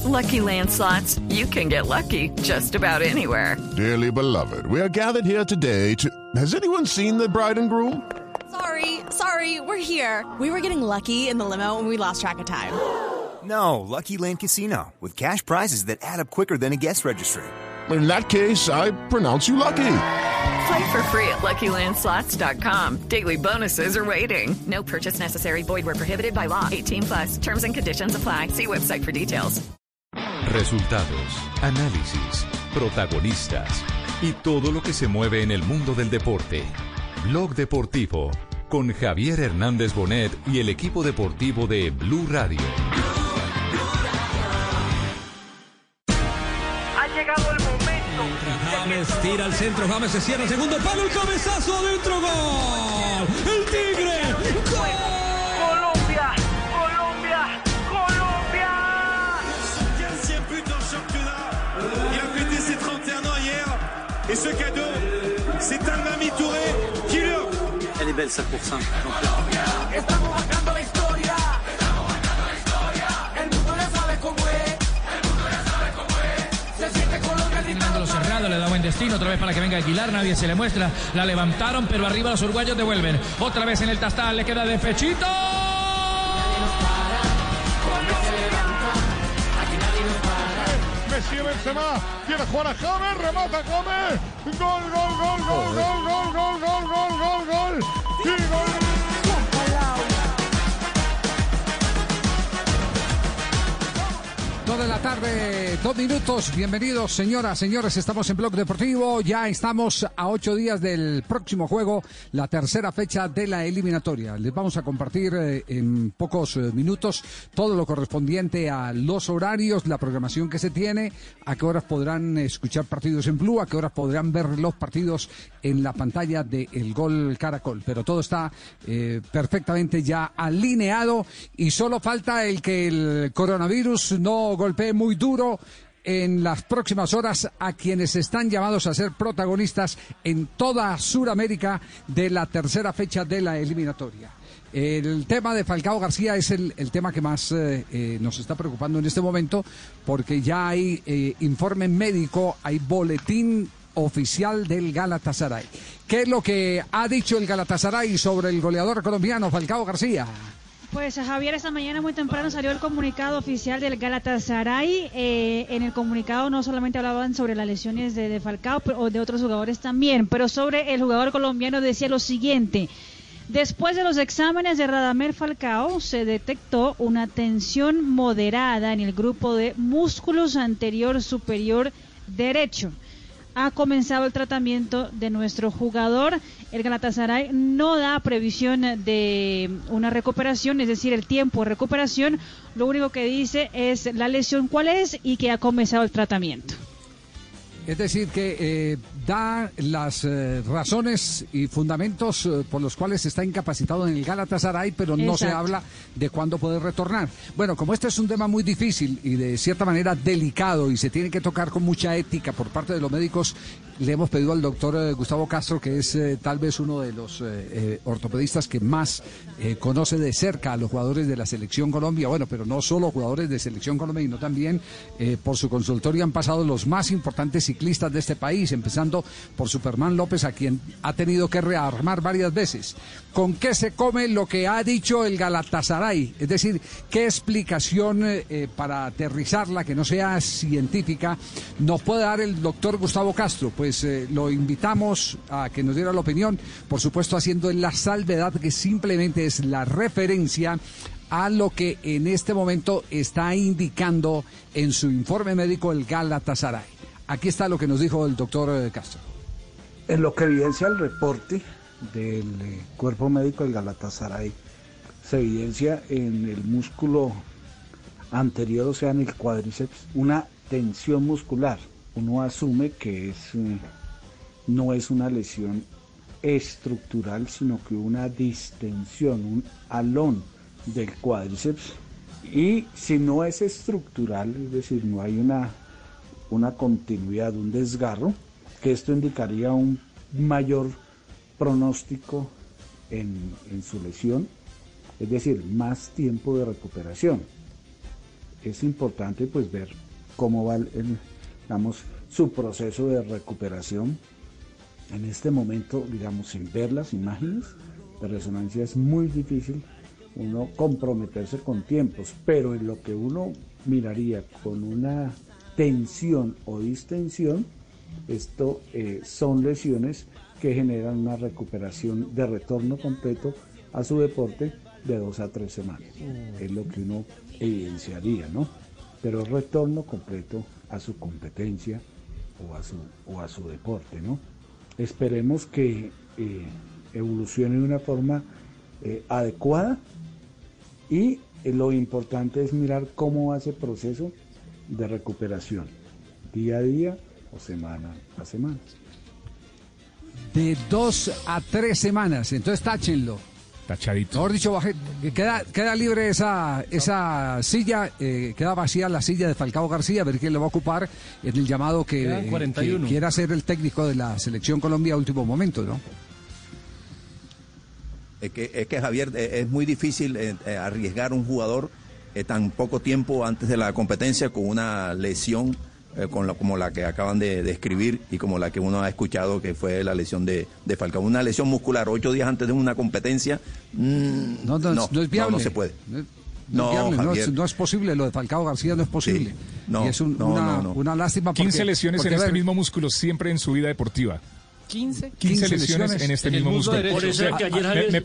Lucky Land Slots, you can get lucky just about anywhere. Dearly beloved, we are gathered here today to... Has anyone seen the bride and groom? Sorry, we're here. We were getting lucky in the limo and we lost track of time. No, Lucky Land Casino, with cash prizes that add up quicker than a guest registry. In that case, I pronounce you lucky. Play for free at LuckyLandSlots.com. Daily bonuses are waiting. No purchase necessary. Void where prohibited by law. 18+. Terms and conditions apply. See website for details. Resultados, análisis, protagonistas y todo lo que se mueve en el mundo del deporte. Blog Deportivo con Javier Hernández Bonet y el equipo deportivo de Blue Radio. Ha llegado el momento. James tira al centro, James se cierra, segundo palo, el cabezazo dentro, gol. El Tigre, gol. Colombia. Il a fêté ses 31 ans hier et ce cadeau, c'est un Mami Touré qui le... Elle est belle sa course, hein. Estamos marcando la historia. El mundo ya sabe cómo es. Se siente Colombia gritando. Cerrado, le da buen destino, otra vez para que venga Aguilar, nadie se le muestra, la levantaron, pero arriba los uruguayos devuelven, otra vez en el tastal, le queda de pechito. Messi, Benzema, quiere jugar a James, remata James, gol, y gol. 2 de la tarde, 2 minutos. Bienvenidos, señoras, señores. Estamos en Blog Deportivo. Ya estamos a 8 días del próximo juego, la tercera fecha de la eliminatoria. Les vamos a compartir en pocos minutos todo lo correspondiente a los horarios, la programación que se tiene, a qué horas podrán escuchar partidos en Blue, a qué horas podrán ver los partidos en la pantalla de El Gol Caracol. Pero todo está perfectamente ya alineado y solo falta el que el coronavirus no golpee muy duro en las próximas horas a quienes están llamados a ser protagonistas en toda Sudamérica de la tercera fecha de la eliminatoria. El tema de Falcao García es el tema que más nos está preocupando en este momento, porque ya hay informe médico, hay boletín oficial del Galatasaray. ¿Qué es lo que ha dicho el Galatasaray sobre el goleador colombiano Falcao García? Pues Javier, esta mañana muy temprano salió el comunicado oficial del Galatasaray. En el comunicado no solamente hablaban sobre las lesiones de Falcao o de otros jugadores también, pero sobre el jugador colombiano decía lo siguiente: después de los exámenes de Radamel Falcao se detectó una tensión moderada en el grupo de músculos anterior superior derecho. Ha comenzado el tratamiento de nuestro jugador. El Galatasaray no da previsión de una recuperación, es decir, el tiempo de recuperación. Lo único que dice es la lesión cuál es y que ha comenzado el tratamiento. Es decir, que da las razones y fundamentos por los cuales está incapacitado en el Galatasaray, pero no se habla de cuándo puede retornar. Bueno, como este es un tema muy difícil y de cierta manera delicado y se tiene que tocar con mucha ética por parte de los médicos, le hemos pedido al doctor Gustavo Castro, que es tal vez uno de los ortopedistas que más conoce de cerca a los jugadores de la Selección Colombia, bueno, pero no solo jugadores de Selección Colombia, sino también por su consultorio han pasado los más importantes ciclistas de este país, empezando por Superman López, a quien ha tenido que rearmar varias veces. ¿Con qué se come lo que ha dicho el Galatasaray? Es decir, ¿qué explicación para aterrizarla, que no sea científica, nos puede dar el doctor Gustavo Castro? Pues lo invitamos a que nos diera la opinión, por supuesto haciendo la salvedad que simplemente es la referencia a lo que en este momento está indicando en su informe médico el Galatasaray. Aquí está lo que nos dijo el doctor Castro. En lo que evidencia el reporte del cuerpo médico del Galatasaray, se evidencia en el músculo anterior, o sea, en el cuádriceps, una tensión muscular. Uno asume que no es una lesión estructural, sino que una distensión, un alón del cuádriceps. Y si no es estructural, es decir, no hay una continuidad, un desgarro, que esto indicaría un mayor pronóstico en su lesión, es decir, más tiempo de recuperación. es importante pues ver cómo va digamos, su proceso de recuperación. En este momento, digamos, sin ver las imágenes de resonancia es muy difícil uno comprometerse con tiempos, pero en lo que uno miraría con una tensión o distensión, esto son lesiones que generan una recuperación de retorno completo a su deporte de 2 a 3 semanas. Es lo que uno evidenciaría, ¿no? Pero retorno completo a su competencia o a su deporte, ¿no? Esperemos que evolucione de una forma adecuada, y lo importante es mirar cómo va ese proceso de recuperación, día a día o semana a semana. De 2 a 3 semanas, entonces táchenlo. Tachadito. Mejor dicho, queda libre esa silla, queda vacía la silla de Falcao García, a ver quién lo va a ocupar en el llamado que quiera ser el técnico de la Selección Colombia a último momento, ¿no? Es que Javier, es muy difícil arriesgar un jugador tan poco tiempo antes de la competencia con una lesión como la que acaban de describir y como la que uno ha escuchado, que fue la lesión de Falcao. Una lesión muscular 8 días antes de una competencia, no es viable. No se puede. No es posible, lo de Falcao García no es posible. Sí. Y es una lástima. 15 lesiones en este mismo músculo siempre en su vida deportiva. 15 lesiones en este mismo músculo. Por eso es que ayer Javier,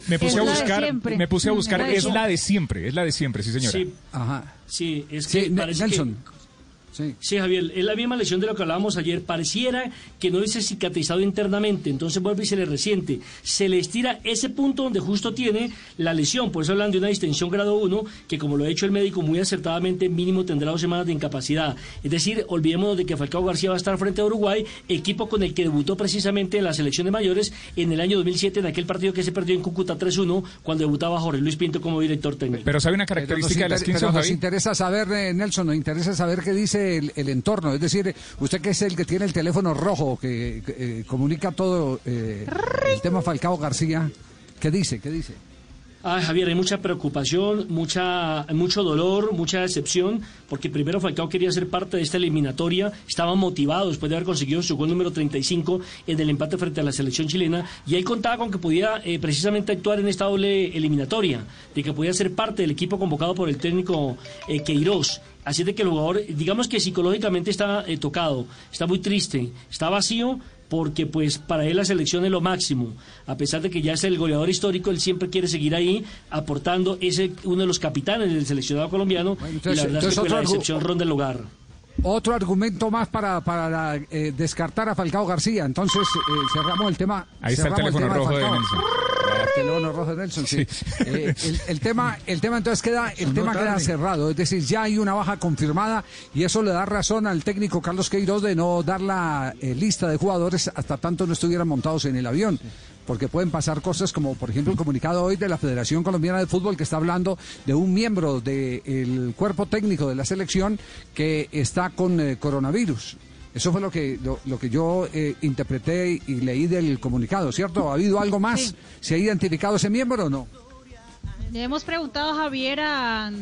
me puse a buscar, es la de siempre, sí señora. Sí, ajá. Sí, es que parece Nelson. Sí, Javier, es la misma lesión de lo que hablábamos ayer. Pareciera que no hubiese cicatrizado internamente, entonces vuelve y se le resiente. Se le estira ese punto donde justo tiene la lesión. Por eso hablan de una distensión grado 1, que como lo ha hecho el médico muy acertadamente, mínimo tendrá 2 semanas de incapacidad. Es decir, olvidémonos de que Falcao García va a estar frente a Uruguay, equipo con el que debutó precisamente en la selección de mayores en el año 2007, en aquel partido que se perdió en Cúcuta 3-1, cuando debutaba Jorge Luis Pinto como director técnico. Pero sabe una característica de las 15, pero nos interesa saber, Nelson, nos interesa saber qué dice el entorno, es decir, usted que es el que tiene el teléfono rojo, que comunica todo el tema Falcao García, ¿qué dice? Javier, hay mucha preocupación, mucho dolor, mucha decepción, porque primero Falcao quería ser parte de esta eliminatoria, estaba motivado después de haber conseguido su gol número 35 en el empate frente a la selección chilena, y él contaba con que podía precisamente actuar en esta doble eliminatoria, de que podía ser parte del equipo convocado por el técnico Queiroz. Así de que el jugador, digamos que psicológicamente está tocado, está muy triste, está vacío, porque pues para él la selección es lo máximo. A pesar de que ya es el goleador histórico, él siempre quiere seguir ahí aportando, es uno de los capitanes del seleccionado colombiano. Bueno, entonces, y la verdad es que la decepción ronda el lugar. Otro argumento más para descartar a Falcao García. Entonces cerramos el tema. Ahí está el teléfono rojo de Nelson. El teléfono rojo de Nelson, sí. El tema entonces queda cerrado. Es decir, ya hay una baja confirmada y eso le da razón al técnico Carlos Queiroz de no dar la lista de jugadores hasta tanto no estuvieran montados en el avión. Porque pueden pasar cosas como, por ejemplo, el comunicado hoy de la Federación Colombiana de Fútbol, que está hablando de un miembro del cuerpo técnico de la selección que está con coronavirus. Eso fue lo que yo interpreté y leí del comunicado, ¿cierto? ¿Ha habido algo más? Sí. ¿Se ha identificado ese miembro o no? Le hemos preguntado a Javier a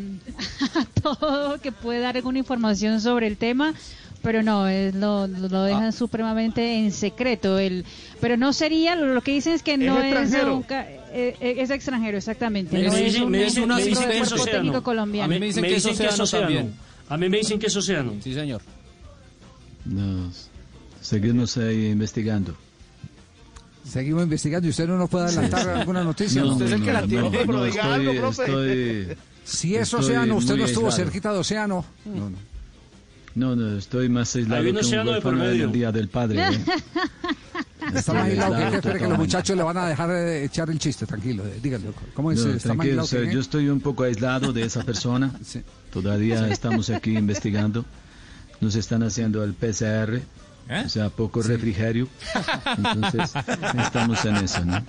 todo que puede dar alguna información sobre el tema, pero no, lo dejan supremamente en secreto. Pero no sería, lo que dicen es que no es es extranjero, exactamente. Me dicen que es técnico colombiano. A mí me dicen que es Océano. A mí me dicen que es Océano. Sí, señor. No, seguimos investigando. Seguimos investigando y usted no nos puede adelantar alguna noticia. Usted es el que la tiene, pero diga algo, profe. Si es Océano, usted no estuvo cerquita de Océano. No, estoy más aislado que un huérfano del Día del Padre. Está más aislado que espere que los muchachos le van a dejar echar el chiste, tranquilo, díganlo. ¿Cómo es? ¿Está más aislado que yo estoy un poco aislado de esa persona. Sí. Todavía estamos aquí investigando. Nos están haciendo el PCR, o sea, poco refrigerio. Entonces, estamos en eso, ¿no?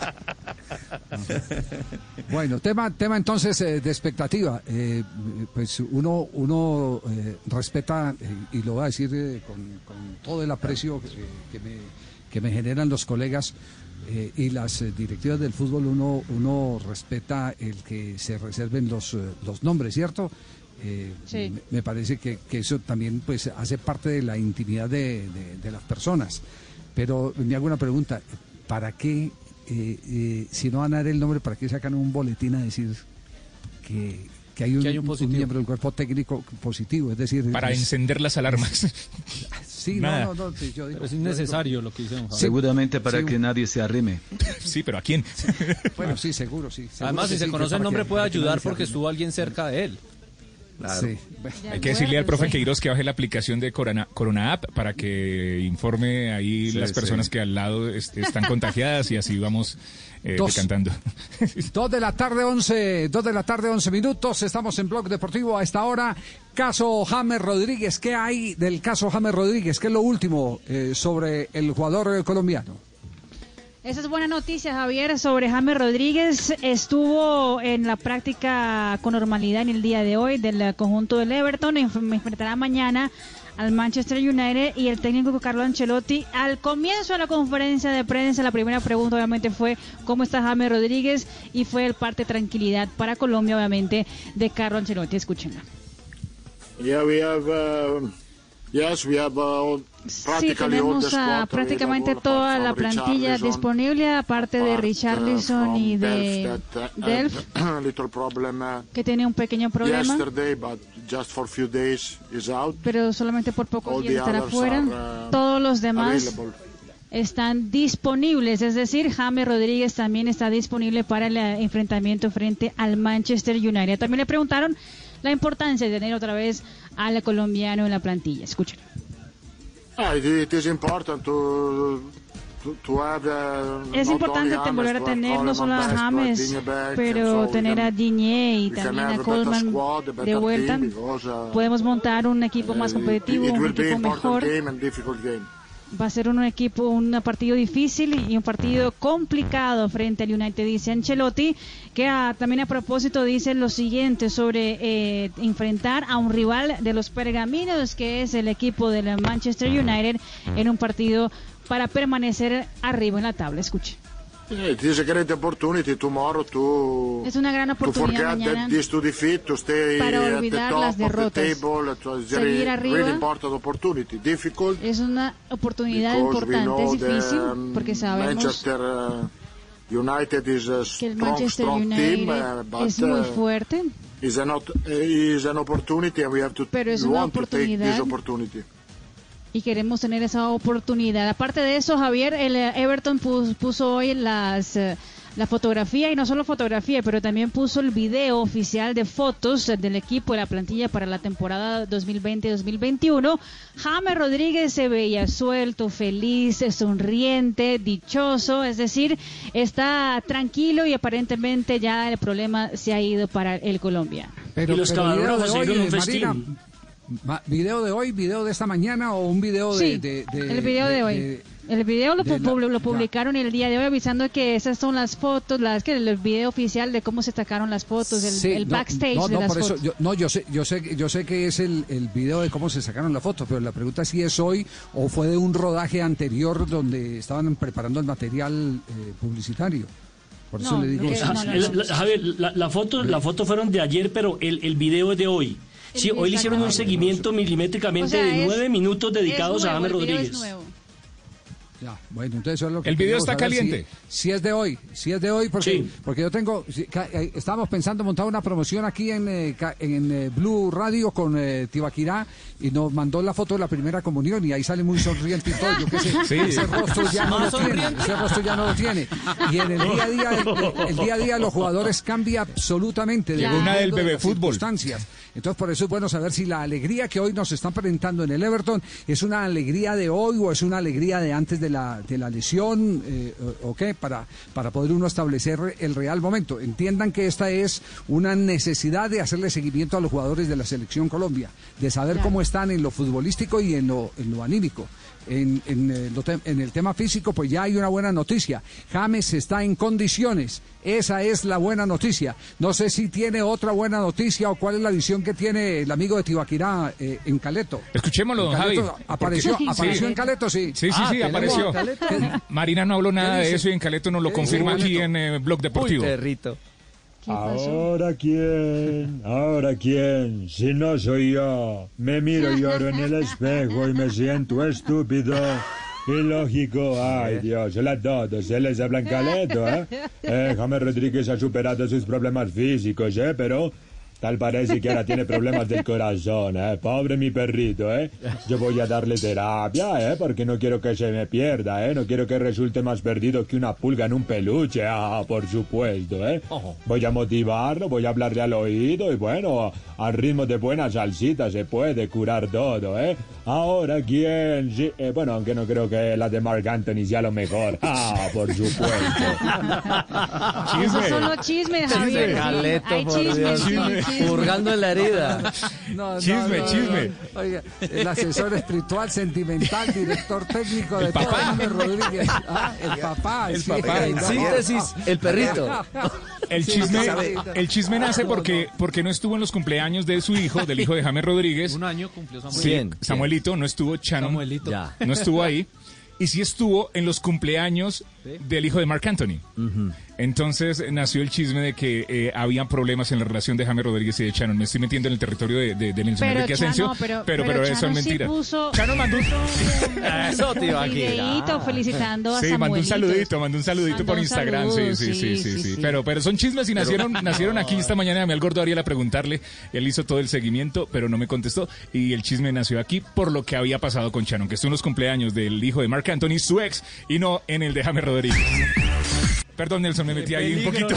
Bueno, tema entonces de expectativa. Pues uno respeta, y lo voy a decir con todo el aprecio que me generan los colegas y las directivas del fútbol, uno respeta el que se reserven los nombres, ¿cierto? Sí. Me parece que eso también pues hace parte de la intimidad de las personas. Pero me hago una pregunta, ¿para qué, si no van a dar el nombre, para qué sacan un boletín a decir que hay un miembro del cuerpo técnico positivo? Es decir, para encender las alarmas. Sí, Nada. no, yo digo, pero es innecesario lo que hicieron. Seguramente para que nadie se arrime. Sí, pero ¿a quién? Bueno, sí, seguro, sí. Además, si se conoce el nombre puede ayudar porque estuvo alguien cerca de él. Claro. Sí. Hay que decirle al profe Queiroz que baje la aplicación de Corona App para que informe ahí las personas que al lado están contagiadas y así vamos decantando. 2 de la tarde, 11 minutos. Estamos en Blog Deportivo a esta hora. Caso James Rodríguez. ¿Qué hay del caso James Rodríguez? ¿Qué es lo último sobre el jugador colombiano? Esa es buena noticia, Javier, sobre James Rodríguez. Estuvo en la práctica con normalidad en el día de hoy del conjunto del Everton. Enfrentará mañana al Manchester United y el técnico Carlo Ancelotti. Al comienzo de la conferencia de prensa, la primera pregunta obviamente fue ¿cómo está James Rodríguez? Y fue el parte de tranquilidad para Colombia, obviamente, de Carlo Ancelotti. Escúchenla. Sí, tenemos prácticamente toda la plantilla disponible, aparte de Richarlison y de Delph, que tiene un pequeño problema, pero solamente por pocos días estará fuera. Todos los demás están disponibles, es decir, James Rodríguez también está disponible para el enfrentamiento frente al Manchester United. También le preguntaron la importancia de tener otra vez al colombiano en la plantilla. Escuchen. Es importante volver a tener no solo a James, pero tener a Digne y también a Coleman de vuelta. Podemos montar un equipo más competitivo, un equipo mejor. Va a ser un partido difícil y un partido complicado frente al United, dice Ancelotti, que también a propósito dice lo siguiente sobre enfrentar a un rival de los pergaminos, que es el equipo del Manchester United, en un partido para permanecer arriba en la tabla. Escuche. Es una gran oportunidad mañana para olvidar las derrotas, seguir arriba. Es una oportunidad importante, es difícil porque sabemos que el Manchester United es muy fuerte, pero es una oportunidad y queremos tener esa oportunidad. Aparte de eso, Javier, el Everton puso hoy la fotografía, y no solo fotografía, pero también puso el video oficial de fotos del equipo de la plantilla para la temporada 2020-2021. James Rodríguez se veía suelto, feliz, sonriente, dichoso, es decir, está tranquilo y aparentemente ya el problema se ha ido para el colombiano. Y los camarógrafos se dieron un festín. ¿Video de hoy, video de esta mañana o un video el video de hoy? El video lo publicaron el día de hoy avisando que esas son las fotos, el video oficial de cómo se sacaron las fotos, el backstage de las fotos. Yo sé que es el video de cómo se sacaron las fotos, pero la pregunta es si es hoy o fue de un rodaje anterior donde estaban preparando el material publicitario. Por eso le digo. Javier, la foto fueron de ayer, pero el video es de hoy. Sí, hoy le hicieron un seguimiento milimétricamente de 9 minutos dedicados a James Rodríguez. Ya, bueno, entonces eso es lo que el video está caliente. Si es de hoy, porque yo tengo, estábamos pensando montar una promoción aquí en Blue Radio con Tibaquirá y nos mandó la foto de la primera comunión y ahí sale muy sonriente y todo. Yo qué sé, ese rostro ya no lo tiene. Y en el día a día los jugadores cambia absolutamente. Llegó una del bebé fútbol. Entonces por eso es bueno saber si la alegría que hoy nos están presentando en el Everton es una alegría de hoy o es una alegría de antes de la lesión o qué, para poder uno establecer el real momento. Entiendan que esta es una necesidad de hacerle seguimiento a los jugadores de la Selección Colombia, de saber cómo están en lo futbolístico y en lo anímico. En el tema físico, pues ya hay una buena noticia. James está en condiciones. Esa es la buena noticia. No sé si tiene otra buena noticia o cuál es la visión que tiene el amigo de Tibaquirá en Caleto. Escuchémoslo, don Javi. ¿Apareció en Caleto? Sí. Sí, apareció. Marina no habló nada de eso y en Caleto nos lo confirma aquí en Blog Deportivo. Uy, perrito. ¿Ahora quién? ¿Ahora quién? Si no soy yo. Me miro y lloro en el espejo y me siento estúpido. Ilógico. Ay, Dios, hola a todos. Él es Blancaleto, ¿eh? James Rodríguez ha superado sus problemas físicos, pero... tal parece que ahora tiene problemas del corazón, pobre mi perrito, Yo voy a darle terapia, porque no quiero que se me pierda, No quiero que resulte más perdido que una pulga en un peluche, por supuesto, Voy a motivarlo, voy a hablarle al oído y bueno, al ritmo de buena salsita se puede curar todo, Ahora, ¿quién? Sí, bueno, aunque no creo que la de Marc Anthony sea lo mejor, por supuesto. Esos son los chismes, Javier. Hay chismes. Hurgando en la herida. Chisme. Oiga, el asesor espiritual, sentimental, director técnico de todo, James Rodríguez. El papá. En síntesis, el perrito. El chisme nace porque no estuvo en los cumpleaños de su hijo, del hijo de James Rodríguez. Un año cumplió Samuel. Sí, Samuelito, no estuvo Shannon. No estuvo ahí. Y sí estuvo en los cumpleaños del hijo de Marc Anthony. Entonces nació el chisme de que habían problemas en la relación de James Rodríguez y de Shannon. Me estoy metiendo en el territorio de Nelson Enrique Asensio, pero eso es mentira. Shannon mandó un videíto felicitando a Samuelito. Mandó un saludito por Instagram. Sí. Pero son chismes y nacieron aquí esta mañana. Llamé al gordo Ariel a preguntarle. Él hizo todo el seguimiento, pero no me contestó. Y el chisme nació aquí por lo que había pasado con Shannon, que estuvo en los cumpleaños del hijo de Marc Anthony, su ex, y no en el de James Rodríguez. Perdón, Nelson, me metí ahí un poquito.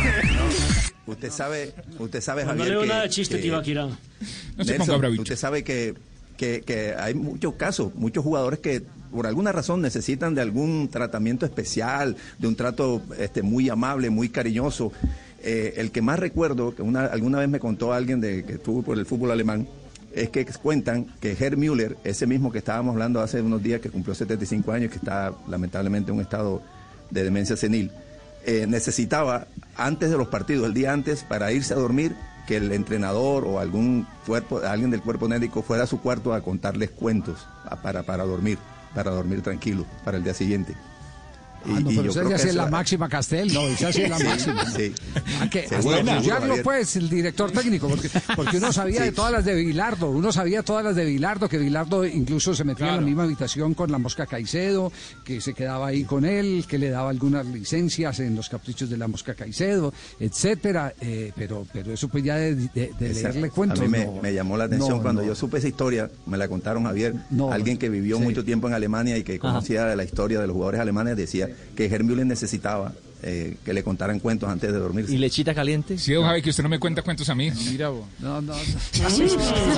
Usted sabe, Javier, no leo nada de chiste, Tibaquirá. No se ponga bravito. Usted sabe que hay muchos casos, muchos jugadores que por alguna razón necesitan de algún tratamiento especial, de un trato muy amable, muy cariñoso. El que más recuerdo, que alguna vez me contó alguien que estuvo por el fútbol alemán, es que cuentan que Gerd Müller, ese mismo que estábamos hablando hace unos días, que cumplió 75 años, que está lamentablemente en un estado de demencia senil, necesitaba antes de los partidos, el día antes, para irse a dormir, que el entrenador o alguien del cuerpo médico fuera a su cuarto a contarles cuentos para dormir tranquilo para el día siguiente. Pero esa es la máxima, Castel, esa es la máxima. Sí. Apoyarlo, pues, el director técnico, porque uno sabía de todas las de Bilardo, que Bilardo incluso se metía en la misma habitación con la Mosca Caicedo, que se quedaba ahí con él, que le daba algunas licencias en los caprichos de la Mosca Caicedo, etcétera, pero eso pues ya de leerle cuentos. A mí me llamó la atención cuando yo supe esa historia, me la contaron, Javier, alguien que vivió mucho tiempo en Alemania y que conocía la historia de los jugadores alemanes, decía que Gerd Müller necesitaba que le contaran cuentos antes de dormirse. ¿Y lechita caliente? Sí, don Javi, que usted no me cuenta cuentos a mí. Mira vos. No. Usted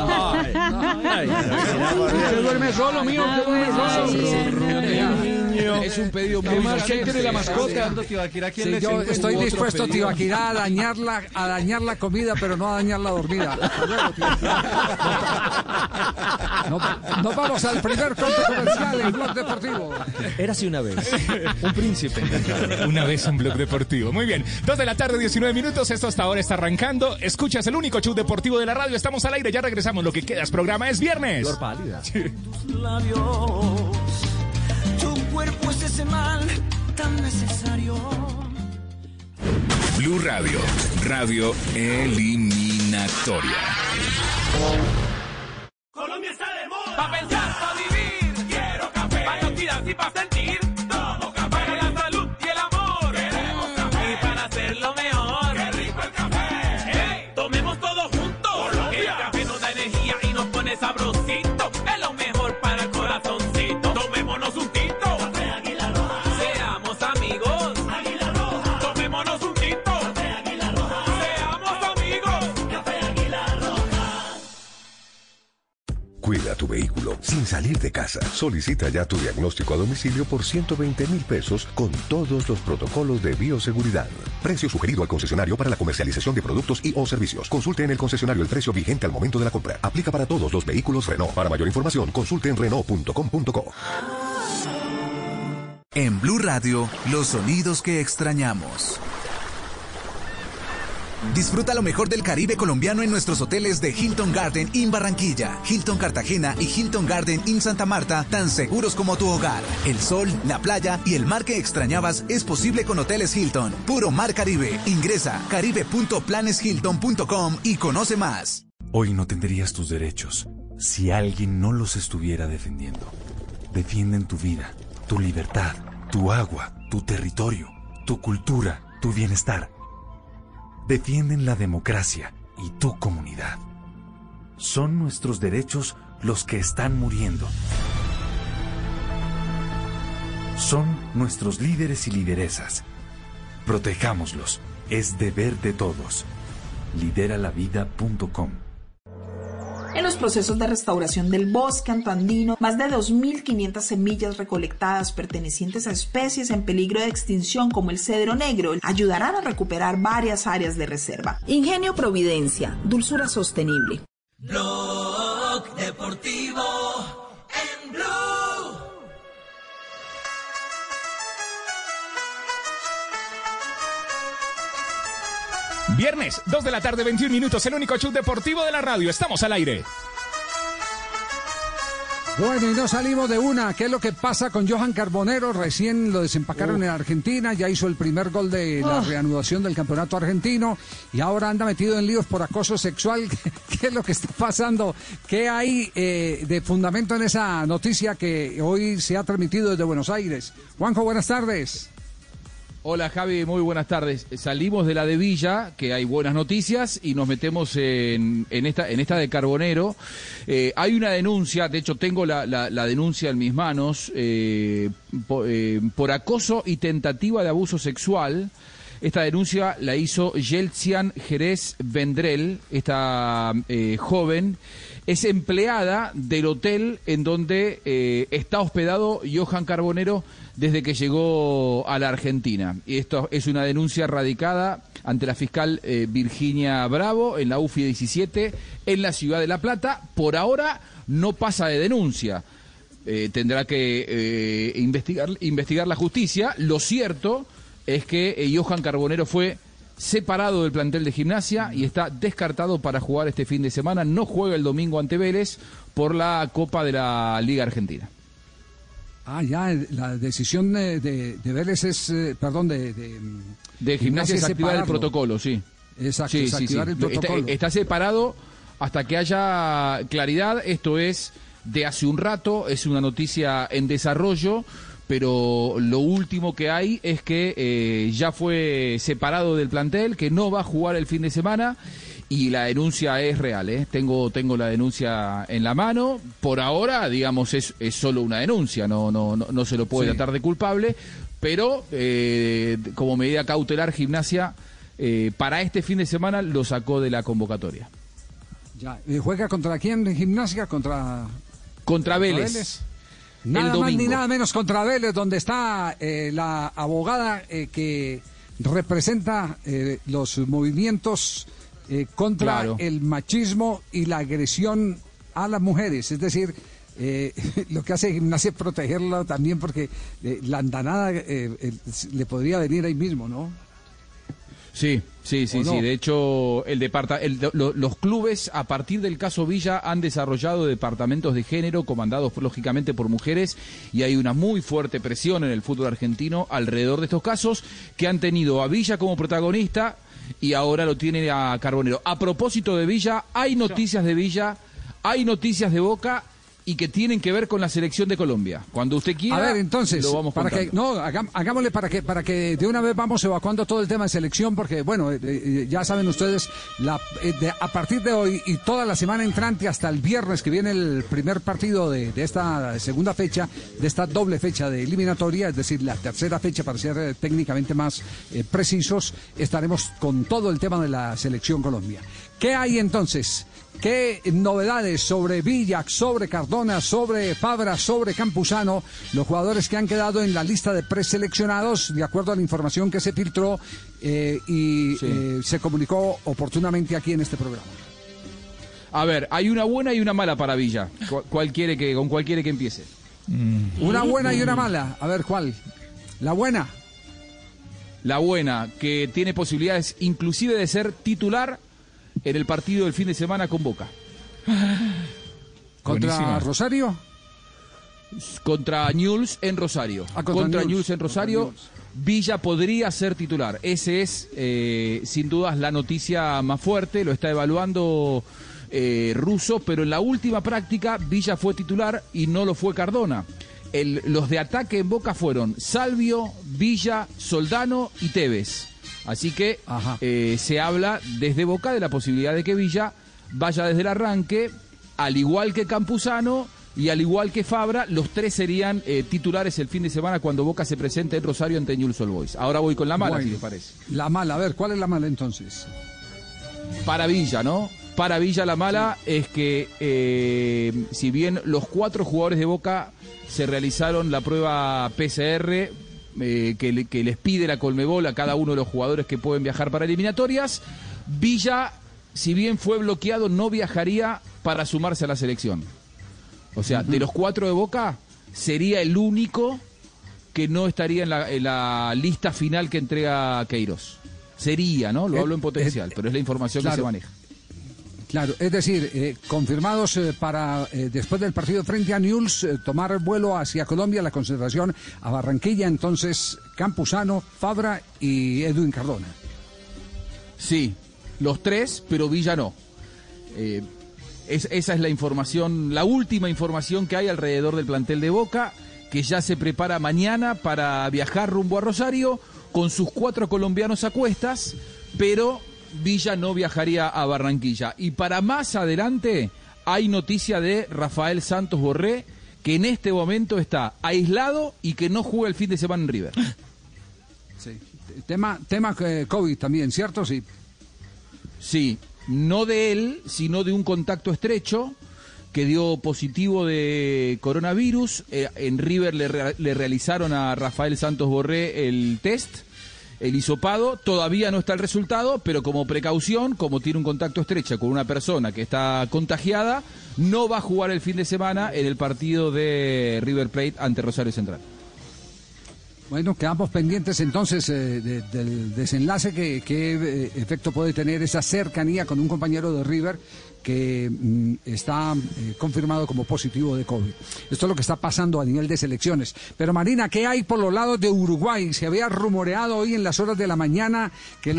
duerme solo, mío. Usted duerme solo. Es un pedido muy marquete de la mascota. Yo estoy dispuesto, Tibaquirá, a dañar la comida, pero no a dañar la dormida. Nos vamos al primer corte comercial en Blog Deportivo. Érase una vez un príncipe. Una vez un Blog Deportivo. Muy bien, 2 de la tarde, 19 minutos. Esto hasta ahora está arrancando. Escuchas el único show deportivo de la radio. Estamos al aire, ya regresamos. Lo que queda es programa, es viernes. Flor pálida. Tu cuerpo es ese mal tan necesario. Blue Radio, radio eliminatoria. Colombia está de moda. Pa' pensar, pa' vivir. Quiero café. Pa' no tirar y pa' sentir. Tomo café. Para la salud y el amor. Queremos café. Y para hacerlo mejor. Qué rico el café. Hey, tomemos todos juntos. Colombia. El café nos da energía y nos pone sabrosito. Es lo mejor para el corazoncito. Tomémonos un tinto. Café Águila Roja. Seamos amigos. Águila Roja. Tomémonos un tinto. Café Águila Roja. Seamos amigos. Café Águila Roja. Cuida tu vehículo sin salir de casa. Solicita ya tu diagnóstico a domicilio por 120.000 pesos con todos los protocolos de bioseguridad. Precio sugerido al concesionario para la comercialización de productos y o servicios. Consulte en el concesionario el precio vigente al momento de la compra. Aplica para todos los vehículos Renault. Para mayor información, consulte en Renault.com.co. En Blue Radio, los sonidos que extrañamos. Disfruta lo mejor del Caribe colombiano en nuestros hoteles de Hilton Garden Inn Barranquilla, Hilton Cartagena y Hilton Garden Inn Santa Marta, tan seguros como tu hogar. El sol, la playa y el mar que extrañabas es posible con Hoteles Hilton. Puro mar Caribe. Ingresa caribe.planeshilton.com y conoce más. Hoy no tendrías tus derechos si alguien no los estuviera defendiendo. Defienden tu vida, tu libertad, tu agua, tu territorio, tu cultura, tu bienestar. Defienden la democracia y tu comunidad. Son nuestros derechos los que están muriendo. Son nuestros líderes y lideresas. Protejámoslos. Es deber de todos. Lideralavida.com. En los procesos de restauración del bosque andino, más de 2.500 semillas recolectadas pertenecientes a especies en peligro de extinción como el cedro negro ayudarán a recuperar varias áreas de reserva. Ingenio Providencia, dulzura sostenible. Blog Deportivo en Blue. Viernes, 2 de la tarde, 21 minutos, el único show deportivo de la radio. Estamos al aire. Bueno, y no salimos de una. ¿Qué es lo que pasa con Johan Carbonero? Recién lo desempacaron en Argentina, ya hizo el primer gol de la reanudación del campeonato argentino y ahora anda metido en líos por acoso sexual. ¿Qué es lo que está pasando? ¿Qué hay de fundamento en esa noticia que hoy se ha transmitido desde Buenos Aires? Juanjo, buenas tardes. Hola Javi, muy buenas tardes. Salimos de la de Villa, que hay buenas noticias, y nos metemos en esta de Carbonero. Hay una denuncia, de hecho tengo la denuncia en mis manos, por acoso y tentativa de abuso sexual. Esta denuncia la hizo Yeltsian Jerez Vendrell, esta joven. Es empleada del hotel en donde está hospedado Johan Carbonero desde que llegó a la Argentina. Y esto es una denuncia radicada ante la fiscal Virginia Bravo en la UFI 17 en la ciudad de La Plata. Por ahora no pasa de denuncia. Tendrá que investigar la justicia. Lo cierto es que Johan Carbonero fue separado del plantel de Gimnasia y está descartado para jugar este fin de semana. No juega el domingo ante Vélez por la Copa de la Liga Argentina. Ah, ya, la decisión de Vélez es, de Gimnasia es activar el protocolo, sí. Exacto, sí, activar el protocolo. Está separado hasta que haya claridad. Esto es de hace un rato, es una noticia en desarrollo, pero lo último que hay es que ya fue separado del plantel, que no va a jugar el fin de semana. Y la denuncia es real, tengo la denuncia en la mano. Por ahora, digamos, es solo una denuncia, no se lo puede tratar de culpable, pero como medida cautelar, Gimnasia para este fin de semana lo sacó de la convocatoria. Ya, ¿juega contra quién en Gimnasia? Contra Vélez. Nada más ni nada menos contra Vélez, donde está la abogada que representa los movimientos contra el machismo y la agresión a las mujeres. Es decir, lo que hace Gimnasia es protegerla también, porque la andanada le podría venir ahí mismo, ¿no? Sí. No? De hecho, los clubes, a partir del caso Villa, han desarrollado departamentos de género comandados, lógicamente, por mujeres, y hay una muy fuerte presión en el fútbol argentino alrededor de estos casos, que han tenido a Villa como protagonista y ahora lo tiene a Carbonero. A propósito de Villa, hay noticias de Villa, hay noticias de Boca y que tienen que ver con la selección de Colombia. Cuando usted quiera, a ver, entonces, lo vamos hagámosle para que de una vez vamos evacuando todo el tema de selección, porque bueno, ya saben ustedes, a partir de hoy y toda la semana entrante hasta el viernes que viene el primer partido de esta segunda fecha, de esta doble fecha de eliminatoria, es decir, la tercera fecha para ser técnicamente más precisos, estaremos con todo el tema de la selección Colombia. ¿Qué hay entonces? ¿Qué novedades sobre Villa, sobre Cardona, sobre Fabra, sobre Campuzano, los jugadores que han quedado en la lista de preseleccionados, de acuerdo a la información que se filtró se comunicó oportunamente aquí en este programa? A ver, hay una buena y una mala para Villa. ¿Con cuál quiere que empiece? Una buena y una mala. A ver, ¿cuál? La buena. la buena, que tiene posibilidades inclusive de ser titular en el partido del fin de semana con Boca. ¿Contra Buenísima. Rosario? Contra Newell's en Rosario. Contra Newell's en Rosario. Villa podría ser titular. Ese es, sin dudas, la noticia más fuerte. Lo está evaluando Russo, pero en la última práctica Villa fue titular y no lo fue Cardona. Los de ataque en Boca fueron Salvio, Villa, Soldano y Tevez. Así que se habla desde Boca de la posibilidad de que Villa vaya desde el arranque, al igual que Campuzano y al igual que Fabra. Los tres serían titulares el fin de semana cuando Boca se presente en Rosario ante Newell's Old Boys. Ahora voy con la mala, si les parece. La mala, a ver, ¿cuál es la mala entonces? Para Villa, ¿no? Para Villa la mala es que si bien los 4 jugadores de Boca se realizaron la prueba PCR que les pide la Conmebol a cada uno de los jugadores que pueden viajar para eliminatorias, Villa, si bien fue bloqueado, no viajaría para sumarse a la selección. O sea, de los 4 de Boca, sería el único que no estaría en la lista final que entrega Queiroz. Sería, ¿no? Lo hablo en potencial, pero es la información que se maneja. Claro, es decir, confirmados para después del partido frente a Newell's tomar vuelo hacia Colombia, la concentración a Barranquilla, entonces Campuzano, Fabra y Edwin Cardona. Sí, los 3, pero Villa no. Esa es la información, la última información que hay alrededor del plantel de Boca, que ya se prepara mañana para viajar rumbo a Rosario con sus 4 colombianos a cuestas, pero Villa no viajaría a Barranquilla. Y para más adelante hay noticia de Rafael Santos Borré, que en este momento está aislado y que no juega el fin de semana en River. Sí. Tema COVID también, ¿cierto? Sí. Sí, no de él, sino de un contacto estrecho que dio positivo de coronavirus. En River le realizaron a Rafael Santos Borré el test, el hisopado. Todavía no está el resultado, pero como precaución, como tiene un contacto estrecho con una persona que está contagiada, no va a jugar el fin de semana en el partido de River Plate ante Rosario Central. Bueno, quedamos pendientes entonces del desenlace, qué efecto puede tener esa cercanía con un compañero de River que está confirmado como positivo de COVID. Esto es lo que está pasando a nivel de selecciones. Pero Marina, ¿qué hay por los lados de Uruguay? Se había rumoreado hoy en las horas de la mañana que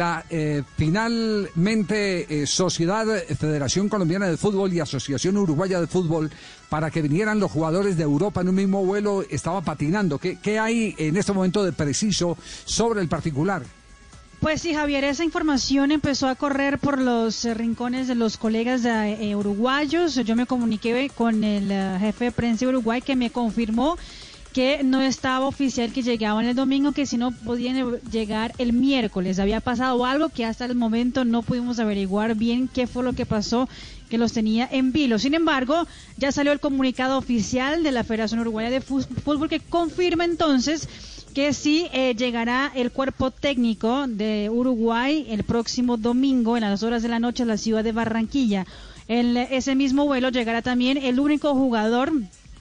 finalmente Sociedad Federación Colombiana de Fútbol y Asociación Uruguaya de Fútbol, para que vinieran los jugadores de Europa en un mismo vuelo, estaba patinando. ¿Qué hay en este momento de preciso sobre el particular? Pues sí, Javier, esa información empezó a correr por los rincones de los colegas uruguayos. Yo me comuniqué con el jefe de prensa de Uruguay, que me confirmó que no estaba oficial que llegaban el domingo, que si no podían llegar el miércoles. Había pasado algo que hasta el momento no pudimos averiguar bien qué fue lo que pasó, que los tenía en vilo. Sin embargo, ya salió el comunicado oficial de la Federación Uruguaya de Fútbol, que confirma entonces que sí llegará el cuerpo técnico de Uruguay el próximo domingo en las horas de la noche a la ciudad de Barranquilla. En ese mismo vuelo llegará también el único jugador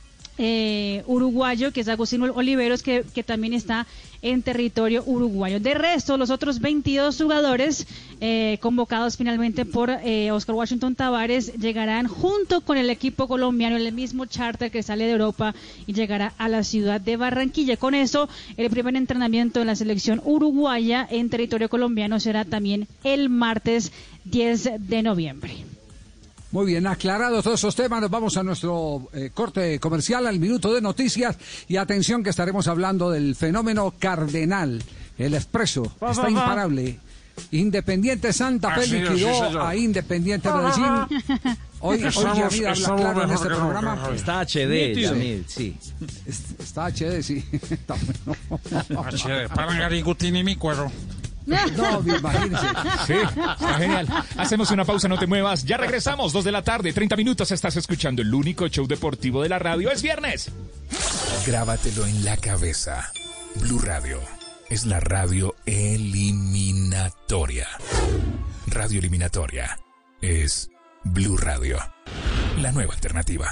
uruguayo, que es Agustín Oliveros, que también está en territorio uruguayo. De resto, los otros 22 jugadores convocados finalmente por Oscar Washington Tabárez llegarán junto con el equipo colombiano en el mismo charter que sale de Europa y llegará a la ciudad de Barranquilla. Con eso, el primer entrenamiento de la selección uruguaya en territorio colombiano será también el martes 10 de noviembre. Muy bien, aclarados todos esos temas, nos vamos a nuestro corte comercial, al minuto de noticias, y atención que estaremos hablando del fenómeno cardenal. El Expreso está imparable. Independiente Santa Fe liquidó a Independiente Medellín. Hoy Yamil habla claro en este programa. Está HD, Yamil, sí. Está HD, sí. Está bueno. HD, Parangarigutini mi cuero. No, imagínese. Sí, está genial. Hacemos una pausa, no te muevas. Ya regresamos, 2 de la tarde, 30 minutos. Estás escuchando el único show deportivo de la radio. ¡Es viernes! Grábatelo en la cabeza. Blue Radio es la radio eliminatoria. Radio eliminatoria es Blue Radio, la nueva alternativa.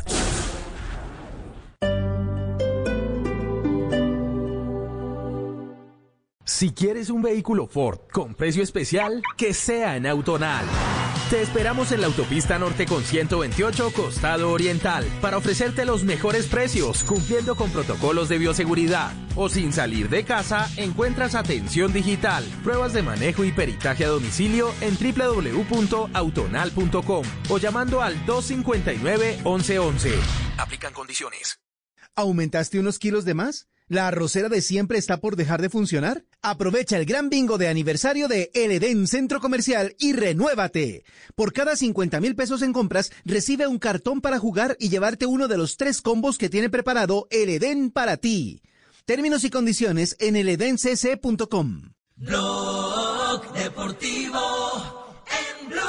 Si quieres un vehículo Ford con precio especial, que sea en Autonal. Te esperamos en la autopista norte con 128 Costado Oriental para ofrecerte los mejores precios, cumpliendo con protocolos de bioseguridad. O sin salir de casa, encuentras atención digital, pruebas de manejo y peritaje a domicilio en www.autonal.com o llamando al 259-1111. Aplican condiciones. ¿Aumentaste unos kilos de más? ¿La arrocera de siempre está por dejar de funcionar? Aprovecha el gran bingo de aniversario de El Edén Centro Comercial y renuévate. Por cada 50,000 pesos en compras, recibe un cartón para jugar y llevarte uno de los 3 combos que tiene preparado El Edén para ti. Términos y condiciones en eledencc.com. Blog Deportivo en Blue.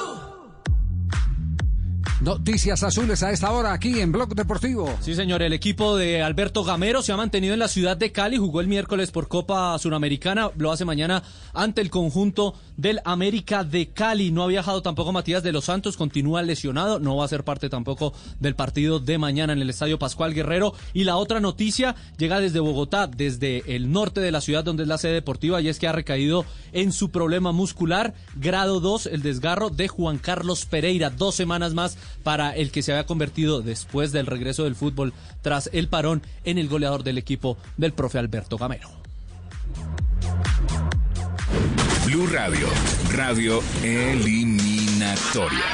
Noticias azules a esta hora aquí en Blog Deportivo. Sí, señor, el equipo de Alberto Gamero se ha mantenido en la ciudad de Cali, jugó el miércoles por Copa Suramericana, lo hace mañana ante el conjunto del América de Cali. No ha viajado tampoco Matías de los Santos, continúa lesionado, no va a ser parte tampoco del partido de mañana en el Estadio Pascual Guerrero. Y la otra noticia llega desde Bogotá, desde el norte de la ciudad donde es la sede deportiva, y es que ha recaído en su problema muscular, grado 2, el desgarro de Juan Carlos Pereira, 2 semanas más para el que se había convertido después del regreso del fútbol tras el parón en el goleador del equipo del profe Alberto Gamero. Blue Radio, radio eliminatoria.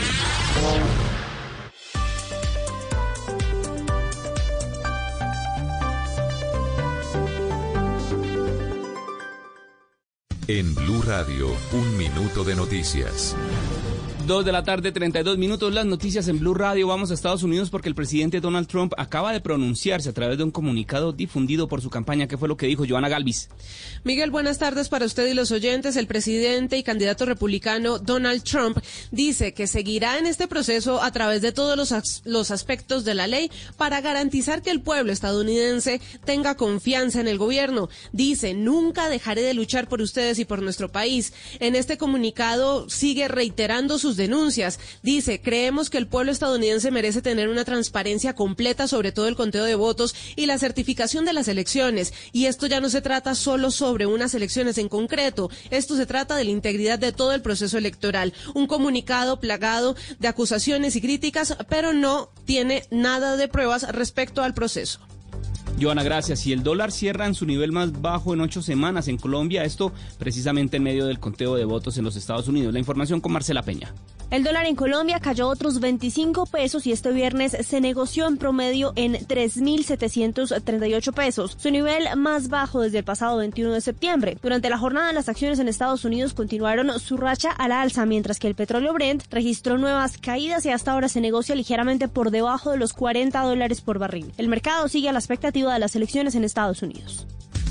En Blue Radio, 1 minuto de noticias. 2 de la tarde, 32 minutos, las noticias en Blue Radio. Vamos a Estados Unidos porque el presidente Donald Trump acaba de pronunciarse a través de un comunicado difundido por su campaña. ¿Qué fue lo que dijo Joana Galvis? Miguel, buenas tardes para usted y los oyentes. El presidente y candidato republicano Donald Trump dice que seguirá en este proceso a través de todos los aspectos de la ley para garantizar que el pueblo estadounidense tenga confianza en el gobierno. Dice, nunca dejaré de luchar por ustedes y por nuestro país. En este comunicado sigue reiterando sus denuncias. Dice, creemos que el pueblo estadounidense merece tener una transparencia completa sobre todo el conteo de votos y la certificación de las elecciones. Y esto ya no se trata solo sobre unas elecciones en concreto. Esto se trata de la integridad de todo el proceso electoral. Un comunicado plagado de acusaciones y críticas, pero no tiene nada de pruebas respecto al proceso. Joana, gracias. Y el dólar cierra en su nivel más bajo en 8 semanas en Colombia, esto precisamente en medio del conteo de votos en los Estados Unidos. La información con Marcela Peña. El dólar en Colombia cayó otros 25 pesos y este viernes se negoció en promedio en 3.738 pesos, su nivel más bajo desde el pasado 21 de septiembre. Durante la jornada, las acciones en Estados Unidos continuaron su racha al alza, mientras que el petróleo Brent registró nuevas caídas y hasta ahora se negocia ligeramente por debajo de los $40 por barril. El mercado sigue a la expectativa de las elecciones en Estados Unidos.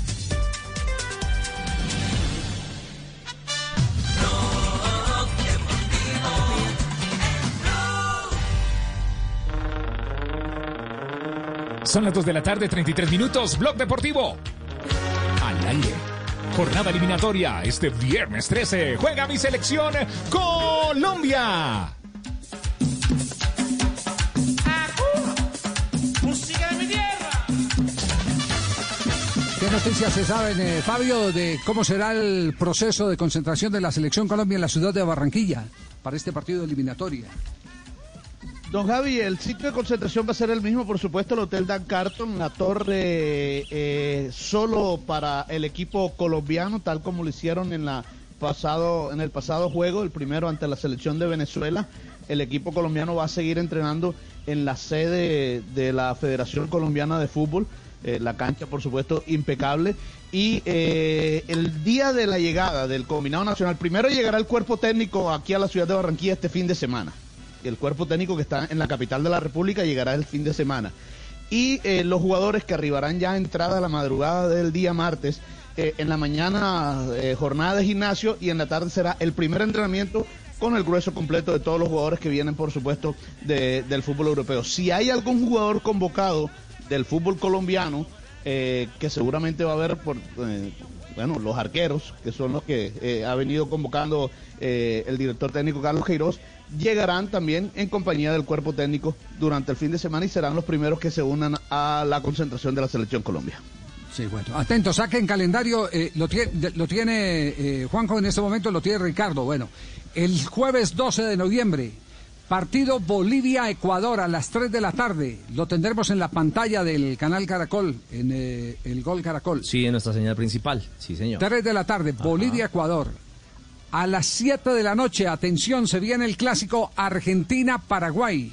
Son las 2 de la tarde, 33 minutos. Blog Deportivo. Al aire. Jornada eliminatoria. Este viernes 13 juega mi selección Colombia. ¡Música de mi tierra! ¿Qué noticias se saben, Fabio, de cómo será el proceso de concentración de la selección Colombia en la ciudad de Barranquilla para este partido de eliminatoria? Don Javi, el sitio de concentración va a ser el mismo, por supuesto, el Hotel Dan Carton, la torre solo para el equipo colombiano, tal como lo hicieron en el pasado juego, el primero ante la selección de Venezuela. El equipo colombiano va a seguir entrenando en la sede de la Federación Colombiana de Fútbol, la cancha, por supuesto, impecable. Y el día de la llegada del combinado nacional, primero llegará el cuerpo técnico aquí a la ciudad de Barranquilla este fin de semana. El cuerpo técnico que está en la capital de la República llegará el fin de semana. Y los jugadores que arribarán ya entrada a la madrugada del día martes, en la mañana jornada de gimnasio y en la tarde será el primer entrenamiento con el grueso completo de todos los jugadores que vienen, por supuesto, del fútbol europeo. Si hay algún jugador convocado del fútbol colombiano, que seguramente va a haber los arqueros, que son los que ha venido convocando el director técnico Carlos Queiroz, llegarán también en compañía del cuerpo técnico durante el fin de semana y serán los primeros que se unan a la concentración de la Selección Colombia. Sí, bueno, atento, saquen calendario, lo tiene Juanjo en este momento, lo tiene Ricardo. Bueno, el jueves 12 de noviembre, partido Bolivia-Ecuador a las 3 de la tarde. Lo tendremos en la pantalla del canal Caracol, en el Gol Caracol. Sí, en nuestra señal principal, sí señor. 3 de la tarde, Bolivia-Ecuador. A las 7 de la noche, atención, se viene el clásico Argentina-Paraguay.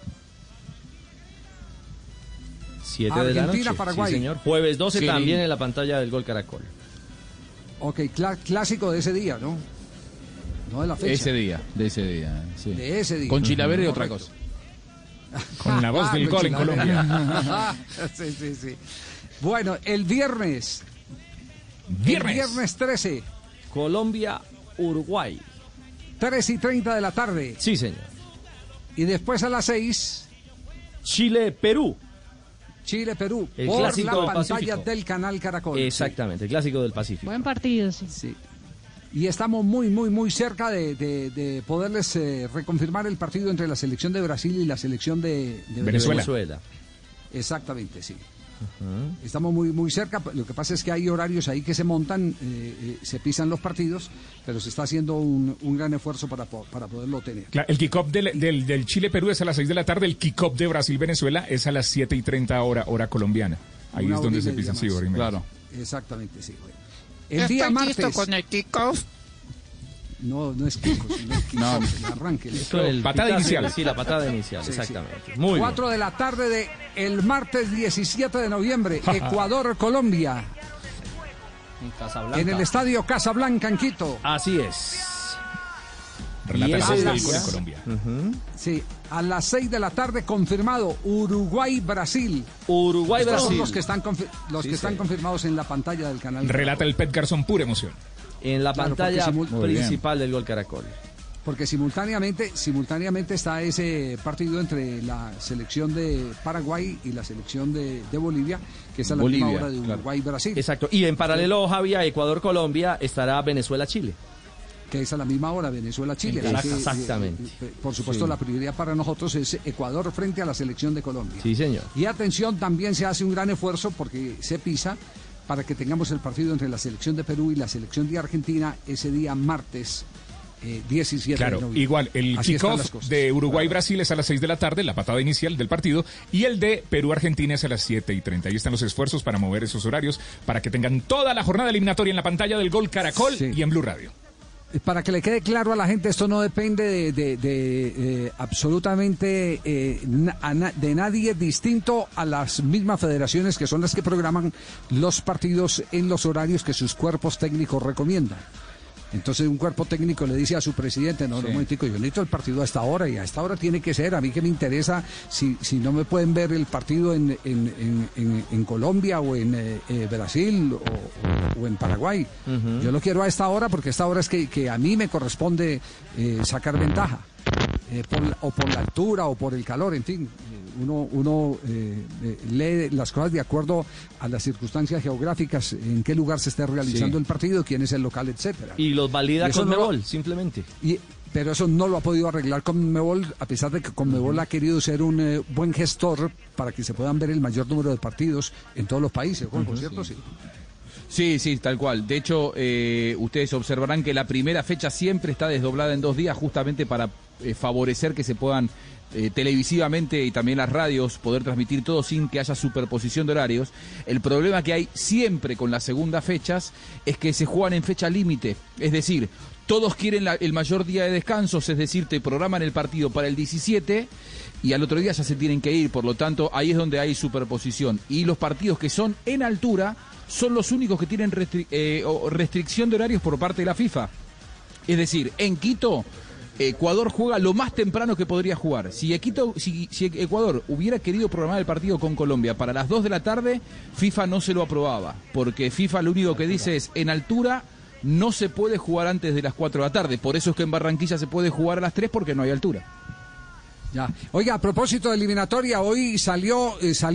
7 de la noche, Paraguay. Sí, señor. Jueves 12 Sí. también en la pantalla del Gol Caracol. Ok, clásico de ese día, ¿no? No de la fecha. De ese día, sí. De ese día. Con Chilaver y otra cosa. Con la voz del gol en Colombia. Sí. Bueno, el viernes. El viernes 13. Colombia-Uruguay. 3:30 de la tarde. Sí, señor. Y después a las 6. Chile-Perú. Chile-Perú. El por clásico la del pantalla Pacífico. del canal Caracol. Exactamente, el clásico del Pacífico. Buen partido, sí. Y estamos muy cerca de poderles reconfirmar el partido entre la selección de Brasil y la selección de Venezuela. Exactamente, sí. Estamos muy cerca. Lo que pasa es que hay horarios ahí que se montan, se pisan los partidos, pero se está haciendo un gran esfuerzo para poderlo tener. Claro, el kick-off del Chile-Perú es a las 6 de la tarde, el kick-off de Brasil-Venezuela es a las 7:30 hora colombiana. Ahí Una es donde hora y se media pisan, sí, más. hora y media. Claro. Exactamente, sí. Bueno. Ya El día estoy martes. listo con el kickoff. No es kickoff, sino el kickoff, el arranque. Patada inicial. Sí, la patada inicial, Sí, exactamente. sí. Muy 4 de la tarde de el martes 17 de noviembre, Ecuador-Colombia. En Casablanca. En el estadio Casablanca, en Quito. Así es. Relata Y la ese voz del día- gol en Colombia. Sí, a las 6 de la tarde confirmado Uruguay-Brasil. Uruguay-Brasil. Estos son los que están, Sí, están sí. confirmados en la pantalla del canal. Relata el Pet Garzón, pura emoción. En la Claro, pantalla porque principal del Gol Caracol. Porque simultáneamente está ese partido entre la selección de Paraguay y la selección de Bolivia, que es a la misma hora de Uruguay-Brasil. Exacto. Y en paralelo, Javi, a Ecuador-Colombia estará Venezuela-Chile. Que es a la misma hora, Venezuela-Chile. En Así que, exactamente. Por supuesto, Sí. la prioridad para nosotros es Ecuador frente a la selección de Colombia. Sí, señor. Y atención, también se hace un gran esfuerzo porque se pisa para que tengamos el partido entre la selección de Perú y la selección de Argentina ese día martes 17 de Claro, noviembre. igual, el Así están las kickoff cosas. de Uruguay-Brasil es a las 6 de la tarde, la patada inicial del partido, y el de Perú-Argentina es a las 7:30. Ahí están los esfuerzos para mover esos horarios, para que tengan toda la jornada eliminatoria en la pantalla del Gol Caracol y en Blue Radio. Para que le quede claro a la gente, esto no depende de absolutamente de nadie distinto a las mismas federaciones que son las que programan los partidos en los horarios que sus cuerpos técnicos recomiendan. Entonces un cuerpo técnico le dice a su presidente, no, un momentico, yo necesito el partido a esta hora y a esta hora tiene que ser, a mí que me interesa si no me pueden ver el partido en Colombia o en Brasil o en Paraguay. Yo lo quiero a esta hora porque a esta hora es que a mí me corresponde sacar ventaja. Por la altura o por el calor, en fin, uno lee las cosas de acuerdo a las circunstancias geográficas, en qué lugar se esté realizando el partido, quién es el local, etcétera. Y los valida Conmebol, simplemente. Pero eso no lo ha podido arreglar Conmebol, a pesar de que Conmebol ha querido ser un buen gestor para que se puedan ver el mayor número de partidos en todos los países, ¿por cierto? Sí. Sí, tal cual. De hecho, ustedes observarán que la primera fecha siempre está desdoblada en 2 días justamente para favorecer que se puedan televisivamente y también las radios poder transmitir todo sin que haya superposición de horarios. El problema que hay siempre con las segundas fechas es que se juegan en fecha límite. Es decir, todos quieren el mayor día de descansos, es decir, te programan el partido para el 17 y al otro día ya se tienen que ir. Por lo tanto, ahí es donde hay superposición. Y los partidos que son en altura son los únicos que tienen restricción de horarios por parte de la FIFA. Es decir, en Quito, Ecuador juega lo más temprano que podría jugar. Si Ecuador hubiera querido programar el partido con Colombia para las 2 de la tarde, FIFA no se lo aprobaba. Porque FIFA lo único que dice es, en altura no se puede jugar antes de las 4 de la tarde. Por eso es que en Barranquilla se puede jugar a las 3 porque no hay altura. Ya. Oiga, a propósito de eliminatoria, hoy salió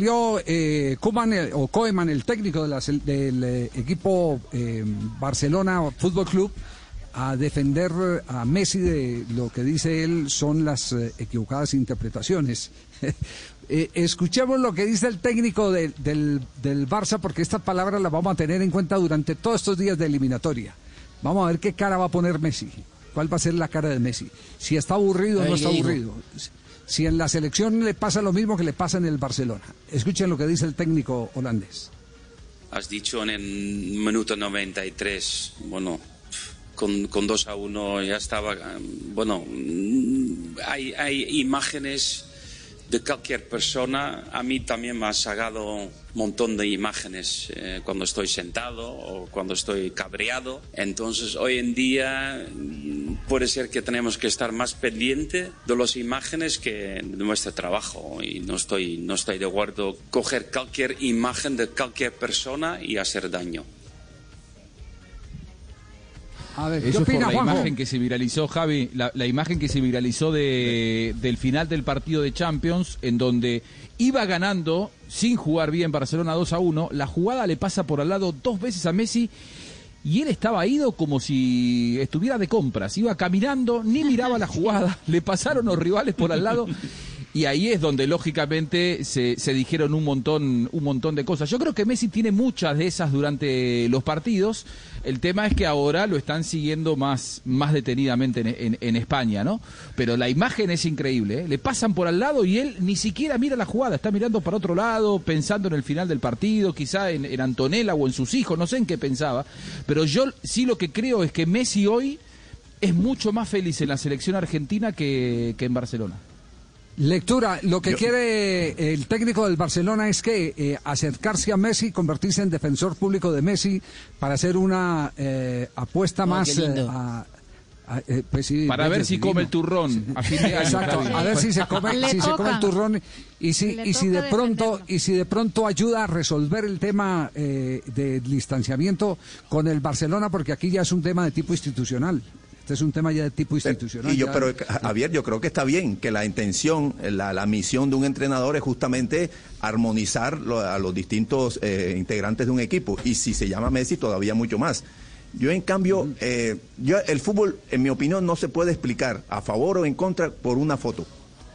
Koeman, el técnico del equipo Barcelona Fútbol Club, a defender a Messi de lo que dice él son las equivocadas interpretaciones. Escuchemos lo que dice el técnico del Barça, porque esta palabra la vamos a tener en cuenta durante todos estos días de eliminatoria. Vamos a ver qué cara va a poner Messi. ¿Cuál va a ser la cara de Messi? Si está aburrido o no está aburrido. Si en la selección le pasa lo mismo que le pasa en el Barcelona. Escuchen lo que dice el técnico holandés. Has dicho en el minuto 93, bueno, con 2-1 ya estaba, bueno, hay imágenes de cualquier persona. A mí también me ha sacado un montón de imágenes cuando estoy sentado o cuando estoy cabreado. Entonces hoy en día puede ser que tenemos que estar más pendiente de las imágenes que de nuestro trabajo, y no estoy de acuerdo coger cualquier imagen de cualquier persona y hacer daño. A ver, eso opina, por la Juanjo? imagen que se viralizó, Javi, la imagen que se viralizó del final del partido de Champions, en donde iba ganando sin jugar bien Barcelona 2-1, la jugada le pasa por al lado 2 veces a Messi y él estaba ido como si estuviera de compras, iba caminando, ni miraba la jugada, le pasaron los rivales por al lado. Y ahí es donde lógicamente se dijeron un montón de cosas. Yo creo que Messi tiene muchas de esas durante los partidos. El tema es que ahora lo están siguiendo más detenidamente en España, ¿no? Pero la imagen es increíble, ¿eh? Le pasan por al lado y él ni siquiera mira la jugada, está mirando para otro lado, pensando en el final del partido, quizá en Antonella o en sus hijos, no sé en qué pensaba. Pero yo sí lo que creo es que Messi hoy es mucho más feliz en la selección argentina que en Barcelona. Lectura, lo que quiere el técnico del Barcelona es que acercarse a Messi, convertirse en defensor público de Messi para hacer una apuesta más pues sí, para ver si come el turrón a fin de año. Exacto, a ver si se come el turrón y si de pronto ayuda a resolver el tema del distanciamiento con el Barcelona, porque aquí ya es un tema de tipo institucional. Este es un tema ya de tipo institucional. Pero Javier, yo creo que está bien que la intención, la misión de un entrenador es justamente armonizar a los distintos integrantes de un equipo. Y si se llama Messi, todavía mucho más. Yo, en cambio, el fútbol, en mi opinión, no se puede explicar a favor o en contra por una foto.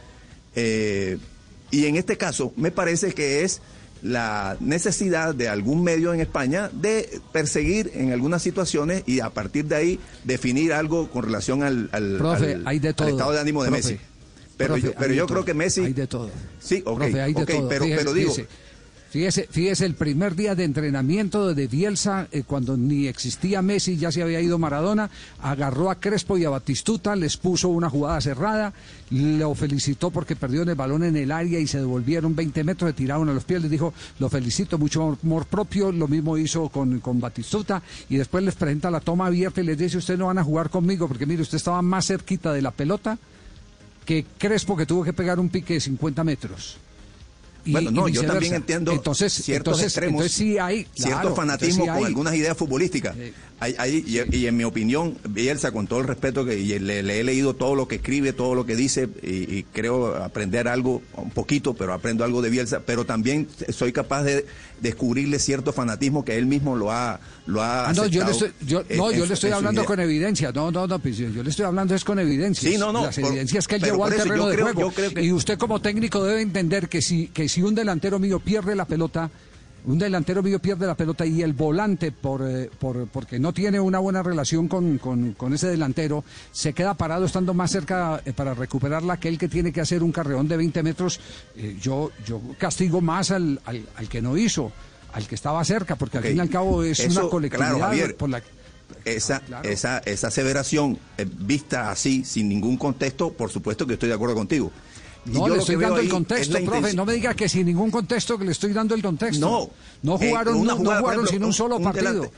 Y en este caso, me parece que es la necesidad de algún medio en España de perseguir en algunas situaciones y a partir de ahí definir algo con relación al estado de ánimo de Messi. Pero yo creo que Messi... Hay de todo. Sí, ok, pero digo... Fíjese, el primer día de entrenamiento de Bielsa, cuando ni existía Messi, ya se había ido Maradona, agarró a Crespo y a Batistuta, les puso una jugada cerrada, lo felicitó porque perdieron el balón en el área y se devolvieron 20 metros, se tiraron a los pies, les dijo, lo felicito, mucho amor propio, lo mismo hizo con Batistuta, y después les presenta la toma abierta y les dice, ustedes no van a jugar conmigo, porque mire, usted estaba más cerquita de la pelota que Crespo, que tuvo que pegar un pique de 50y metros. Yo también entiendo ciertos extremos, sí hay, cierto fanatismo con algunas ideas futbolísticas. Y en mi opinión, Bielsa, con todo el respeto que le he leído todo lo que escribe, todo lo que dice, y creo aprender algo, un poquito, pero aprendo algo de Bielsa, pero también soy capaz de descubrirle cierto fanatismo que él mismo lo ha yo le estoy hablando con evidencia. Pues, yo le estoy hablando es con evidencia. Sí, las evidencias que él llevó al terreno de juego. Y usted como técnico debe entender que si un delantero mío pierde la pelota, y el volante porque no tiene una buena relación con ese delantero, se queda parado estando más cerca para recuperarla que el que tiene que hacer un carreón de 20 metros, yo castigo más al que no hizo, al que estaba cerca, porque al fin y al cabo es una colectividad. Claro, Javier, esa aseveración vista así, sin ningún contexto, por supuesto que estoy de acuerdo contigo. No, le estoy dando el contexto, profe, no me diga que sin ningún contexto, que le estoy dando el contexto. No jugaron sin un solo partido.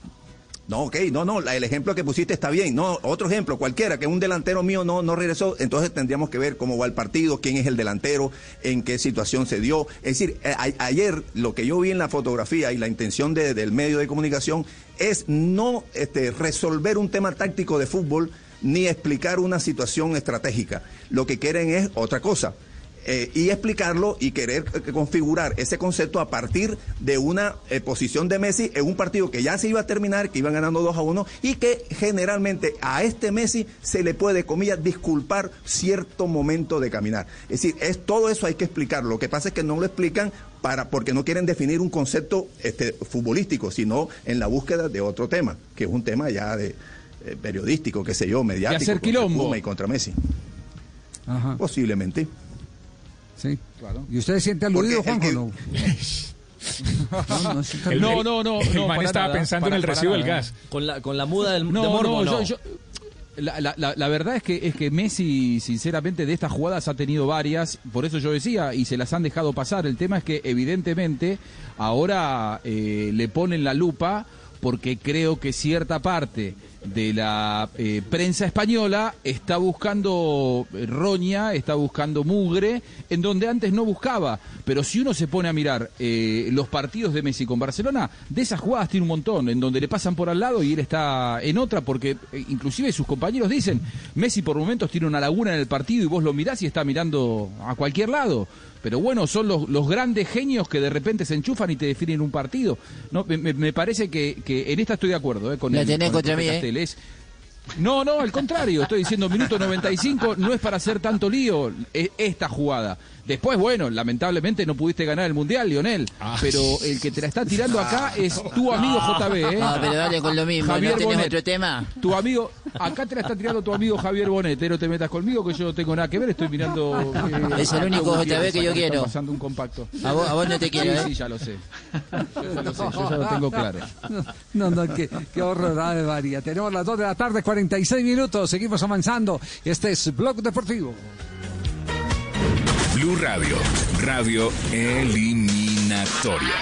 El ejemplo que pusiste está bien. No, otro ejemplo, cualquiera, que un delantero mío no regresó, entonces tendríamos que ver cómo va el partido, quién es el delantero, en qué situación se dio. Es decir, ayer lo que yo vi en la fotografía y la intención del medio de comunicación es no resolver un tema táctico de fútbol, ni explicar una situación estratégica. Lo que quieren es otra cosa. y explicarlo y querer configurar ese concepto a partir de una posición de Messi en un partido que ya se iba a terminar, que iban ganando 2-1 y que generalmente a este Messi se le puede, comillas, disculpar cierto momento de caminar. Es decir, todo eso hay que explicarlo. Lo que pasa es que no lo explican porque no quieren definir un concepto futbolístico, sino en la búsqueda de otro tema, que es un tema ya de periodístico, qué sé yo, mediático, de hacer quilombo. Puma y contra Messi. Ajá. Posiblemente. Sí, claro. ¿Y usted se siente aludido, Juanjo? No. No. El man estaba pensando en el recibo del gas. Con la muda del morbo, no. La verdad es que Messi, sinceramente, de estas jugadas ha tenido varias, por eso yo decía, y se las han dejado pasar. El tema es que, evidentemente, ahora le ponen la lupa porque creo que cierta parte de la prensa española está buscando roña, está buscando mugre, en donde antes no buscaba. Pero si uno se pone a mirar los partidos de Messi con Barcelona, de esas jugadas tiene un montón, en donde le pasan por al lado y él está en otra, porque inclusive sus compañeros dicen, Messi por momentos tiene una laguna en el partido y vos lo mirás y está mirando a cualquier lado. Pero bueno, son los grandes genios que de repente se enchufan y te definen un partido. No, me parece que en esta estoy de acuerdo con la tenés contra mí, Castel. No, al contrario, estoy diciendo minuto 95, no es para hacer tanto lío esta jugada. Después, bueno, lamentablemente no pudiste ganar el Mundial, Lionel, pero el que te la está tirando acá es tu amigo JB, No, pero dale con lo mismo, Javier ¿no tenés Bonet. otro tema? Tu amigo, acá te la está tirando tu amigo Javier Bonet, no te metas conmigo que yo no tengo nada que ver, estoy mirando... es el único JB que yo quiero. Pasando un compacto. A vos no te quiero, Sí, ya lo sé. Yo ya lo tengo claro. No, qué horror, de María. Tenemos las 2 de la tarde, 46 minutos, seguimos avanzando. Este es Blog Deportivo. Blue Radio, radio eliminatoria.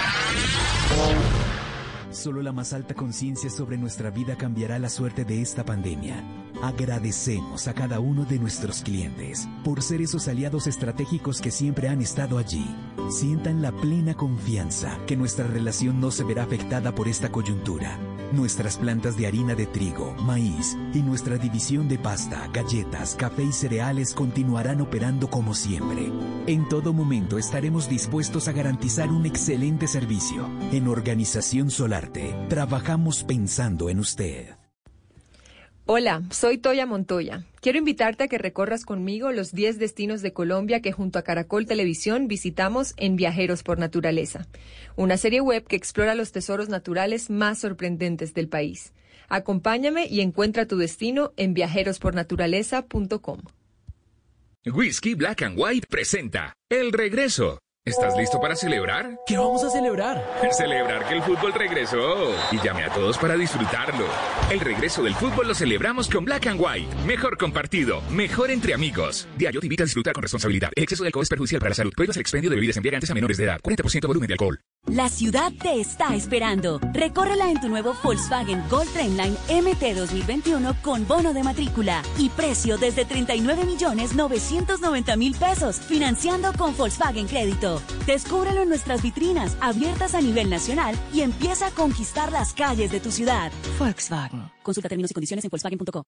Solo la más alta conciencia sobre nuestra vida cambiará la suerte de esta pandemia. Agradecemos a cada uno de nuestros clientes por ser esos aliados estratégicos que siempre han estado allí. Sientan la plena confianza que nuestra relación no se verá afectada por esta coyuntura. Nuestras plantas de harina de trigo, maíz y nuestra división de pasta, galletas, café y cereales continuarán operando como siempre. En todo momento estaremos dispuestos a garantizar un excelente servicio. En Organización Solarte, trabajamos pensando en usted. Hola, soy Toya Montoya. Quiero invitarte a que recorras conmigo los 10 destinos de Colombia que junto a Caracol Televisión visitamos en Viajeros por Naturaleza, una serie web que explora los tesoros naturales más sorprendentes del país. Acompáñame y encuentra tu destino en viajerospornaturaleza.com. Whisky Black and White presenta El Regreso. ¿Estás listo para celebrar? ¿Qué vamos a celebrar? Celebrar que el fútbol regresó. Y llame a todos para disfrutarlo. El regreso del fútbol lo celebramos con Black and White. Mejor compartido, mejor entre amigos. Diario te invita a disfrutar con responsabilidad. El exceso de alcohol es perjudicial para la salud. Prohíbas el expendio de bebidas embriagantes a menores de edad. 40% volumen de alcohol. La ciudad te está esperando. Recórrela en tu nuevo Volkswagen Gol Trainline MT 2021 con bono de matrícula y precio desde 39.990.000 pesos, financiando con Volkswagen Crédito. Descúbrelo en nuestras vitrinas abiertas a nivel nacional y empieza a conquistar las calles de tu ciudad. Volkswagen. Consulta términos y condiciones en Volkswagen.co.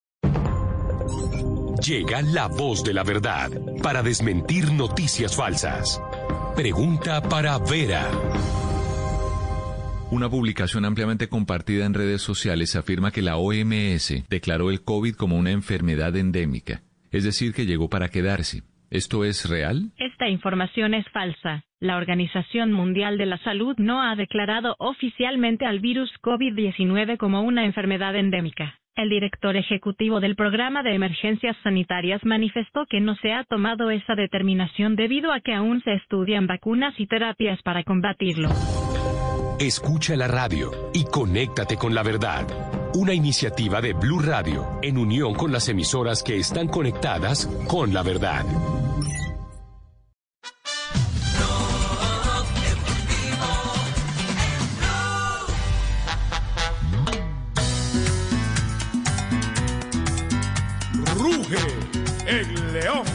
Llega la voz de la verdad para desmentir noticias falsas. Pregunta para Vera. Una publicación ampliamente compartida en redes sociales afirma que la OMS declaró el COVID como una enfermedad endémica, es decir, que llegó para quedarse. ¿Esto es real? Esta información es falsa. La Organización Mundial de la Salud no ha declarado oficialmente al virus COVID-19 como una enfermedad endémica. El director ejecutivo del Programa de Emergencias Sanitarias manifestó que no se ha tomado esa determinación debido a que aún se estudian vacunas y terapias para combatirlo. Escucha la radio y conéctate con la verdad. Una iniciativa de Blue Radio en unión con las emisoras que están conectadas con la verdad. Ruge el león.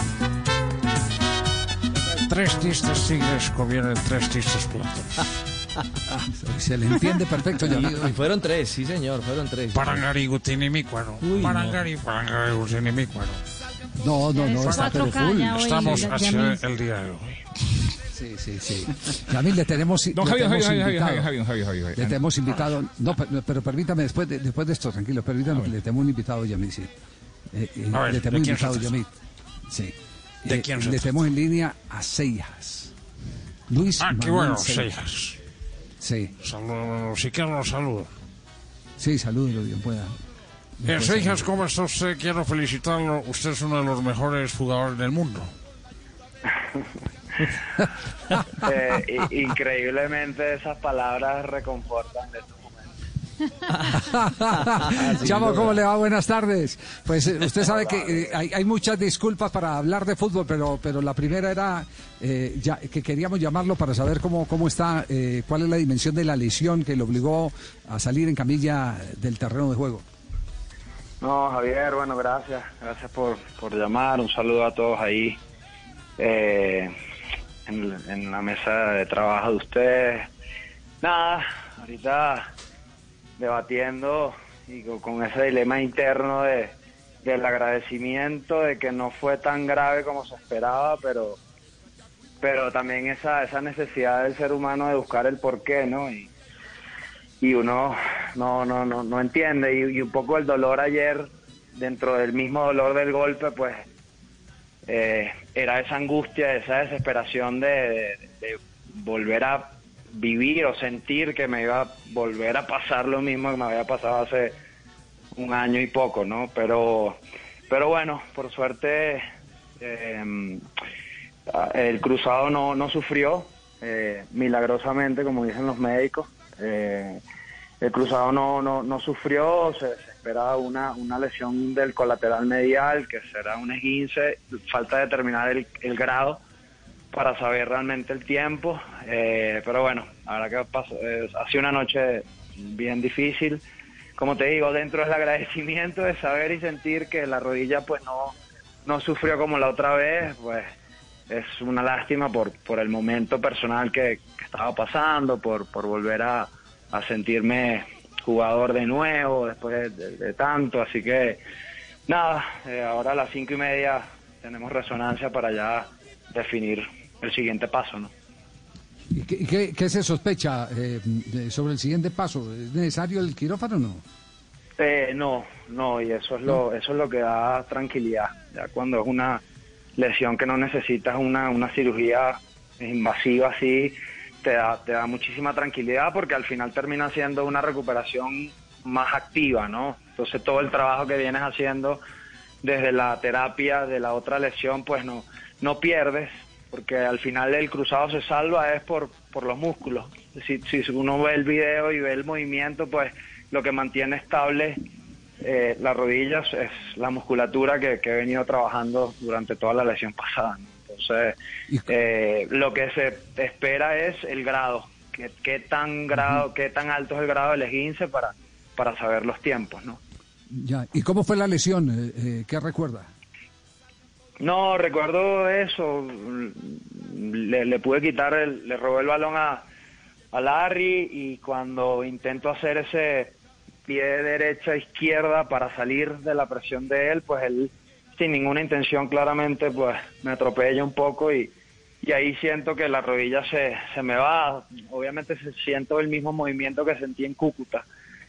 Tres tristes tigres comieron tres tristes plátanos. Se le entiende perfecto, Yamil. Y fueron 3, sí señor, fueron 3. Parangarigutinimicuaro. Parangarigutinimicuaro. No, está pero full. Estamos hacia el día de hoy. Sí. Yamil, le tenemos invitado. Le tenemos invitado. No, pero permítame, después de esto, tranquilo, permítame que le tenemos un invitado, Yamil, sí. Le tenemos invitado, Yamil. Sí. ¿De quién se le trata? tenemos en línea a Seijas. Luis qué Manuel bueno, Seijas. Sí. Si quiero lo saludo. Sí, salúdelo bien pueda. Seijas, ¿cómo está usted? Quiero felicitarlo. Usted es uno de los mejores jugadores del mundo. Increíblemente esas palabras reconfortan de estos momentos. Chamo, ¿cómo le va? Buenas tardes. Pues usted sabe que hay muchas disculpas para hablar de fútbol, pero la primera era que queríamos llamarlo para saber cómo está, cuál es la dimensión de la lesión que le obligó a salir en camilla del terreno de juego. No, Javier, bueno, gracias por llamar. Un saludo a todos ahí en la mesa de trabajo de ustedes. Nada, ahorita debatiendo y con ese dilema interno del agradecimiento de que no fue tan grave como se esperaba, pero también esa necesidad del ser humano de buscar el porqué, ¿no? Y uno no entiende, y un poco el dolor ayer, dentro del mismo dolor del golpe, pues era esa angustia, esa desesperación de volver a vivir o sentir que me iba a volver a pasar lo mismo que me había pasado hace un año y poco, ¿no? Pero bueno, por suerte el cruzado no sufrió, milagrosamente, como dicen los médicos. El cruzado no sufrió, se esperaba una lesión del colateral medial, que será un esguince. Falta determinar el grado para saber realmente el tiempo, pero bueno, la verdad que ha sido una noche bien difícil. Como te digo, dentro del agradecimiento de saber y sentir que la rodilla pues no sufrió como la otra vez, pues es una lástima por el momento personal que estaba pasando, por volver a sentirme jugador de nuevo después de tanto. Así que nada, ahora a las 5:30 tenemos resonancia para ya definir el siguiente paso, ¿no? ¿Y qué se sospecha sobre el siguiente paso? ¿Es necesario el quirófano o no? No, y eso es lo que da tranquilidad. Ya cuando es una lesión que no necesitas una cirugía invasiva así, te da muchísima tranquilidad, porque al final termina siendo una recuperación más activa, ¿no? Entonces todo el trabajo que vienes haciendo desde la terapia de la otra lesión, pues no pierdes, porque al final el cruzado se salva es por los músculos. Si uno ve el video y ve el movimiento, pues lo que mantiene estable las rodillas es la musculatura que he venido trabajando durante toda la lesión pasada, ¿no? Entonces, lo que se espera es el grado, qué tan alto es el grado del esguince para saber los tiempos, ¿no? Ya. ¿Y cómo fue la lesión? ¿Qué recuerda? No, recuerdo eso. Le pude quitar, le robé el balón a Larry, y cuando intento hacer ese pie derecha-izquierda para salir de la presión de él, pues él, sin ninguna intención claramente, pues me atropella un poco, y ahí siento que la rodilla se me va. Obviamente siento el mismo movimiento que sentí en Cúcuta,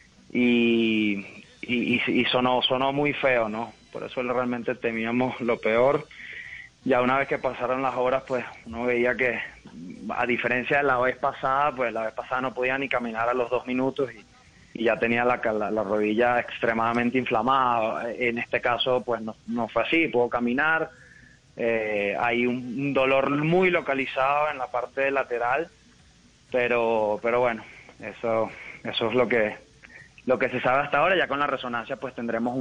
y sonó muy feo, ¿no? Por eso realmente temíamos lo peor. Ya una vez que pasaron las horas, pues uno veía que, a diferencia de la vez pasada, pues la vez pasada no podía ni caminar a los 2 minutos, y ya tenía la rodilla extremadamente inflamada. En este caso, pues no fue así, puedo caminar. Hay un dolor muy localizado en la parte lateral, pero bueno, eso es lo que se sabe hasta ahora. Ya con la resonancia pues tendremos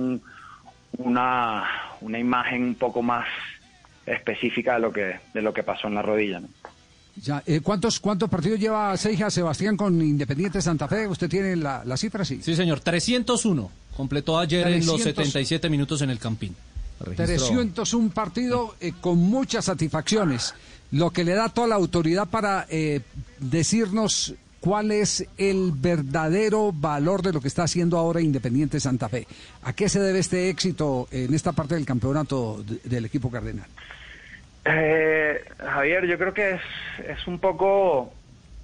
una imagen un poco más específica de lo que pasó en la rodilla, ¿no? Ya, ¿cuántos partidos lleva Seijas, Sebastián, con Independiente Santa Fe? ¿Usted tiene la cifra? Sí, señor, 301. Completó ayer en los 77 minutos en el Campín. 301 partido con muchas satisfacciones, lo que le da toda la autoridad para decirnos ¿cuál es el verdadero valor de lo que está haciendo ahora Independiente Santa Fe? ¿A qué se debe este éxito en esta parte del campeonato del equipo cardenal? Javier, yo creo que es un poco...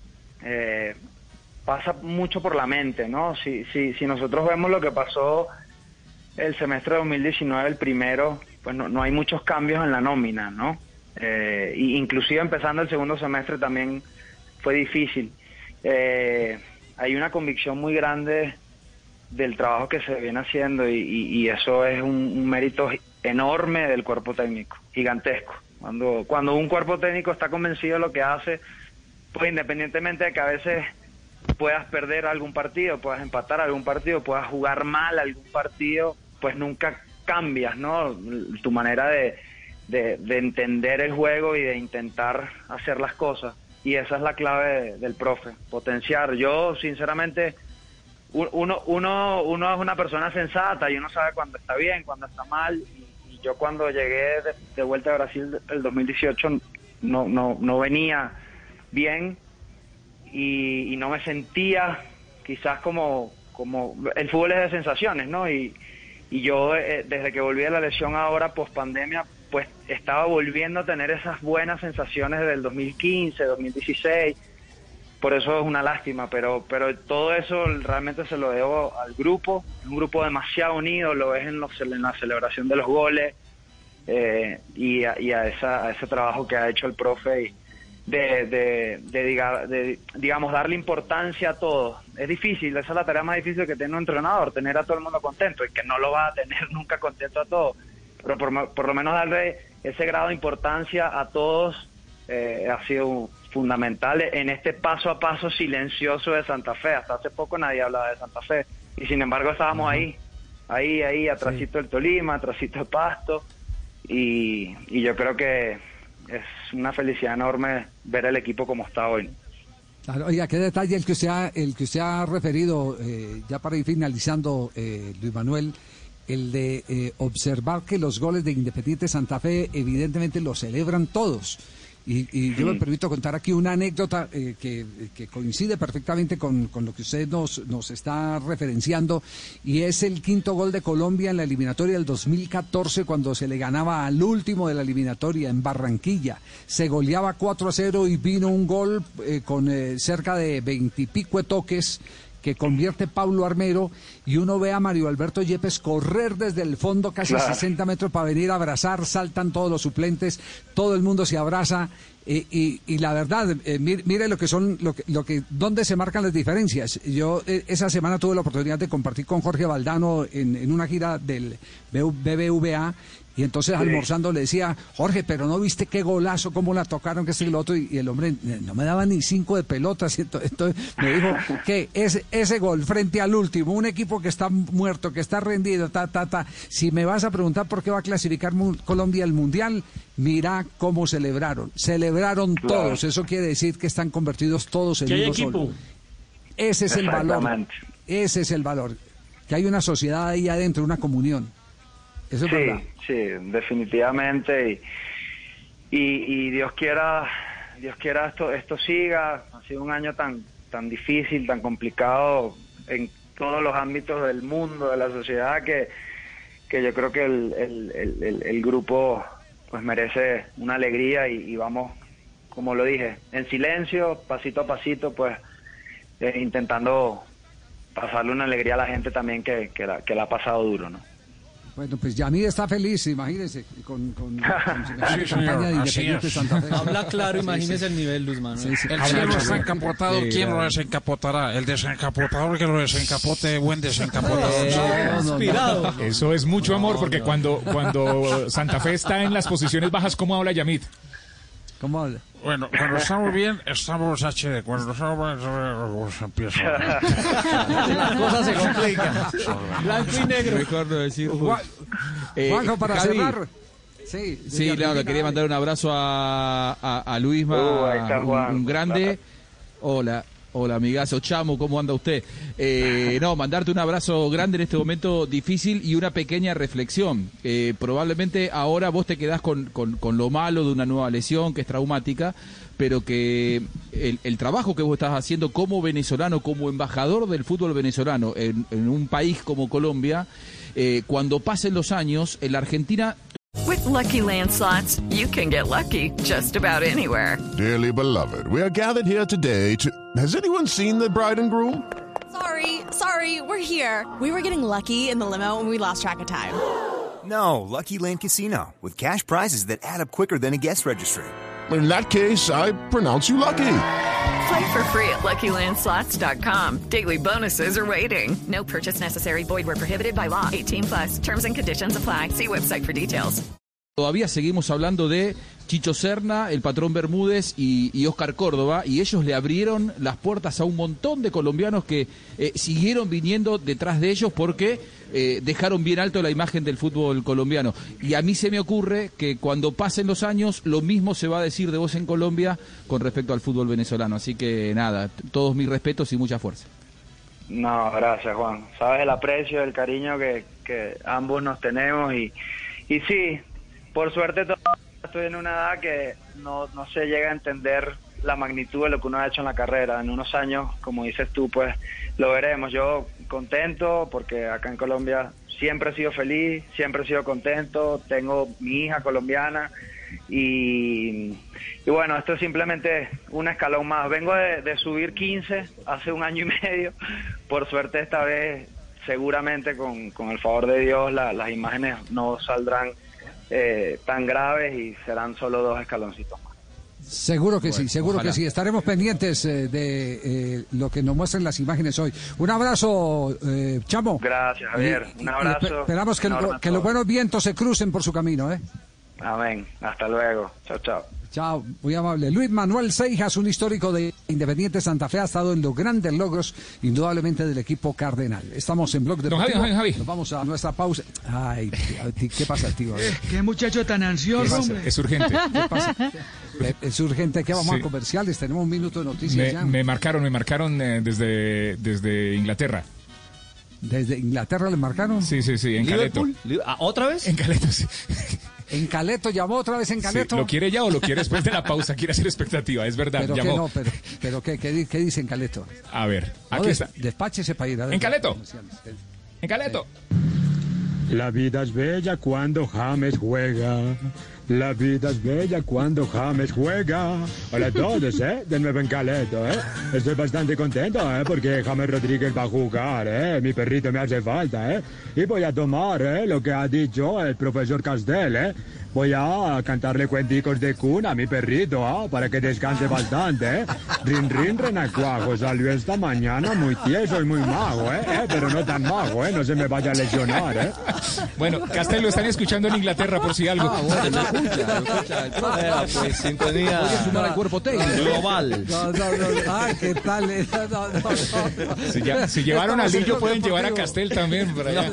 pasa mucho por la mente, ¿no? Si nosotros vemos lo que pasó el semestre de 2019, el primero, pues no hay muchos cambios en la nómina, ¿no? Y inclusive empezando el segundo semestre también fue difícil. Hay una convicción muy grande del trabajo que se viene haciendo y eso es un mérito enorme del cuerpo técnico, gigantesco. Cuando un cuerpo técnico está convencido de lo que hace, pues independientemente de que a veces puedas perder algún partido, puedas empatar algún partido, puedas jugar mal algún partido, pues nunca cambias, ¿no? Tu manera de entender el juego y de intentar hacer las cosas. Y esa es la clave del profe, potenciar. Yo, sinceramente, uno es una persona sensata y uno sabe cuando está bien, cuando está mal. Y yo cuando llegué de vuelta a Brasil el 2018 no venía bien y no me sentía quizás como el fútbol es de sensaciones, ¿no? Y yo desde que volví de la lesión ahora post pandemia, pues estaba volviendo a tener esas buenas sensaciones del 2015, 2016. Por eso es una lástima, pero todo eso realmente se lo debo al grupo, un grupo demasiado unido, lo ves en la celebración de los goles y a ese trabajo que ha hecho el profe y digamos, darle importancia a todo. Es difícil, esa es la tarea más difícil que tiene un entrenador, tener a todo el mundo contento, y que no lo va a tener nunca contento a todos, pero por lo menos darle ese grado de importancia a todos ha sido fundamental en este paso a paso silencioso de Santa Fe. Hasta hace poco nadie hablaba de Santa Fe, y sin embargo estábamos ahí, atrásito del Tolima, atrásito del Pasto, y yo creo que es una felicidad enorme ver el equipo como está hoy. Claro, oiga, qué detalle el que usted ha referido, ya para ir finalizando, Luis Manuel, el de observar que los goles de Independiente Santa Fe evidentemente los celebran todos. Y yo me permito contar aquí una anécdota que coincide perfectamente con lo que usted nos está referenciando, y es el quinto gol de Colombia en la eliminatoria del 2014, cuando se le ganaba al último de la eliminatoria en Barranquilla. Se goleaba 4-0 y vino un gol con cerca de 20 y pico de toques que convierte Paulo Armero, y uno ve a Mario Alberto Yepes correr desde el fondo casi 60 metros para venir a abrazar, saltan todos los suplentes, todo el mundo se abraza, y la verdad, mire lo que son, dónde se marcan las diferencias. Yo esa semana tuve la oportunidad de compartir con Jorge Valdano en una gira del BBVA, y entonces almorzando le decía, Jorge, pero ¿no viste qué golazo, cómo la tocaron, que y lo otro? Y el hombre no me daba ni 5 de pelotas. Entonces me dijo que ese gol frente al último, un equipo que está muerto, que está rendido, si me vas a preguntar por qué va a clasificar Colombia al Mundial, mira cómo celebraron todos. Eso quiere decir que están convertidos todos en uno solo. Ese es el valor, que hay una sociedad ahí adentro, una comunión. Eso es verdad. Sí, definitivamente, y Dios quiera esto siga. Ha sido un año tan difícil, tan complicado en todos los ámbitos del mundo, de la sociedad, que yo creo que el grupo pues merece una alegría, y vamos, como lo dije, en silencio, pasito a pasito, pues intentando pasarle una alegría a la gente también que la ha pasado duro, ¿no? Bueno, pues Yamid está feliz, imagínese, con sí, señor, de Independiente Santa Fe. Habla claro, imagínese el nivel, Luis Manuel. El cielo está encapotado, ¿quién lo desencapotará? El desencapotador que lo desencapote, buen desencapotador. Eso es mucho amor, porque cuando Santa Fe está en las posiciones bajas, ¿cómo habla Yamid? ¿Cómo habla? Bueno, cuando estamos bien, estamos HD. Cuando estamos mal, empieza. La cosa se complica. Blanco y negro. Mejor no decir. Juanjo, para cerrar. Sí, claro, le quería mandar un abrazo a Luisma, un grande. Hola. Hola, amigazo Chamo, ¿cómo anda usted? No, mandarte un abrazo grande en este momento difícil y una pequeña reflexión. Probablemente ahora vos te quedás con lo malo de una nueva lesión que es traumática, pero que el trabajo que vos estás haciendo como venezolano, como embajador del fútbol venezolano en un país como Colombia, cuando pasen los años, en la Argentina... With Lucky Land Slots, you can get lucky just about anywhere. Dearly beloved, we are gathered here today to... Has anyone seen the bride and groom? Sorry, we're here. We were getting lucky in the limo and we lost track of time. No, Lucky Land Casino, with cash prizes that add up quicker than a guest registry. In that case, I pronounce you lucky. Play for free at LuckyLandSlots.com. Daily bonuses are waiting. No purchase necessary. Void where prohibited by law. 18+. Terms and conditions apply. See website for details. Todavía seguimos hablando de Chicho Serna, el Patrón Bermúdez y Oscar Córdoba, y ellos le abrieron las puertas a un montón de colombianos que siguieron viniendo detrás de ellos porque dejaron bien alto la imagen del fútbol colombiano. Y a mí se me ocurre que cuando pasen los años, lo mismo se va a decir de vos en Colombia con respecto al fútbol venezolano. Así que nada, todos mis respetos y mucha fuerza. No, gracias, Juan. Sabes el aprecio, el cariño que ambos nos tenemos y sí, por suerte estoy en una edad que no se llega a entender la magnitud de lo que uno ha hecho en la carrera. En unos años, como dices tú, pues lo veremos. Yo contento porque acá en Colombia siempre he sido feliz, siempre he sido contento. Tengo mi hija colombiana y bueno, esto es simplemente un escalón más. Vengo de subir 15 hace un año y medio. Por suerte esta vez, seguramente con el favor de Dios, las imágenes no saldrán tan graves y serán solo 2 escaloncitos más. Seguro que bueno, sí, seguro ojalá. que sí. Estaremos pendientes de lo que nos muestren las imágenes hoy. Un abrazo, Chamo. Gracias, Javier. Un abrazo. Esperamos que los buenos vientos se crucen por su camino, ¿eh? Amén. Hasta luego. Chao, chao. Chao, muy amable. Luis Manuel Seijas, un histórico de Independiente Santa Fe, ha estado en los grandes logros, indudablemente, del equipo cardenal. Estamos en Blog Deportivo. Javi. Nos vamos a nuestra pausa. Ay, ¿qué pasa, tío? Qué muchacho tan ansioso, hombre. Es urgente. ¿Qué pasa? Es urgente que vamos a comerciales. Tenemos un minuto de noticias ya. Me marcaron desde Inglaterra. ¿Desde Inglaterra le marcaron? Sí, en Caleto. ¿Otra vez? En Caleto, sí. ¿En Caleto? ¿Llamó otra vez en Caleto? Sí, ¿lo quiere ya o lo quiere después de la pausa? Quiere hacer expectativa, es verdad. Pero llamó. pero ¿qué dice en Caleto? A ver, aquí está. Despáchese para ir a ver. En Caleto. En Caleto. La vida es bella cuando James juega. La vida es bella cuando James juega. Hola a todos, de nuevo en Caleto, Estoy bastante contento, porque James Rodríguez va a jugar, Mi perrito me hace falta, Y voy a tomar, lo que ha dicho el profesor Castel, Voy a cantarle cuenticos de cuna a mi perrito, para que descanse bastante, Rin, renacuajo, salió esta mañana muy tieso y muy mago, Pero no tan mago, no se me vaya a lesionar, Bueno, Castel lo están escuchando en Inglaterra por si algo. Lo escucha. Pues sintonía. Voy a sumar al cuerpo técnico. Global. No. Ay, ¿qué tal? No. Si llevaron a Lillo, pueden llevar a Castel también por allá.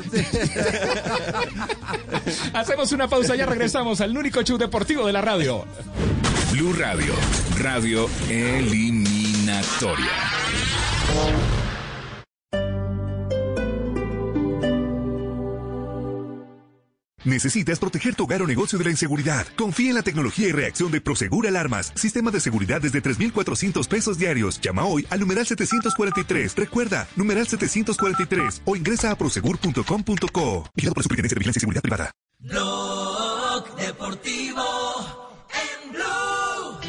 Hacemos una pausa, ya regresamos al único show deportivo de la radio. Blue Radio, radio eliminatoria. ¿Necesitas proteger tu hogar o negocio de la inseguridad? Confía en la tecnología y reacción de Prosegur Alarmas. Sistema de seguridad desde 3,400 pesos diarios. Llama hoy al numeral 743. Recuerda, numeral 743 o ingresa a prosegur.com.co. Vigilado por la Superintendencia de Vigilancia y Seguridad Privada. Blog Deportivo en Blue.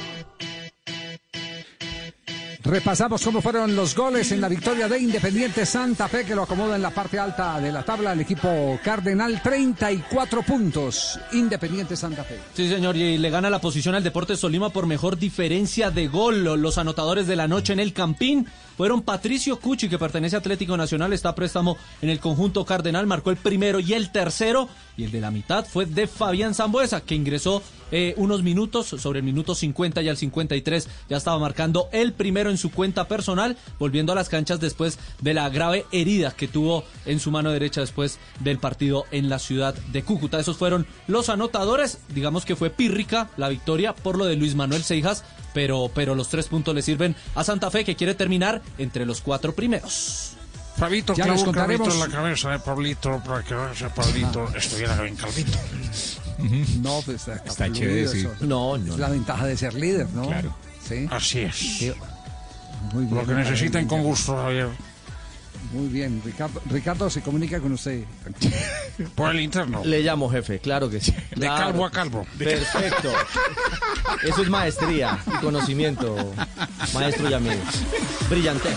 Repasamos cómo fueron los goles en la victoria de Independiente Santa Fe, que lo acomoda en la parte alta de la tabla. El equipo cardenal, 34 puntos. Independiente Santa Fe. Sí, señor, y le gana la posición al Deportes Tolima por mejor diferencia de gol. Los anotadores de la noche en el Campín fueron Patricio Cuchi, que pertenece a Atlético Nacional, está a préstamo en el conjunto cardenal, marcó el primero y el tercero, y el de la mitad fue de Fabián Zambuesa, que ingresó unos minutos, sobre el minuto 50 y al 53 ya estaba marcando el primero en su cuenta personal, volviendo a las canchas después de la grave herida que tuvo en su mano derecha después del partido en la ciudad de Cúcuta. Esos fueron los anotadores. Digamos que fue pírrica la victoria por lo de Luis Manuel Seijas, pero los 3 puntos le sirven a Santa Fe, que quiere terminar entre los 4 primeros. Fabito Ya clavó les un clavito contaremos. en la cabeza de Pablito para que ese Pablito estuviera bien calvito. No, pues Está chévere, sí. Es la ventaja de ser líder, ¿no? Claro. Sí. Así es. Sí. Muy bien. Lo que necesiten con gusto, Javier. Muy bien. Ricardo se comunica con usted. Por el interno. Le llamo, jefe, claro que sí. De calvo a calvo. Perfecto. Eso es maestría y conocimiento, maestro y amigo. Brillante.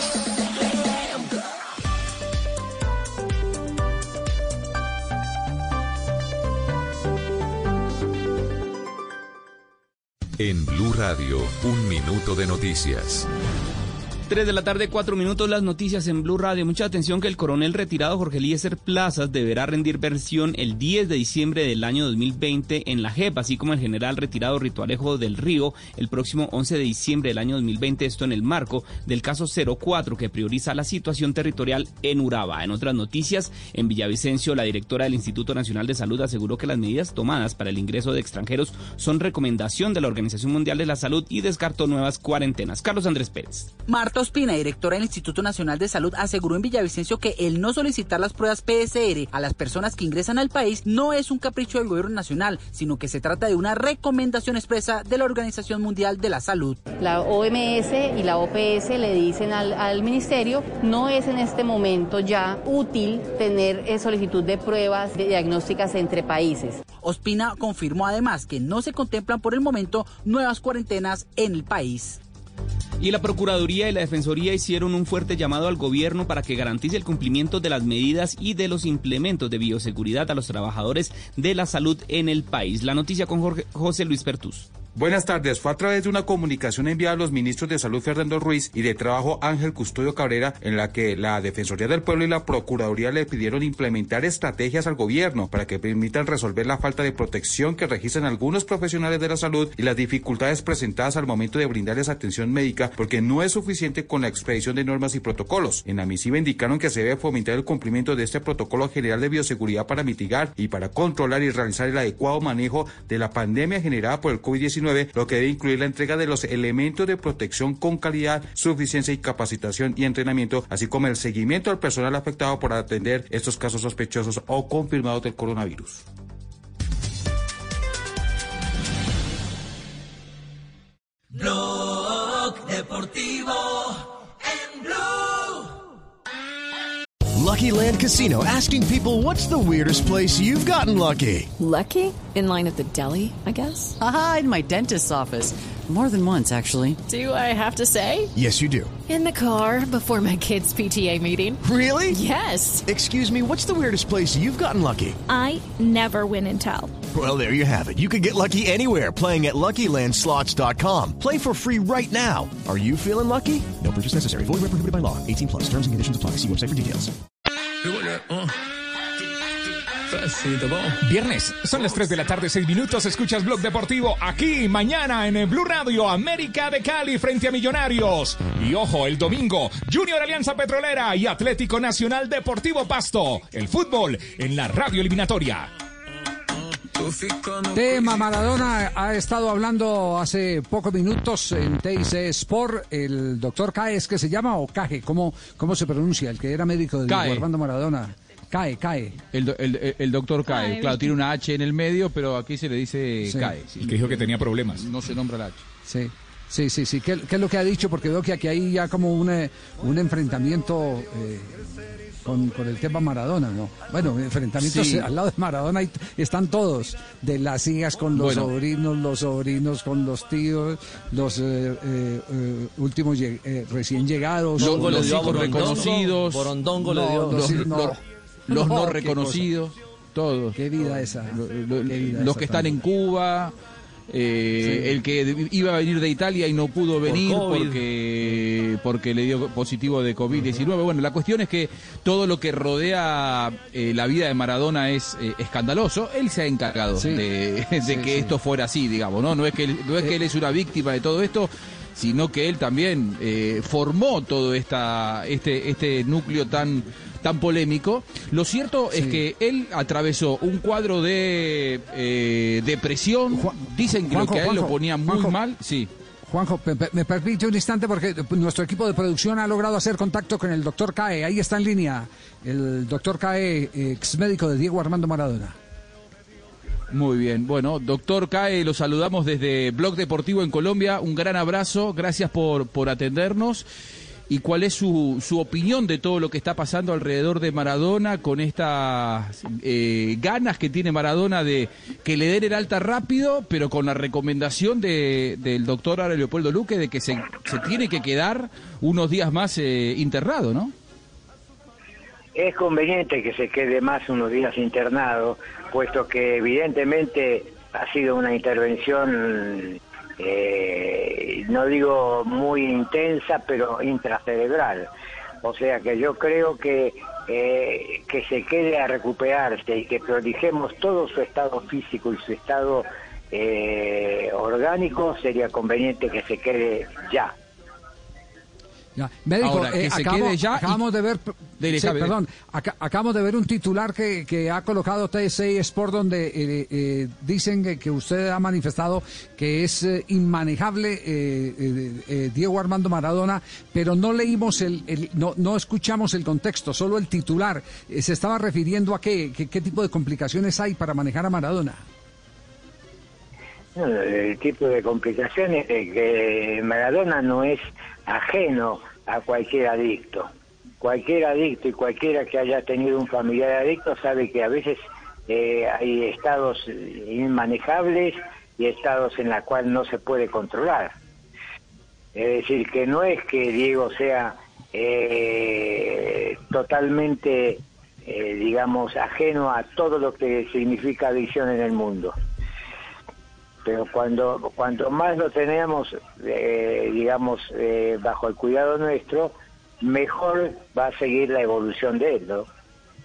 En Blue Radio, 1 minuto de noticias. 3 de la tarde, 4 minutos, las noticias en Blue Radio. Mucha atención que el coronel retirado Jorge Eliezer Plazas deberá rendir versión el 10 de diciembre del año 2020 en la JEP, así como el general retirado Ritualejo del Río el próximo 11 de diciembre del año 2020, esto en el marco del caso 04 que prioriza la situación territorial en Urabá. En otras noticias, en Villavicencio, la directora del Instituto Nacional de Salud aseguró que las medidas tomadas para el ingreso de extranjeros son recomendación de la Organización Mundial de la Salud y descartó nuevas cuarentenas. Carlos Andrés Pérez. Marta Ospina, directora del Instituto Nacional de Salud, aseguró en Villavicencio que el no solicitar las pruebas PCR a las personas que ingresan al país no es un capricho del gobierno nacional, sino que se trata de una recomendación expresa de la Organización Mundial de la Salud. La OMS y la OPS le dicen al ministerio, no es en este momento ya útil tener solicitud de pruebas diagnósticas entre países. Ospina confirmó además que no se contemplan por el momento nuevas cuarentenas en el país. Y la Procuraduría y la Defensoría hicieron un fuerte llamado al gobierno para que garantice el cumplimiento de las medidas y de los implementos de bioseguridad a los trabajadores de la salud en el país. La noticia con José Luis Pertús. Buenas tardes. Fue a través de una comunicación enviada a los ministros de Salud Fernando Ruiz y de Trabajo Ángel Custodio Cabrera, en la que la Defensoría del Pueblo y la Procuraduría le pidieron implementar estrategias al gobierno para que permitan resolver la falta de protección que registran algunos profesionales de la salud y las dificultades presentadas al momento de brindarles atención médica, porque no es suficiente con la expedición de normas y protocolos. En la misiva indicaron que se debe fomentar el cumplimiento de este protocolo general de bioseguridad para mitigar y para controlar y realizar el adecuado manejo de la pandemia generada por el COVID-19, lo que debe incluir la entrega de los elementos de protección con calidad, suficiencia y capacitación y entrenamiento, así como el seguimiento al personal afectado por atender estos casos sospechosos o confirmados del coronavirus. Blog Deportivo en Blue. Lucky Land Casino, asking people, what's the weirdest place you've gotten lucky? Lucky? In line at the deli, I guess? Aha, in my dentist's office. More than once, actually. Do I have to say? Yes, you do. In the car before my kids' PTA meeting. Really? Yes. Excuse me, what's the weirdest place you've gotten lucky? I never win and tell. Well, there you have it. You can get lucky anywhere, playing at LuckyLandSlots.com. Play for free right now. Are you feeling lucky? No purchase necessary. Void where prohibited by law. 18+. Terms and conditions apply. See website for details. Viernes, son las 3 de la tarde, 6 minutos, escuchas Blog Deportivo aquí, mañana en Blue Radio, América de Cali frente a Millonarios. Y ojo, el domingo, Junior Alianza Petrolera y Atlético Nacional Deportivo Pasto. El fútbol en la radio eliminatoria. Tema Maradona ha estado hablando hace pocos minutos en TIC Sport. El doctor Cae, ¿es que se llama o Caje? ¿Cómo se pronuncia? El que era médico de Diego Armando Maradona. Cae. El doctor Cae. Claro, tiene una H en el medio, pero aquí se le dice Sí. Cae. El que dijo que tenía problemas. No se nombra la H. Sí. ¿Qué es lo que ha dicho? Porque veo que aquí hay ya como un enfrentamiento con el tema Maradona, ¿no? Bueno, enfrentamientos Sí. al lado de Maradona están todos, de las hijas con los sobrinos, los sobrinos con los tíos, los últimos recién llegados, Los hijos reconocidos, Borondongo le dio. los no reconocidos, todos. Qué vida esa. Los que están en Cuba. El que iba a venir de Italia y no pudo venir porque le dio positivo de COVID-19. Bueno, la cuestión es que todo lo que rodea la vida de Maradona es escandaloso. Él se ha encargado de que esto fuera así, digamos, ¿no? No es que él es una víctima de todo esto, sino que él también formó todo este núcleo tan polémico. Lo cierto es que él atravesó un cuadro de depresión. Dicen que lo que a él lo ponía muy mal. Sí. Juanjo, me permite un instante porque nuestro equipo de producción ha logrado hacer contacto con el doctor Cae. Ahí está en línea el doctor Cae, ex médico de Diego Armando Maradona. Muy bien, bueno, doctor Cae, lo saludamos desde Blog Deportivo en Colombia. Un gran abrazo, gracias por atendernos. ¿Y cuál es su opinión de todo lo que está pasando alrededor de Maradona con estas ganas que tiene Maradona de que le den el alta rápido, pero con la recomendación del doctor Ara Leopoldo Luque de que se tiene que quedar unos días más internado, ¿no? Es conveniente que se quede más unos días internado, puesto que evidentemente ha sido una intervención... no digo muy intensa, pero intracerebral. O sea que yo creo que se quede a recuperarse y que prolijemos todo su estado físico y su estado orgánico, sería conveniente que se quede ya. Ya. Médico, ahora, que se quede ya acabamos de ver, acabamos de ver un titular que ha colocado TSI Sport donde dicen que usted ha manifestado que es inmanejable Diego Armando Maradona, pero no leímos no escuchamos el contexto, solo el titular. Se estaba refiriendo a qué tipo de complicaciones hay para manejar a Maradona. No, el tipo de complicaciones es que Maradona no es ajeno a cualquier adicto. Cualquier adicto y cualquiera que haya tenido un familiar adicto sabe que a veces hay estados inmanejables y estados en los cuales no se puede controlar. Es decir, que no es que Diego sea totalmente, digamos, ajeno a todo lo que significa adicción en el mundo. Pero cuanto más lo tenemos, digamos, bajo el cuidado nuestro, mejor va a seguir la evolución de él, ¿no?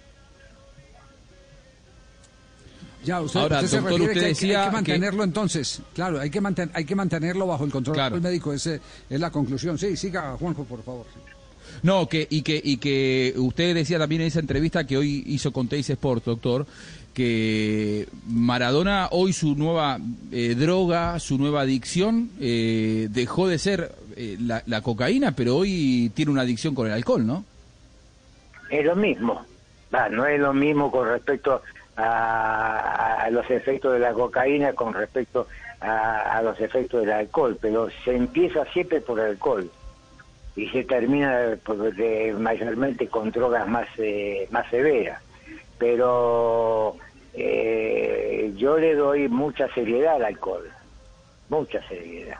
Ya, usted doctor, se refiere usted decía hay que mantenerlo entonces. Claro, hay que mantenerlo bajo el control del médico, esa es la conclusión. Sí, siga, Juanjo, por favor. No, que usted decía también en esa entrevista que hoy hizo con Teis Sport, doctor, que Maradona hoy su nueva droga, su nueva adicción, dejó de ser la cocaína, pero hoy tiene una adicción con el alcohol, ¿no? Es lo mismo. No es lo mismo con respecto a los efectos de la cocaína con respecto a los efectos del alcohol, pero se empieza siempre por el alcohol y se termina mayormente con drogas más severas. Pero yo le doy mucha seriedad al alcohol, mucha seriedad.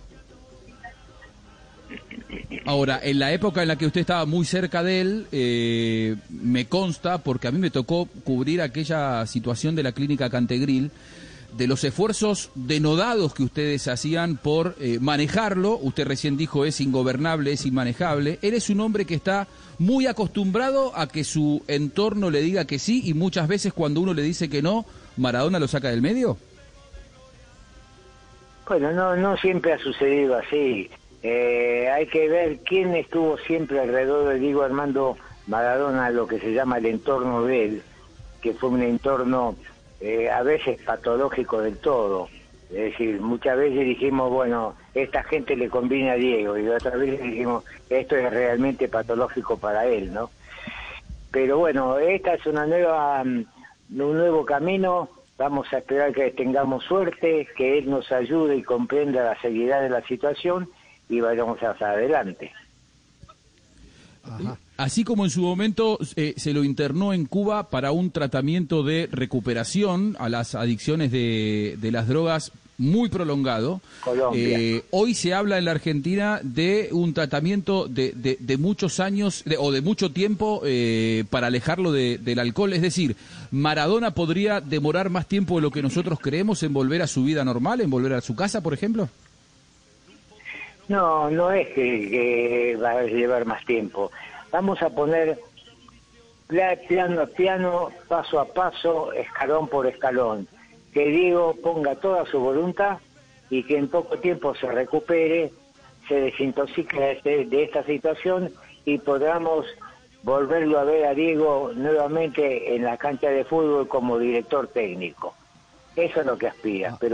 Ahora, en la época en la que usted estaba muy cerca de él, me consta, porque a mí me tocó cubrir aquella situación de la clínica Cantegril, de los esfuerzos denodados que ustedes hacían por manejarlo. Usted recién dijo es ingobernable, es inmanejable. Él es un hombre que está muy acostumbrado a que su entorno le diga que sí, y muchas veces cuando uno le dice que no, Maradona lo saca del medio. Bueno, no siempre ha sucedido así. Hay que ver quién estuvo siempre alrededor de Diego Armando Maradona, lo que se llama el entorno de él, que fue un entorno a veces patológico del todo. Es decir, muchas veces dijimos, bueno, esta gente le conviene a Diego, y otras veces dijimos, esto es realmente patológico para él, ¿no? Pero bueno, esta es un nuevo camino. Vamos a esperar que tengamos suerte, que él nos ayude y comprenda la seriedad de la situación y vayamos hacia adelante. Ajá. Así como en su momento se lo internó en Cuba para un tratamiento de recuperación a las adicciones de las drogas muy prolongado, hoy se habla en la Argentina de un tratamiento de muchos años o de mucho tiempo para alejarlo del alcohol. Es decir, ¿Maradona podría demorar más tiempo de lo que nosotros creemos en volver a su vida normal, en volver a su casa, por ejemplo? No es que va a llevar más tiempo. Vamos a poner piano a piano, paso a paso, escalón por escalón. Que Diego ponga toda su voluntad y que en poco tiempo se recupere, se desintoxique de esta situación y podamos volverlo a ver a Diego nuevamente en la cancha de fútbol como director técnico. Eso es lo que aspira, pero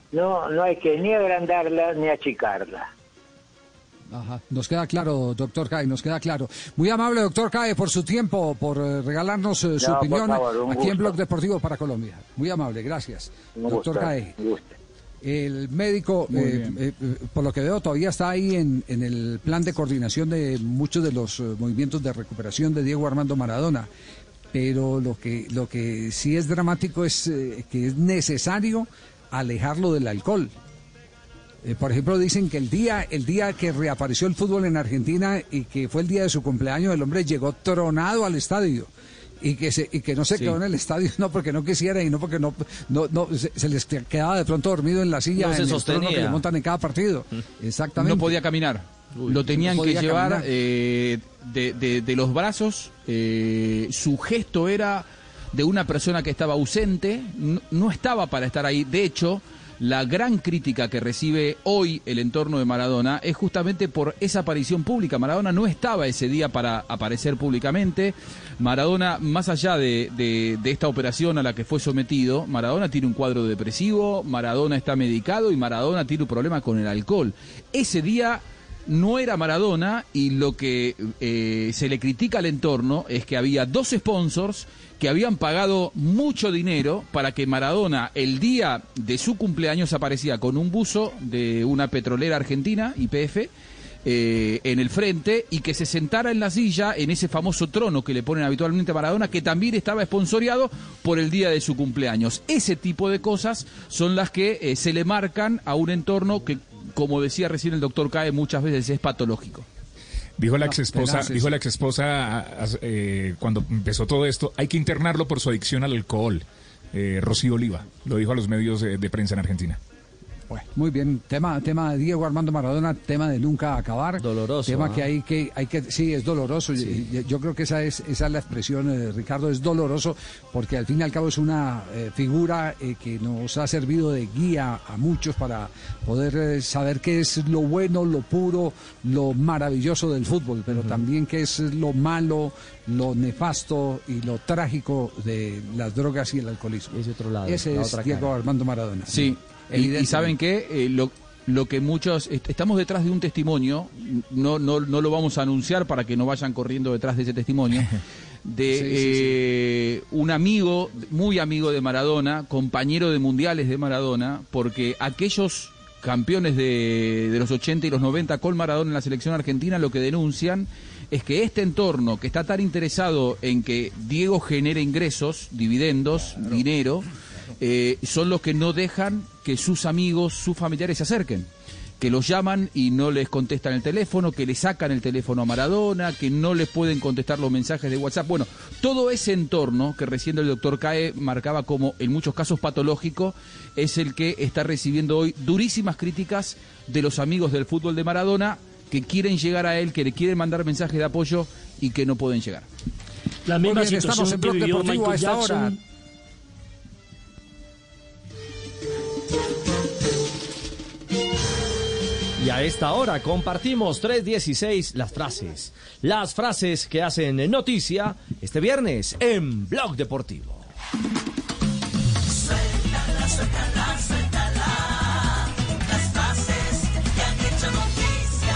no hay que ni agrandarla ni achicarla. Ajá, nos queda claro, doctor Cae, nos queda claro. Muy amable, doctor Cae, por su tiempo, por regalarnos su opinión aquí gusto. En Blog Deportivo para Colombia. Muy amable, gracias. Doctor Cae. El médico, por lo que veo, todavía está ahí en el plan de coordinación de muchos de los movimientos de recuperación de Diego Armando Maradona. Pero lo que sí es dramático es que es necesario alejarlo del alcohol. Por ejemplo, dicen que el día que reapareció el fútbol en Argentina y que fue el día de su cumpleaños, el hombre llegó tronado al estadio y que no se quedó en el estadio no porque no quisiera y no porque no se les quedaba de pronto dormido en la silla, en el trono que le montan en cada partido. Exactamente. No podía caminar. Lo tenían que llevar de los brazos. Su gesto era de una persona que estaba ausente, no estaba para estar ahí. De hecho, la gran crítica que recibe hoy el entorno de Maradona es justamente por esa aparición pública. Maradona no estaba ese día para aparecer públicamente. Maradona, más allá de esta operación a la que fue sometido, Maradona tiene un cuadro depresivo, Maradona está medicado y Maradona tiene un problema con el alcohol. Ese día no era Maradona y lo que se le critica al entorno es que había 2 sponsors que habían pagado mucho dinero para que Maradona el día de su cumpleaños aparecía con un buzo de una petrolera argentina, YPF, en el frente y que se sentara en la silla, en ese famoso trono que le ponen habitualmente a Maradona, que también estaba esponsoreado por el día de su cumpleaños. Ese tipo de cosas son las que se le marcan a un entorno que, como decía recién el doctor Cae, muchas veces es patológico. Dijo la exesposa cuando empezó todo esto, hay que internarlo por su adicción al alcohol. Rocío Oliva lo dijo a los medios de prensa en Argentina. Bueno, muy bien, tema de Diego Armando Maradona, tema de nunca acabar. Doloroso. Tema que hay que sí, es doloroso. Sí. Yo creo que esa es la expresión, Ricardo, es doloroso, porque al fin y al cabo es una figura que nos ha servido de guía a muchos para poder saber qué es lo bueno, lo puro, lo maravilloso del fútbol, pero también qué es lo malo, lo nefasto y lo trágico de las drogas y el alcoholismo. Ese otro lado. Ese es Diego Armando Maradona. Sí. Y saben qué, lo que muchos estamos detrás de un testimonio, no lo vamos a anunciar para que no vayan corriendo detrás de ese testimonio, de un amigo, muy amigo de Maradona, compañero de mundiales de Maradona, porque aquellos campeones de los 80 y los 90 con Maradona en la selección argentina lo que denuncian es que este entorno que está tan interesado en que Diego genere ingresos, dividendos, dinero, son los que no dejan que sus amigos, sus familiares se acerquen, que los llaman y no les contestan el teléfono, que le sacan el teléfono a Maradona, que no les pueden contestar los mensajes de WhatsApp. Bueno, todo ese entorno que recién el doctor Cae marcaba como en muchos casos patológico es el que está recibiendo hoy durísimas críticas de los amigos del fútbol de Maradona que quieren llegar a él, que le quieren mandar mensajes de apoyo y que no pueden llegar. La misma situación que vivió Michael Jackson. Y a esta hora compartimos 3:16 las frases que hacen noticia este viernes en Blog Deportivo. Suéltala, suéltala, suéltala, las frases que han hecho noticia.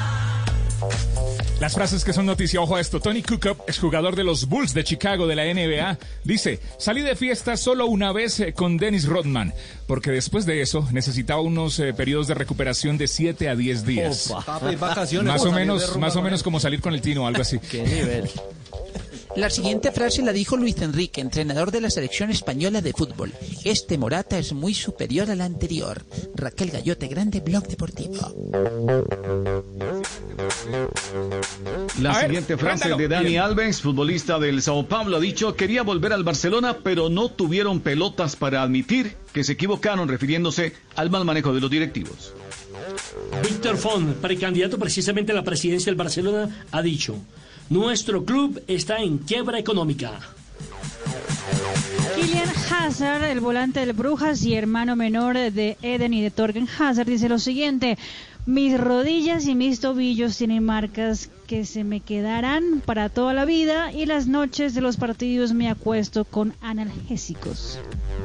Las frases que son noticia, ojo a esto. Tony Kukoc, exjugador de los Bulls de Chicago de la NBA, dice: salí de fiesta solo una vez con Dennis Rodman, porque después de eso necesitaba unos periodos de recuperación de 7 a 10 días. Papi, vacaciones. Más o menos como salir con el Tino o algo así. ¿Qué nivel? La siguiente frase la dijo Luis Enrique, entrenador de la selección española de fútbol. Este Morata es muy superior al anterior. Raquel Gallote Grande, Blog Deportivo. La siguiente frase de Dani Alves, futbolista del Sao Paulo, ha dicho: quería volver al Barcelona, pero no tuvieron pelotas para admitir que se equivocaron, refiriéndose al mal manejo de los directivos. Víctor Font, precandidato precisamente a la presidencia del Barcelona, ha dicho: nuestro club está en quiebra económica. Kylian Hazard, el volante del Brujas y hermano menor de Eden y de Torgen Hazard, dice lo siguiente: mis rodillas y mis tobillos tienen marcas que se me quedarán para toda la vida y las noches de los partidos me acuesto con analgésicos.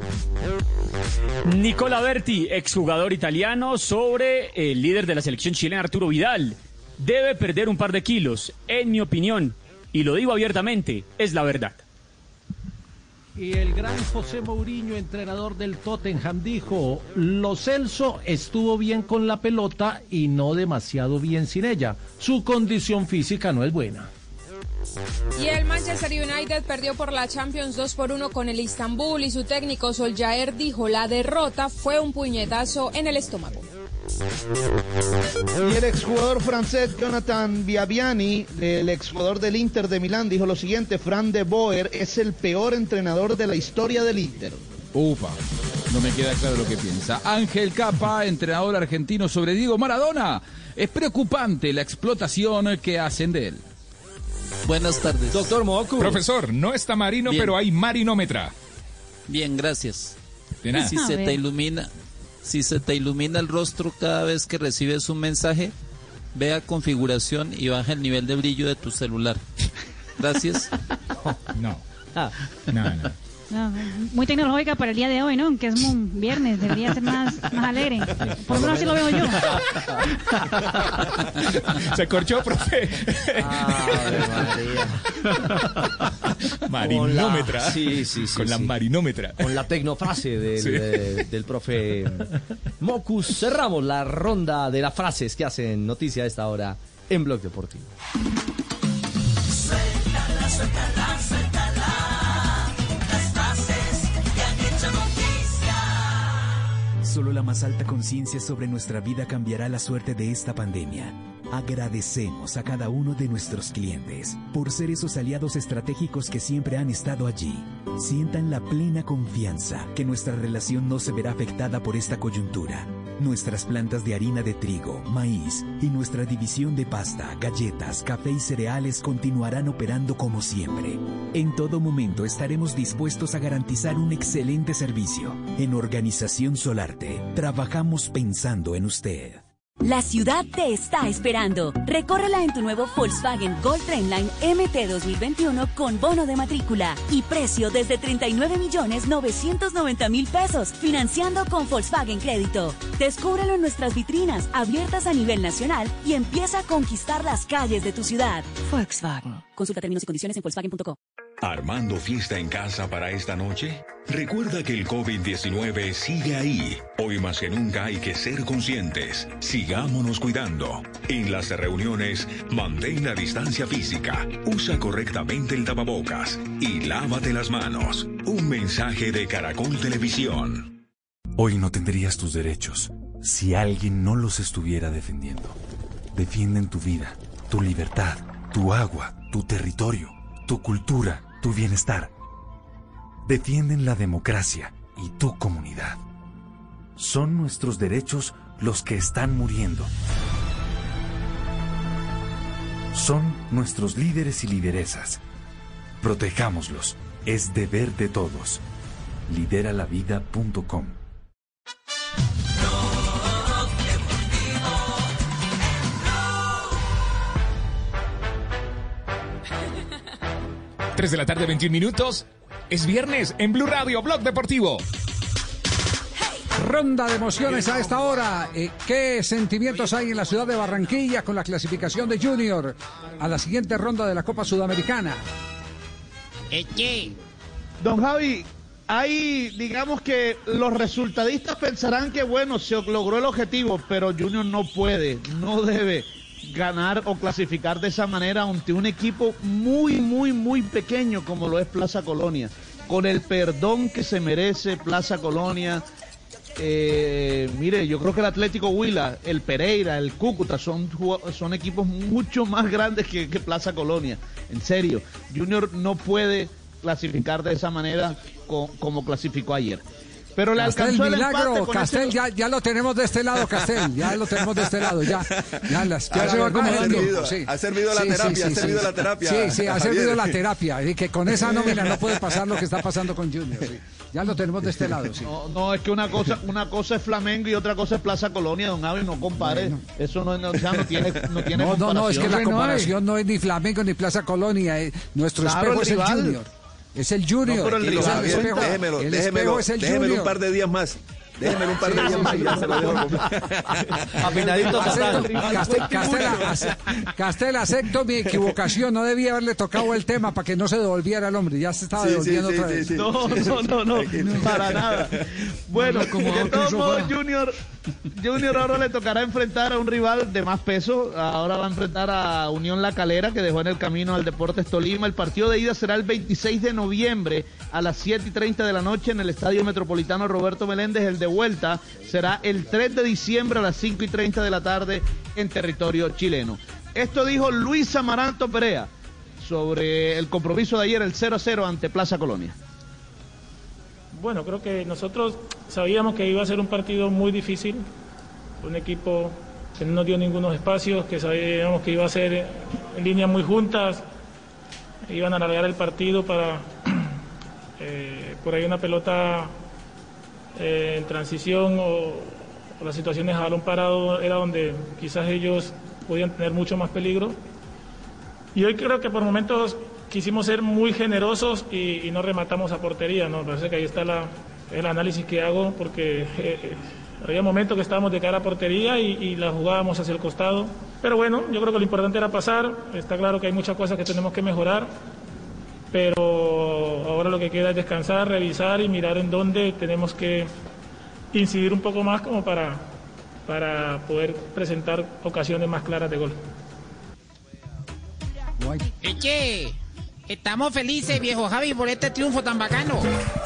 Nicola Berti, exjugador italiano, sobre el líder de la selección chilena, Arturo Vidal. Debe perder un par de kilos, en mi opinión, y lo digo abiertamente, es la verdad. Y el gran José Mourinho, entrenador del Tottenham, dijo: Lo Celso estuvo bien con la pelota y no demasiado bien sin ella. Su condición física no es buena. Y el Manchester United perdió por la Champions 2-1 con el Istanbul y su técnico Solskjaer dijo: la derrota fue un puñetazo en el estómago. Y el exjugador francés Jonathan Viviani, el exjugador del Inter de Milán, dijo lo siguiente: Fran de Boer es el peor entrenador de la historia del Inter. Ufa, no me queda claro lo que piensa. Ángel Capa, entrenador argentino, sobre Diego Maradona. Es preocupante la explotación que hacen de él. Buenas tardes. Doctor Moku. Profesor, no está Marino, bien, pero hay marinómetra. Bien, gracias. De nada. Si se te ilumina el rostro cada vez que recibes un mensaje, ve a configuración y baja el nivel de brillo de tu celular. Gracias. No. No, muy tecnológica para el día de hoy, ¿no? Que es un viernes, debería ser más alegre. Por lo menos así lo veo yo. Se corchó, profe. Marinómetra. Sí. Con la marinómetra. Con la tecnofrase del profe Mocus. Cerramos la ronda de las frases que hacen noticia a esta hora en Blog Deportivo. Suéltala. Solo la más alta conciencia sobre nuestra vida cambiará la suerte de esta pandemia. Agradecemos a cada uno de nuestros clientes por ser esos aliados estratégicos que siempre han estado allí. Sientan la plena confianza que nuestra relación no se verá afectada por esta coyuntura. Nuestras plantas de harina de trigo, maíz y nuestra división de pasta, galletas, café y cereales continuarán operando como siempre. En todo momento estaremos dispuestos a garantizar un excelente servicio. En Organización Solarte, trabajamos pensando en usted. La ciudad te está esperando. Recórrela en tu nuevo Volkswagen Gol Trendline MT 2021 con bono de matrícula y precio desde 39.990.000 pesos, financiando con Volkswagen Crédito. Descúbrelo en nuestras vitrinas abiertas a nivel nacional y empieza a conquistar las calles de tu ciudad. Volkswagen. Consulta términos y condiciones en Volkswagen.co. ¿Armando fiesta en casa para esta noche? Recuerda que el COVID-19 sigue ahí. Hoy más que nunca hay que ser conscientes. Sigámonos cuidando. En las reuniones, mantén la distancia física, usa correctamente el tapabocas y lávate las manos. Un mensaje de Caracol Televisión. Hoy no tendrías tus derechos si alguien no los estuviera defendiendo. Defienden tu vida, tu libertad, tu agua, tu territorio, tu cultura, tu bienestar. Defienden la democracia y tu comunidad. Son nuestros derechos los que están muriendo. Son nuestros líderes y lideresas. Protejámoslos. Es deber de todos. Lideralavida.com. 3 de la tarde, 21 minutos. Es viernes en Blue Radio, Blog Deportivo. Ronda de emociones a esta hora. ¿Qué sentimientos hay en la ciudad de Barranquilla con la clasificación de Junior a la siguiente ronda de la Copa Sudamericana? Don Javi, ahí digamos que los resultadistas pensarán que bueno, se logró el objetivo, pero Junior no puede, no debe ganar o clasificar de esa manera ante un equipo muy pequeño como lo es Plaza Colonia. Con el perdón que se merece Plaza Colonia, mire, yo creo que el Atlético Huila, el Pereira, el Cúcuta son equipos mucho más grandes que Plaza Colonia. En serio, Junior no puede clasificar de esa manera como clasificó ayer. Pero le Castel, alcanzó el milagro, empate con Castel, ese... ya lo tenemos de este lado, Castel, ya lo tenemos de este lado, ya se va acomodando. Sí. Ha servido la terapia, ha servido la terapia. Sí, ha servido la terapia, y que con esa nómina no puede pasar lo que está pasando con Junior. Sí. Ya lo tenemos de este lado, sí. No, es que una cosa es Flamengo y otra cosa es Plaza Colonia, don Javi, no compare. Bueno. Eso no tiene comparación. No, es que la comparación no es ni Flamengo ni Plaza Colonia, nuestro espejo es el Junior. Es el Junior. No, pero el déjemelo un par de días más. Déjeme un par de días más y ya se lo dejo. Afinadito Castel, acepto mi equivocación. No debía haberle tocado el tema para que no se devolviera el hombre. Ya se estaba devolviendo otra vez. No, para nada. Bueno, de todos modos, Junior ahora le tocará enfrentar a un rival de más peso. Ahora va a enfrentar a Unión La Calera, que dejó en el camino al Deportes Tolima. El partido de ida será el 26 de noviembre a las 7:30 de la noche en el Estadio Metropolitano Roberto Meléndez. El de vuelta será el 3 de diciembre a las 5:30 de la tarde en territorio chileno. Esto dijo Luis Amaranto Perea sobre el compromiso de ayer, el 0-0 ante Plaza Colonia. Bueno, creo que nosotros sabíamos que iba a ser un partido muy difícil, un equipo que no nos dio ningunos espacios, que sabíamos que iba a ser en líneas muy juntas, iban a alargar el partido para por ahí una pelota en transición o las situaciones a balón parado era donde quizás ellos podían tener mucho más peligro. Y hoy creo que por momentos quisimos ser muy generosos y no rematamos a portería, ¿no? Me parece que ahí está el análisis que hago, porque había momentos que estábamos de cara a portería y la jugábamos hacia el costado. Pero bueno, yo creo que lo importante era pasar. Está claro que hay muchas cosas que tenemos que mejorar, pero ahora lo que queda es descansar, revisar y mirar en dónde tenemos que incidir un poco más como para poder presentar ocasiones más claras de gol. Eche, estamos felices, viejo Javi, por este triunfo tan bacano.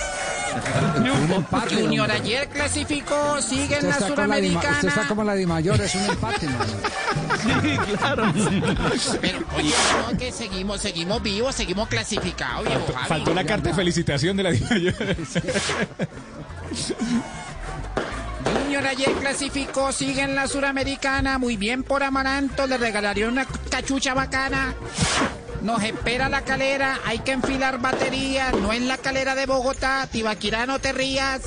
Junior ayer clasificó, sigue en la Suramericana. Usted está como la de Mayor, es un empate, mano. Sí, claro. Pero, oye, no, que seguimos vivos, seguimos clasificados, viejo Javi. Faltó la carta de felicitación de la de Mayor. Junior ayer clasificó, sigue en la Suramericana, muy bien por Amaranto, le regalaron una cachucha bacana. Nos espera La Calera, hay que enfilar batería, no en La Calera de Bogotá, Tibaquirá, no te rías.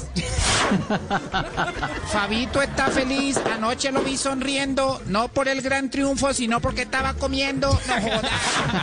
Fabito está feliz, anoche lo vi sonriendo, no por el gran triunfo, sino porque estaba comiendo, no jodas.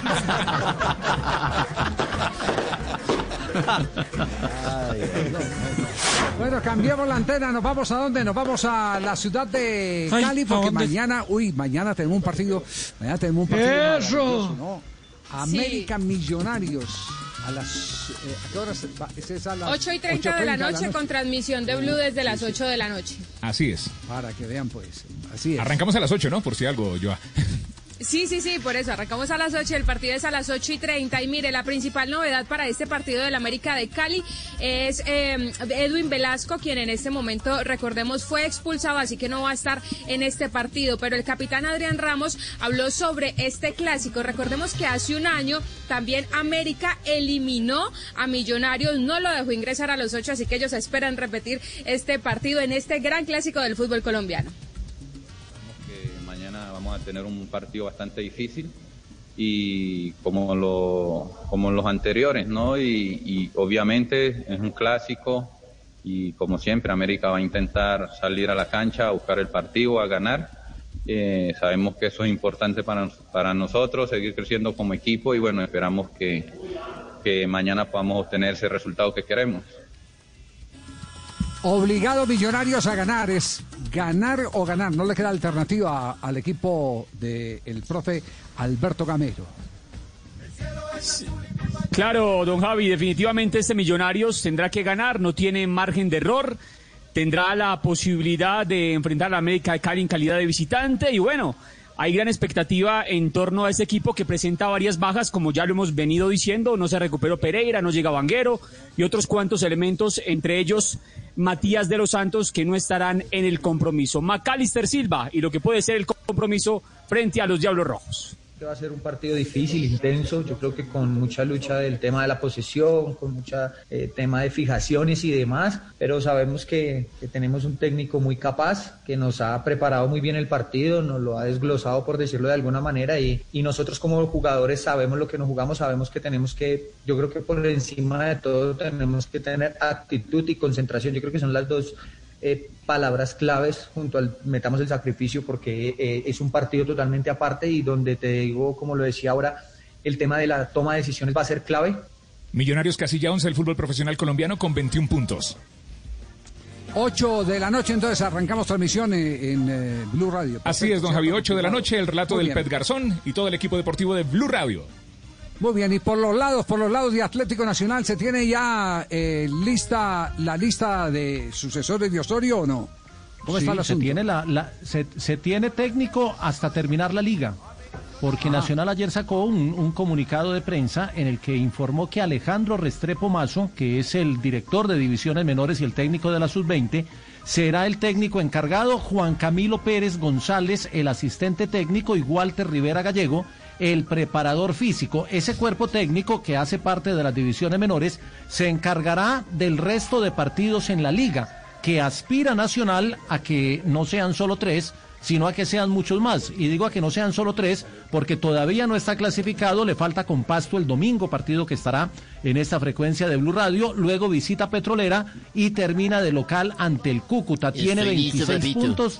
Bueno, cambiamos la antena, nos vamos a dónde, nos vamos a la ciudad de Cali, porque mañana tenemos un partido, ¡eso! ¿No? América Millonarios a las ¿a qué horas? Es a las 8:30 de la noche con transmisión de Blue desde las 8 de la noche. Así es. Para que vean, pues, así es. Arrancamos a las 8, ¿no? Por si algo, Joa. Sí, por eso, arrancamos a las 8, el partido es a las 8:30 y mire, la principal novedad para este partido del América de Cali es Edwin Velasco, quien en este momento, recordemos, fue expulsado, así que no va a estar en este partido, pero el capitán Adrián Ramos habló sobre este clásico. Recordemos que hace un año también América eliminó a Millonarios, no lo dejó ingresar a los 8, así que ellos esperan repetir este partido en este gran clásico del fútbol colombiano. Vamos a tener un partido bastante difícil y como los anteriores, ¿no? Y obviamente es un clásico y como siempre América va a intentar salir a la cancha a buscar el partido, a ganar. Sabemos que eso es importante para nosotros, seguir creciendo como equipo y bueno, esperamos que mañana podamos obtener ese resultado que queremos. Obligado Millonarios a ganar, es ganar o ganar, no le queda alternativa al equipo del profe Alberto Gamero. Sí. Claro, don Javi, definitivamente este Millonarios tendrá que ganar, no tiene margen de error, tendrá la posibilidad de enfrentar a la América de Cali en calidad de visitante y bueno, hay gran expectativa en torno a ese equipo que presenta varias bajas, como ya lo hemos venido diciendo, no se recuperó Pereira, no llega Vanguero y otros cuantos elementos, entre ellos Matías de los Santos, que no estarán en el compromiso. Macalister Silva y lo que puede ser el compromiso frente a los Diablos Rojos. que va a ser un partido difícil, intenso, yo creo que con mucha lucha del tema de la posesión, con mucha tema de fijaciones y demás, pero sabemos que tenemos un técnico muy capaz, que nos ha preparado muy bien el partido, nos lo ha desglosado por decirlo de alguna manera y nosotros como jugadores sabemos lo que nos jugamos, sabemos que tenemos que, yo creo que por encima de todo tenemos que tener actitud y concentración, yo creo que son las dos palabras claves junto al metamos el sacrificio porque es un partido totalmente aparte y donde te digo, como lo decía ahora, el tema de la toma de decisiones va a ser clave. Millonarios casilla 11 del fútbol profesional colombiano con 21 puntos. 8 de la noche, entonces arrancamos transmisión en Blue Radio. Perfecto. Así es, don Javi, 8 de la noche, el relato Muy del bien. Pet Garzón y todo el equipo deportivo de Blue Radio. Muy bien, y por los lados de Atlético Nacional, ¿se tiene ya la lista de sucesores de Osorio o no? ¿Cómo está el asunto? Se tiene técnico hasta terminar la liga, porque Nacional ayer sacó un comunicado de prensa en el que informó que Alejandro Restrepo Mazo, que es el director de divisiones menores y el técnico de la sub-20, será el técnico encargado, Juan Camilo Pérez González, el asistente técnico, y Walter Rivera Gallego, el preparador físico. Ese cuerpo técnico que hace parte de las divisiones menores se encargará del resto de partidos en la liga, que aspira Nacional a que no sean solo 3, sino a que sean muchos más. Y digo a que no sean solo 3 porque todavía no está clasificado, le falta con Pasto el domingo, partido que estará en esta frecuencia de Blue Radio, luego visita Petrolera y termina de local ante el Cúcuta. Tiene 26 puntos.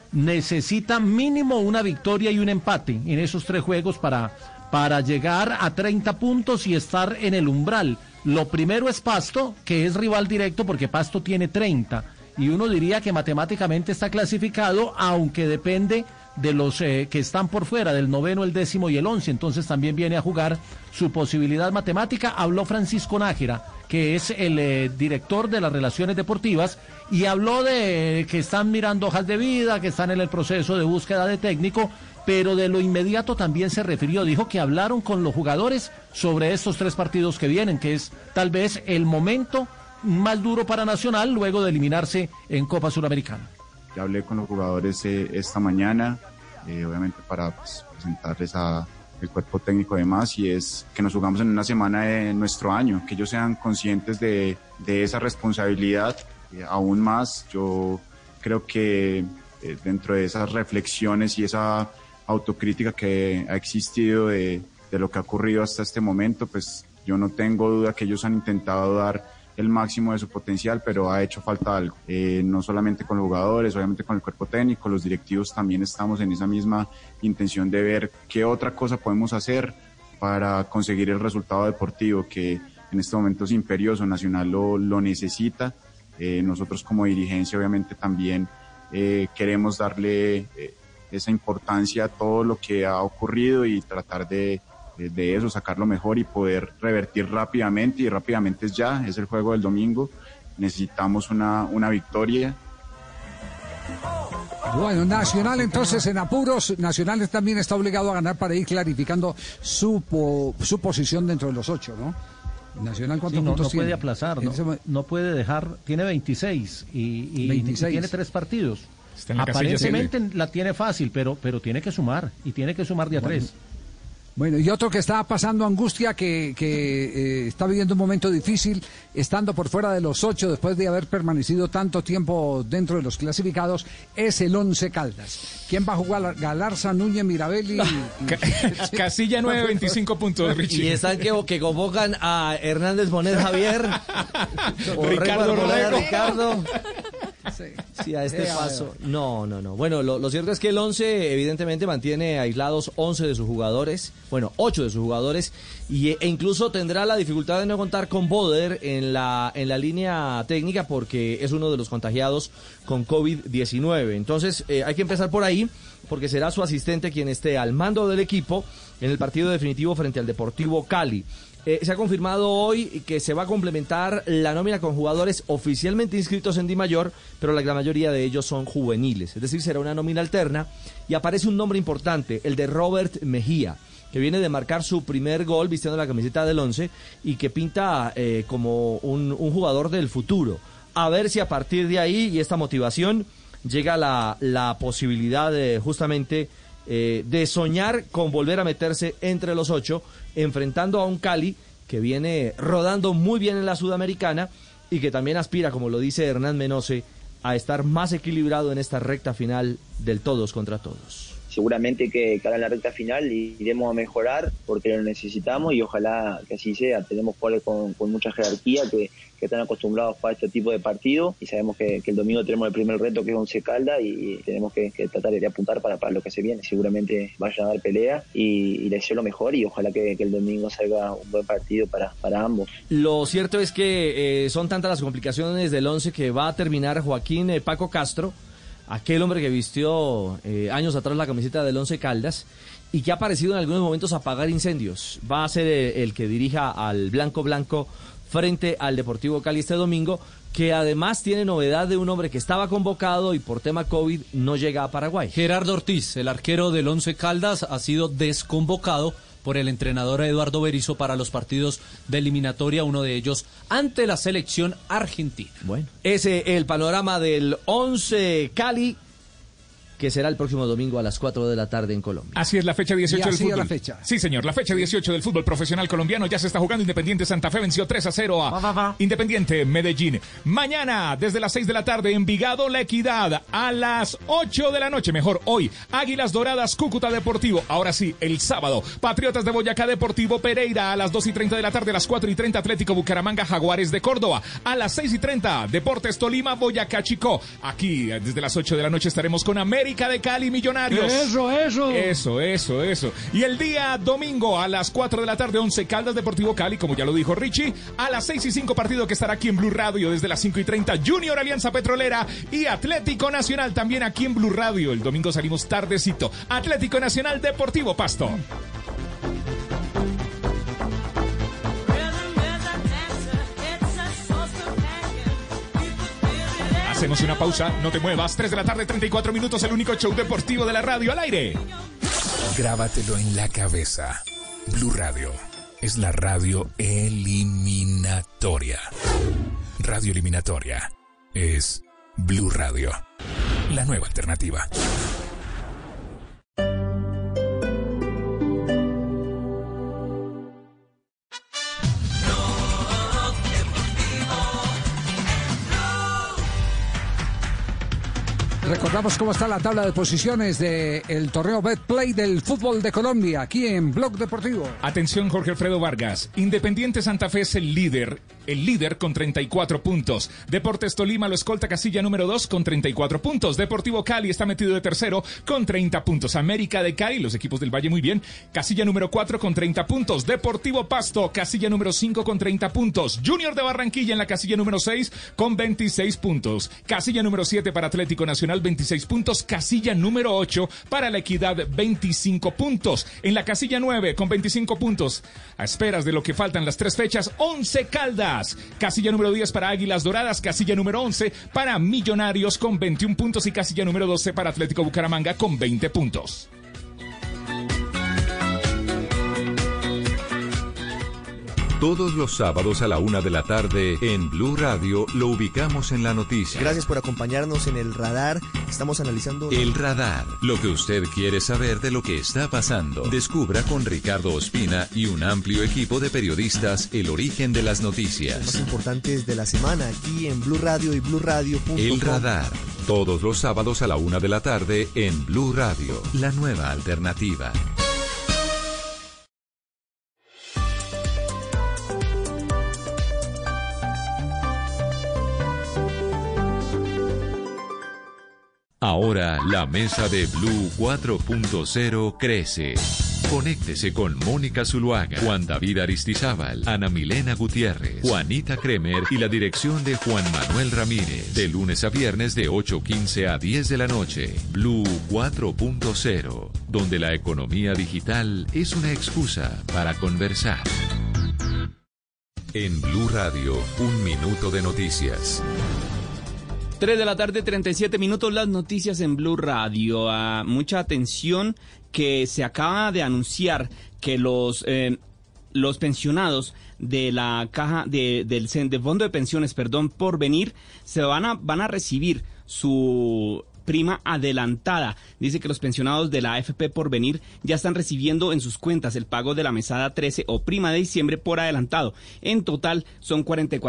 Necesita mínimo una victoria y un empate en esos 3 juegos para llegar a 30 puntos y estar en el umbral. Lo primero es Pasto, que es rival directo porque Pasto tiene 30 y uno diría que matemáticamente está clasificado, aunque depende de los que están por fuera, del 9º, el 10º y el 11, entonces también viene a jugar su posibilidad matemática. Habló Francisco Nájera, que es el director de las relaciones deportivas, y habló de que están mirando hojas de vida, que están en el proceso de búsqueda de técnico, pero de lo inmediato también se refirió, dijo que hablaron con los jugadores sobre estos 3 partidos que vienen, que es tal vez el momento más duro para Nacional luego de eliminarse en Copa Suramericana. Ya hablé con los jugadores esta mañana, obviamente para presentarles el cuerpo técnico y demás, y es que nos jugamos en una semana de nuestro año, que ellos sean conscientes de esa responsabilidad. Aún más, yo creo que dentro de esas reflexiones y esa autocrítica que ha existido de lo que ha ocurrido hasta este momento, pues yo no tengo duda que ellos han intentado dar el máximo de su potencial, pero ha hecho falta algo, no solamente con los jugadores, obviamente con el cuerpo técnico, los directivos también estamos en esa misma intención de ver qué otra cosa podemos hacer para conseguir el resultado deportivo que en este momento es imperioso. Nacional lo necesita, nosotros como dirigencia obviamente también queremos darle esa importancia a todo lo que ha ocurrido y tratar de eso, sacar lo mejor y poder revertir rápidamente, y rápidamente es el juego del domingo, necesitamos una victoria. Bueno, Nacional entonces en apuros, Nacional también está obligado a ganar para ir clarificando su posición dentro de los 8, ¿no? Nacional, ¿cuántos puntos no tiene? puede aplazar, no puede dejar, tiene 26 y 26. Tiene 3 partidos. Aparentemente la tiene fácil, pero tiene que sumar, y tiene que sumar de a 3. Bueno, y otro que está pasando angustia, que está viviendo un momento difícil, estando por fuera de los 8 después de haber permanecido tanto tiempo dentro de los clasificados, es el Once Caldas. ¿Quién va a jugar? Galarza, Núñez, Mirabelli. Casilla 9, 25 puntos, Richie. Y están que convocan a Hernández Bonet Javier, Ricardo Ricardo. Sí, a este paso. No. Bueno, lo cierto es que el 11 evidentemente mantiene aislados 11 de sus jugadores, bueno, 8 de sus jugadores, e incluso tendrá la dificultad de no contar con Boder en la línea técnica porque es uno de los contagiados con COVID-19. Entonces hay que empezar por ahí, porque será su asistente quien esté al mando del equipo en el partido definitivo frente al Deportivo Cali. Se ha confirmado hoy que se va a complementar la nómina con jugadores oficialmente inscritos en Di Mayor, pero la gran mayoría de ellos son juveniles, es decir, será una nómina alterna, y aparece un nombre importante, el de Robert Mejía, que viene de marcar su primer gol vistiendo la camiseta del 11 y que pinta como un jugador del futuro. A ver si a partir de ahí y esta motivación llega la posibilidad justamente de soñar con volver a meterse entre los 8, enfrentando a un Cali que viene rodando muy bien en la Sudamericana y que también aspira, como lo dice Hernán Menose, a estar más equilibrado en esta recta final del todos contra todos. Seguramente que ahora en la recta final iremos a mejorar porque lo necesitamos y ojalá que así sea. Tenemos jugadores con mucha jerarquía que están acostumbrados a jugar este tipo de partidos y sabemos que el domingo tenemos el primer reto que es Once Caldas y tenemos que tratar de apuntar para lo que se viene. Seguramente vayan a dar pelea y les deseo lo mejor y ojalá que el domingo salga un buen partido para ambos. Lo cierto es que son tantas las complicaciones del once que va a terminar Joaquín Paco Castro, aquel hombre que vistió años atrás la camiseta del Once Caldas y que ha parecido en algunos momentos apagar incendios. Va a ser el que dirija al Blanco frente al Deportivo Cali este domingo, que además tiene novedad de un hombre que estaba convocado y por tema COVID no llega a Paraguay. Gerardo Ortiz, el arquero del Once Caldas, ha sido desconvocado por el entrenador Eduardo Berizzo para los partidos de eliminatoria, uno de ellos ante la selección argentina. Bueno, ese es el panorama del Once Cali, que será el próximo domingo a las 4 de la tarde en Colombia. Así es la fecha 18 del fútbol. La fecha. Sí, señor, la fecha 18 del fútbol profesional colombiano ya se está jugando. Independiente Santa Fe venció 3-0 a Independiente Medellín. Mañana, desde las 6 de la tarde, Envigado La Equidad. A las 8 de la noche, mejor hoy, Águilas Doradas Cúcuta Deportivo. Ahora sí, el sábado, Patriotas de Boyacá Deportivo Pereira. A las 2:30 de la tarde, a las 4:30, Atlético Bucaramanga Jaguares de Córdoba. A las 6:30, Deportes Tolima Boyacá Chicó. Aquí, desde las 8 de la noche, estaremos con América de Cali Millonarios. Eso. Y el día domingo a las 4 de la tarde, Once Caldas Deportivo Cali, como ya lo dijo Richie. A las 6:05, partido que estará aquí en Blue Radio desde las 5:30, Junior Alianza Petrolera y Atlético Nacional también aquí en Blue Radio. El domingo salimos tardecito. Atlético Nacional Deportivo Pasto. Hacemos una pausa, no te muevas. 3 de la tarde, 34 minutos, el único show deportivo de la radio al aire. Grábatelo en la cabeza. Blue Radio es la radio eliminatoria. Radio eliminatoria es Blue Radio, la nueva alternativa. Recordamos cómo está la tabla de posiciones del torneo Betplay del fútbol de Colombia, aquí en Blog Deportivo. Atención, Jorge Alfredo Vargas. Independiente Santa Fe es el líder con 34 puntos. Deportes Tolima lo escolta casilla número 2 con 34 puntos. Deportivo Cali está metido de tercero con 30 puntos. América de Cali, los equipos del Valle muy bien, casilla número 4 con 30 puntos. Deportivo Pasto, casilla número 5 con 30 puntos. Junior de Barranquilla en la casilla número 6 con 26 puntos. Casilla número 7 para Atlético Nacional, 26 puntos. Casilla número 8 para La Equidad, 25 puntos. En la casilla 9 con 25 puntos, a esperas de lo que faltan las 3 fechas, Once Caldas. Casilla número 10 para Águilas Doradas. Casilla número 11 para Millonarios con 21 puntos. Y casilla número 12 para Atlético Bucaramanga con 20 puntos. Todos los sábados a la 1 de la tarde en Blue Radio lo ubicamos en la noticia. Gracias por acompañarnos en El Radar. Estamos analizando... El Radar, lo que usted quiere saber de lo que está pasando. Descubra con Ricardo Ospina y un amplio equipo de periodistas el origen de las noticias. Los más importantes de la semana aquí en Blue Radio y BlueRadio.com. El Radar, todos los sábados a la 1 de la tarde en Blue Radio, la nueva alternativa. Ahora la mesa de Blue 4.0 crece. Conéctese con Mónica Zuluaga, Juan David Aristizábal, Ana Milena Gutiérrez, Juanita Kremer y la dirección de Juan Manuel Ramírez. De lunes a viernes de 8:15 a 10 de la noche. Blue 4.0, donde la economía digital es una excusa para conversar. En Blue Radio, 1 minuto de noticias. 3 de la tarde, 37 minutos, las noticias en Blue Radio. Mucha atención, que se acaba de anunciar que los pensionados de la caja del Fondo de Pensiones, Porvenir, se van a recibir su prima adelantada. Dice que los pensionados de la AFP Porvenir ya están recibiendo en sus cuentas el pago de la mesada 13 o prima de diciembre por adelantado. En total son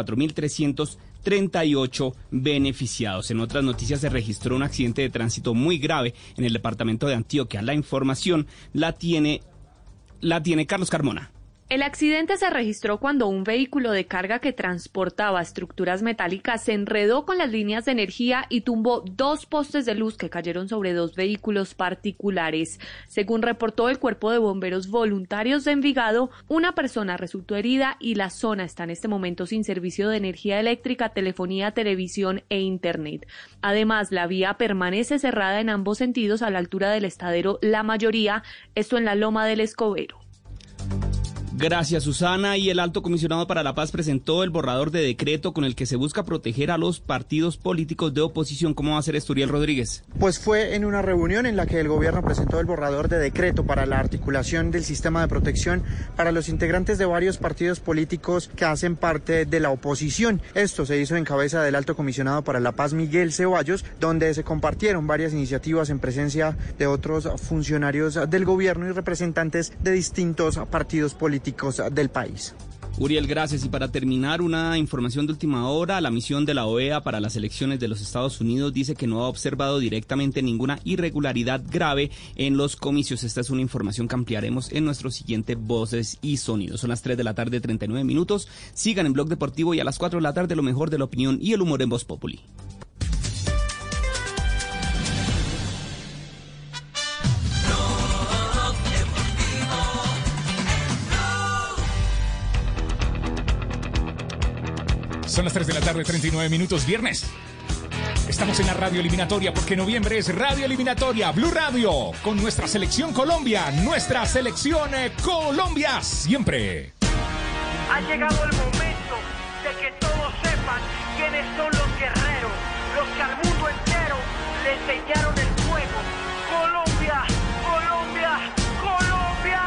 44.338 beneficiados. En otras noticias se registró un accidente de tránsito muy grave en el departamento de Antioquia. La información la tiene Carlos Carmona. El accidente se registró cuando un vehículo de carga que transportaba estructuras metálicas se enredó con las líneas de energía y tumbó 2 postes de luz que cayeron sobre 2 vehículos particulares. Según reportó el Cuerpo de Bomberos Voluntarios de Envigado, una persona resultó herida y la zona está en este momento sin servicio de energía eléctrica, telefonía, televisión e internet. Además, la vía permanece cerrada en ambos sentidos a la altura del estadero La Mayoría, esto en la Loma del Escobero. Gracias, Susana. Y el Alto Comisionado para la Paz presentó el borrador de decreto con el que se busca proteger a los partidos políticos de oposición. ¿Cómo va a ser esto, Uriel Rodríguez? Pues fue en una reunión en la que el gobierno presentó el borrador de decreto para la articulación del sistema de protección para los integrantes de varios partidos políticos que hacen parte de la oposición. Esto se hizo en cabeza del Alto Comisionado para la Paz, Miguel Ceballos, donde se compartieron varias iniciativas en presencia de otros funcionarios del gobierno y representantes de distintos partidos políticos del país. Uriel, gracias. Y para terminar, una información de última hora. La misión de la OEA para las elecciones de los Estados Unidos dice que no ha observado directamente ninguna irregularidad grave en los comicios. Esta es una información que ampliaremos en nuestro siguiente Voces y Sonidos. Son las 3:39 PM. Sigan en Blog Deportivo y a las 4 de la tarde lo mejor de la opinión y el humor en Voz Populi. Son las 3:39 PM, viernes. Estamos en la radio eliminatoria porque noviembre es radio eliminatoria, Blue Radio, con nuestra selección Colombia, siempre. Ha llegado el momento de que todos sepan quiénes son los guerreros, los que al mundo entero le enseñaron el fuego. Colombia, Colombia, Colombia.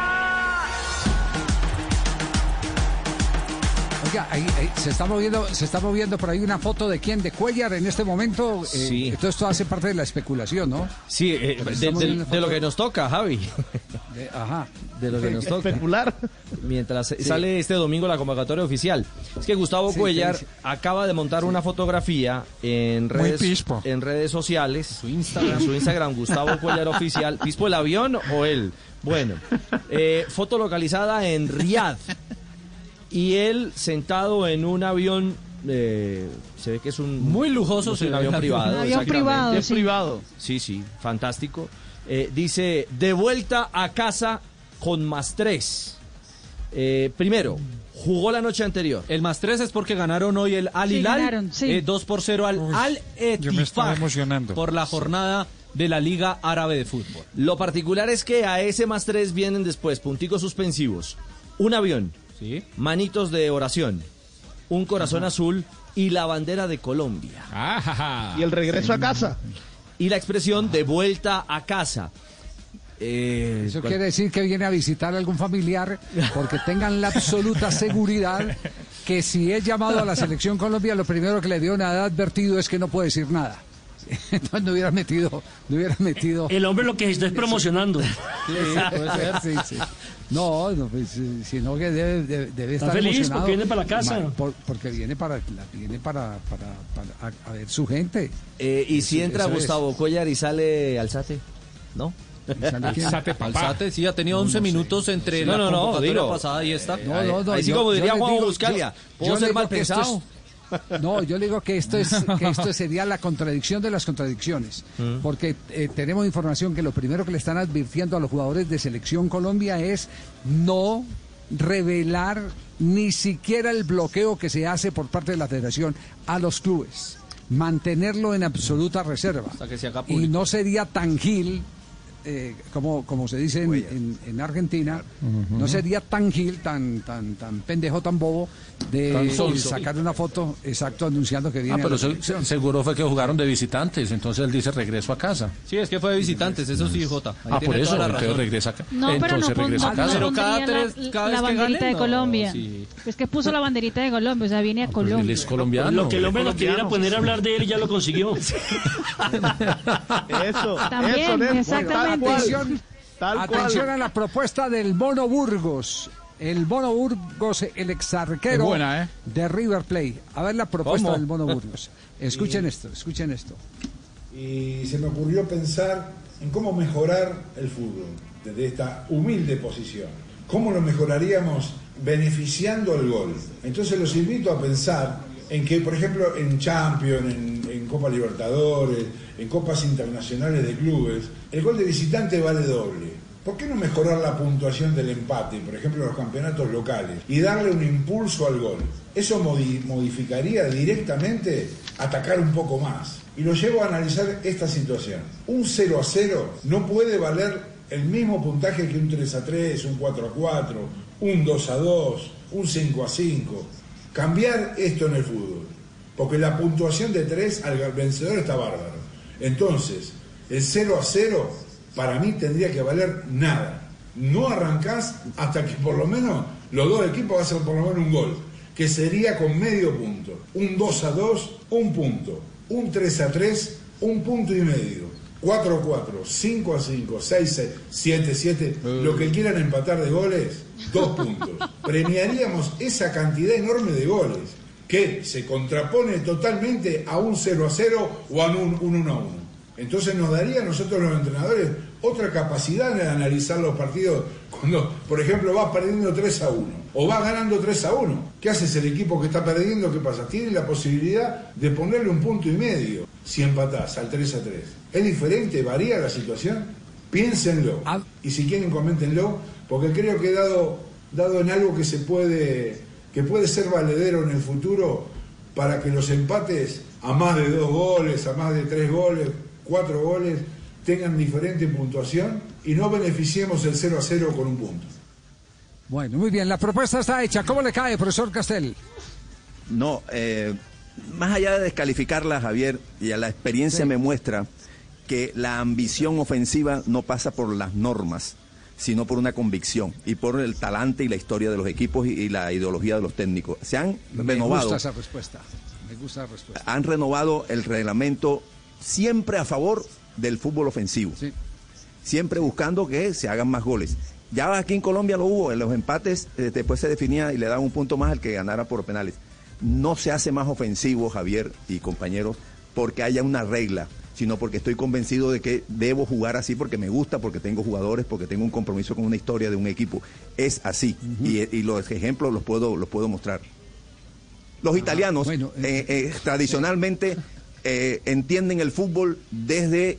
Oiga, ahí se está moviendo por ahí una foto de quién, de Cuéllar en este momento. Sí. Entonces esto hace parte de la especulación, ¿no? Sí, de lo que nos toca, Javi. De lo que nos toca. Especular. Mientras sale este domingo la convocatoria oficial. Es que Gustavo Cuéllar acaba de montar una fotografía en redes sociales. Su Instagram, Gustavo Cuéllar Oficial. ¿Pispo el avión o él? Bueno, foto localizada en Riad. Y él sentado en un avión, se ve que es un... Muy lujoso, un avión privado. Un avión privado, sí. Privado. Sí, fantástico. Dice, de vuelta a casa con +3. Primero, jugó la noche anterior. El +3 es porque ganaron hoy el Al Hilal, 2-0 al Al-Ettifaq. Yo me estaba emocionando. Por la jornada de la Liga Árabe de Fútbol. Lo particular es que a ese +3 vienen después punticos suspensivos, un avión, manitos de oración, un corazón azul y la bandera de Colombia. Y el regreso a casa. Y la expresión de vuelta a casa. Eso quiere decir que viene a visitar a algún familiar, porque tengan la absoluta seguridad que si es llamado a la selección Colombia, lo primero que le dio nada advertido es que no puede decir nada. Entonces no hubiera metido. El hombre lo que está es promocionando. Sí, puede ser, sí. No, pues, sino que debe está estar feliz emocionado. porque viene para la casa. Porque viene para a ver su gente. Y si entra Gustavo Cuéllar y sale Alzate, ¿no? Alzate sí ha tenido 11 minutos entre la convocatoria pasada y esta. Así como diría Juan Buscalia, ¿puedo ser mal pensado? No, yo le digo que esto sería la contradicción de las contradicciones, porque tenemos información que lo primero que le están advirtiendo a los jugadores de Selección Colombia es no revelar ni siquiera el bloqueo que se hace por parte de la Federación a los clubes, mantenerlo en absoluta reserva. Hasta que se haga y no sería tan gil, como se dice en Argentina, no sería tan gil, tan pendejo, tan bobo de Sonso. sacar una foto, exacto, anunciando que viene. pero a la selección. seguro fue que jugaron de visitantes, entonces él dice regreso a casa. Sí, es que fue de visitantes, eso sí, Jota. Ahí Por tiene eso, toda la entonces razón. regresa acá. No, pero entonces no, regresa a casa. Pero cada pondría vez la que banderita ganen, de Colombia. sí. Es que puso la banderita de Colombia, o sea, viene a Colombia. Él es colombiano. Lo que el hombre nos quería poner a hablar de él y ya lo consiguió. Eso, También, eso, exactamente. Atención a la propuesta del Mono Burgos. El Mono Burgos, el exarquero Es buena, ¿eh? de River Plate. A ver la propuesta ¿Cómo? del Mono Burgos. Escuchen esto. Y se me ocurrió pensar en cómo mejorar el fútbol desde esta humilde posición. ¿Cómo lo mejoraríamos beneficiando al gol? Entonces los invito a pensar en que, por ejemplo, en Champions, en Copa Libertadores, en Copas Internacionales de Clubes, el gol de visitante vale doble. ¿Por qué no mejorar la puntuación del empate, por ejemplo, en los campeonatos locales, y darle un impulso al gol? Eso modificaría directamente atacar un poco más. Y lo llevo a analizar esta situación. Un 0-0 no puede valer el mismo puntaje que un 3-3, un 4-4, un 2-2, un 5-5. Cambiar esto en el fútbol. Porque la puntuación de 3 al vencedor está bárbaro. Entonces, el 0-0 para mí tendría que valer nada. No arrancás hasta que por lo menos los dos equipos hacen por lo menos un gol, que sería con medio punto. Un 2-2, un punto. Un 3-3, un punto y medio. 4-4, 5-5, 6-6, 7-7, lo que quieran empatar de goles, 2 puntos. Premiaríamos esa cantidad enorme de goles, que se contrapone totalmente a un 0-0 o a un 1-1. Entonces nos daría a nosotros los entrenadores otra capacidad de analizar los partidos cuando, por ejemplo, vas perdiendo 3-1 o vas ganando 3-1. ¿Qué haces el equipo que está perdiendo? ¿Qué pasa? Tiene la posibilidad de ponerle un punto y medio si empatás al 3-3. ¿Es diferente? ¿Varía la situación? Piénsenlo. Y si quieren, coméntenlo, porque creo que dado en algo que puede ser valedero en el futuro para que los empates a más de 2 goles, a más de 3 goles, 4 goles, tengan diferente puntuación y no beneficiemos el 0-0 con un punto. Bueno, muy bien, la propuesta está hecha. ¿Cómo le cae, profesor Castel? No, más allá de descalificarla, Javier, y a la experiencia me muestra que la ambición ofensiva no pasa por las normas, sino por una convicción y por el talante y la historia de los equipos y la ideología de los técnicos. Se han renovado. Me gusta esa respuesta. Han renovado el reglamento siempre a favor del fútbol ofensivo. Sí. Siempre buscando que se hagan más goles. Ya aquí en Colombia lo hubo, en los empates después se definía y le daban un punto más al que ganara por penales. No se hace más ofensivo, Javier y compañeros, porque haya una regla, sino porque estoy convencido de que debo jugar así porque me gusta, porque tengo jugadores, porque tengo un compromiso con una historia de un equipo. Es así. Y los ejemplos los puedo mostrar. Los italianos tradicionalmente entienden el fútbol desde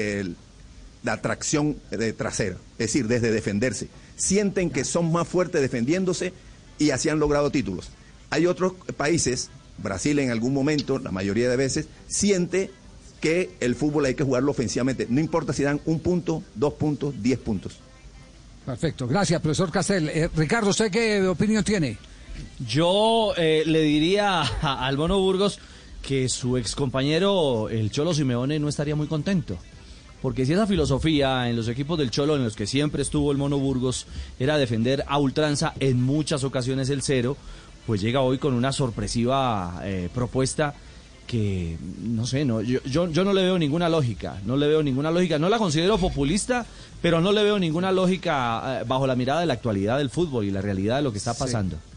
la tracción trasera, es decir, desde defenderse. Sienten que son más fuertes defendiéndose y así han logrado títulos. Hay otros países, Brasil en algún momento, la mayoría de veces, siente que el fútbol hay que jugarlo ofensivamente. No importa si dan 1 punto, 2 puntos, 10 puntos. Perfecto, gracias, profesor Castel. Ricardo, ¿usted qué opinión tiene? Yo le diría al Mono Burgos que su excompañero, el Cholo Simeone, no estaría muy contento. Porque si esa filosofía en los equipos del Cholo, en los que siempre estuvo el Mono Burgos, era defender a ultranza en muchas ocasiones el 0, pues llega hoy con una sorpresiva propuesta que, no sé, yo no le veo ninguna lógica, no la considero populista, pero no le veo ninguna lógica bajo la mirada de la actualidad del fútbol y la realidad de lo que está pasando. Sí.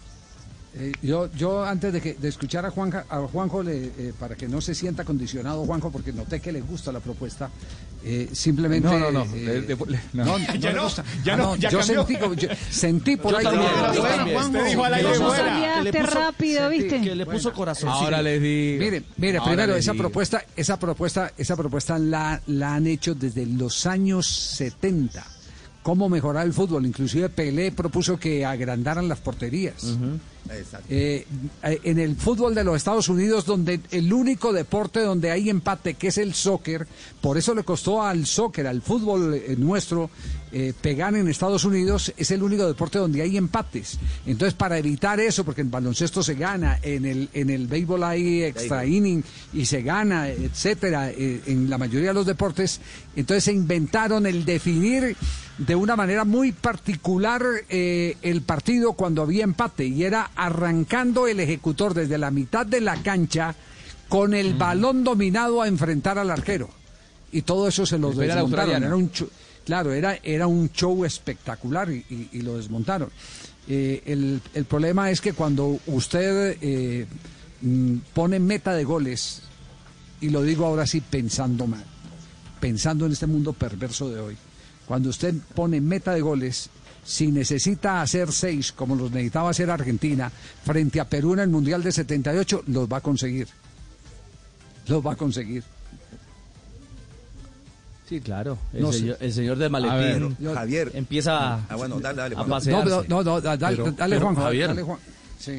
Yo antes de escuchar a Juanjo, para que no se sienta condicionado, Juanjo, porque noté que le gusta la propuesta, simplemente... Yo sentí por ahí... rápido, ¿viste? Que le puso corazón. Ahora les digo. Mire, primero, esa propuesta la han hecho desde los años 70. cómo mejorar el fútbol. Inclusive Pelé propuso que agrandaran las porterías. En el fútbol de los Estados Unidos, donde el único deporte donde hay empate, que es el soccer, por eso le costó al soccer, al fútbol nuestro, pegar en Estados Unidos, es el único deporte donde hay empates. Entonces, para evitar eso, porque en baloncesto se gana, en el béisbol hay extra inning y se gana, etcétera, en la mayoría de los deportes, entonces se inventaron el definir de una manera muy particular el partido cuando había empate, y era arrancando el ejecutor desde la mitad de la cancha con el balón dominado a enfrentar al arquero, y todo eso se lo desmontaron. Era un show espectacular y lo desmontaron. El problema es que cuando usted pone meta de goles, y lo digo ahora sí pensando mal, pensando en este mundo perverso de hoy, cuando usted pone meta de goles, si necesita hacer 6, como los necesitaba hacer Argentina, frente a Perú en el Mundial de 78, los va a conseguir. Los va a conseguir. Sí, claro. El señor del maletín, Javier, empieza dale, a pasearse. Dale, Juanjo. Javier. Dale, Juan. Sí.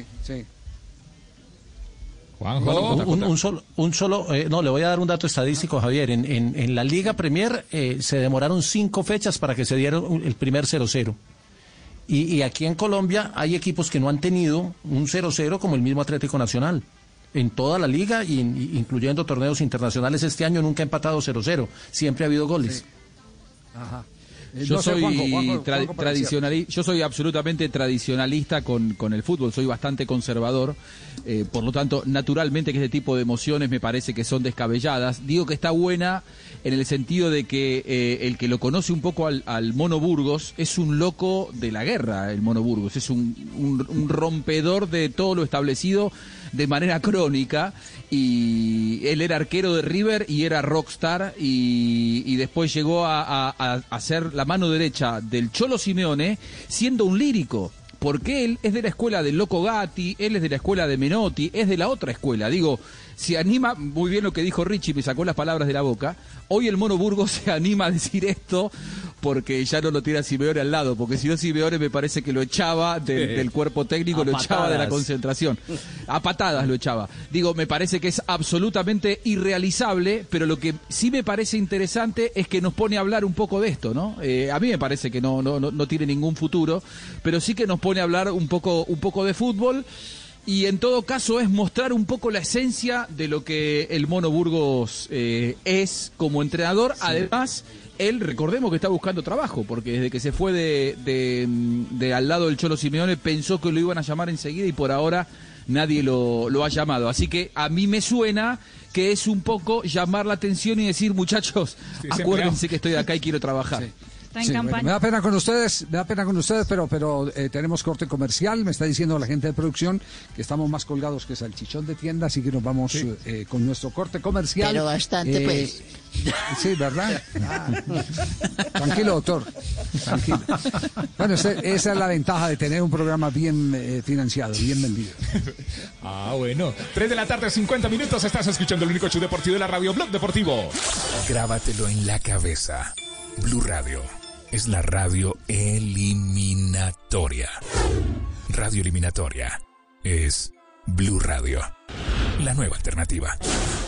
Juanjo. No, le voy a dar un dato estadístico, Javier. En la Liga Premier se demoraron 5 fechas para que se diera el primer 0-0. Y aquí en Colombia hay equipos que no han tenido un 0-0 como el mismo Atlético Nacional. En toda la liga, incluyendo torneos internacionales, este año nunca ha empatado 0-0. Siempre ha habido goles. Sí. Ajá. Yo soy absolutamente tradicionalista con el fútbol, soy bastante conservador, por lo tanto, naturalmente que este tipo de emociones me parece que son descabelladas. Digo que está buena en el sentido de que el que lo conoce un poco al Mono Burgos es un loco de la guerra, el Mono Burgos, es un rompedor de todo lo establecido de manera crónica, y él era arquero de River y era rockstar, y después llegó a ser la mano derecha del Cholo Simeone siendo un lírico, porque él es de la escuela del Loco Gatti, él es de la escuela de Menotti, es de la otra escuela. Digo, se anima, muy bien lo que dijo Richie, me sacó las palabras de la boca, hoy el Mono Burgos se anima a decir esto porque ya no lo tiene a Simeone al lado, porque si no Simeone me parece que lo echaba del cuerpo técnico, lo echaba de la concentración, a patadas lo echaba. Digo, me parece que es absolutamente irrealizable, pero lo que sí me parece interesante es que nos pone a hablar un poco de esto, ¿no? A mí me parece que no tiene ningún futuro, pero sí que nos pone a hablar un poco de fútbol. Y en todo caso es mostrar un poco la esencia de lo que el Mono Burgos es como entrenador. Sí. Además, él, recordemos que está buscando trabajo, porque desde que se fue de al lado del Cholo Simeone pensó que lo iban a llamar enseguida y por ahora nadie lo ha llamado. Así que a mí me suena que es un poco llamar la atención y decir, muchachos, acuérdense que estoy acá y quiero trabajar. Sí. Bueno, me da pena con ustedes, pero tenemos corte comercial. Me está diciendo la gente de producción que estamos más colgados que salchichón de tienda, así que nos vamos con nuestro corte comercial. Pero bastante, pues. Sí, ¿verdad? Tranquilo, doctor. Tranquilo. Bueno, esa es la ventaja de tener un programa bien financiado, bien vendido. Bueno. 3 de la tarde, 50 minutos. Estás escuchando el único show deportivo de la radio, Blog Deportivo. Grábatelo en la cabeza. Blue Radio es la radio eliminatoria. Radio eliminatoria es Blue Radio, la nueva alternativa.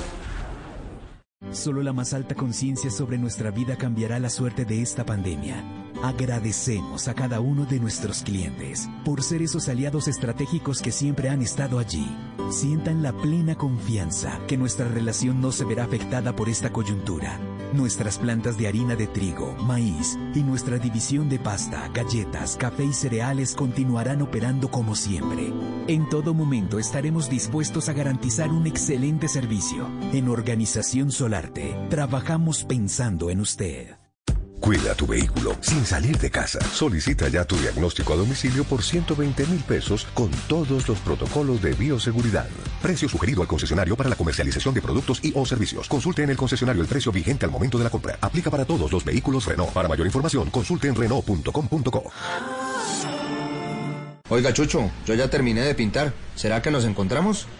Solo la más alta conciencia sobre nuestra vida cambiará la suerte de esta pandemia. Agradecemos a cada uno de nuestros clientes por ser esos aliados estratégicos que siempre han estado allí. Sientan la plena confianza que nuestra relación no se verá afectada por esta coyuntura. Nuestras plantas de harina de trigo, maíz y nuestra división de pasta, galletas, café y cereales continuarán operando como siempre. En todo momento estaremos dispuestos a garantizar un excelente servicio. En Organización Solarte, trabajamos pensando en usted. Cuida tu vehículo sin salir de casa. Solicita ya tu diagnóstico a domicilio por 120,000 pesos con todos los protocolos de bioseguridad. Precio sugerido al concesionario para la comercialización de productos y o servicios. Consulte en el concesionario el precio vigente al momento de la compra. Aplica para todos los vehículos Renault. Para mayor información, consulte en Renault.com.co. Oiga, Chucho, yo ya terminé de pintar. ¿Será que nos encontramos? ¿Cómo?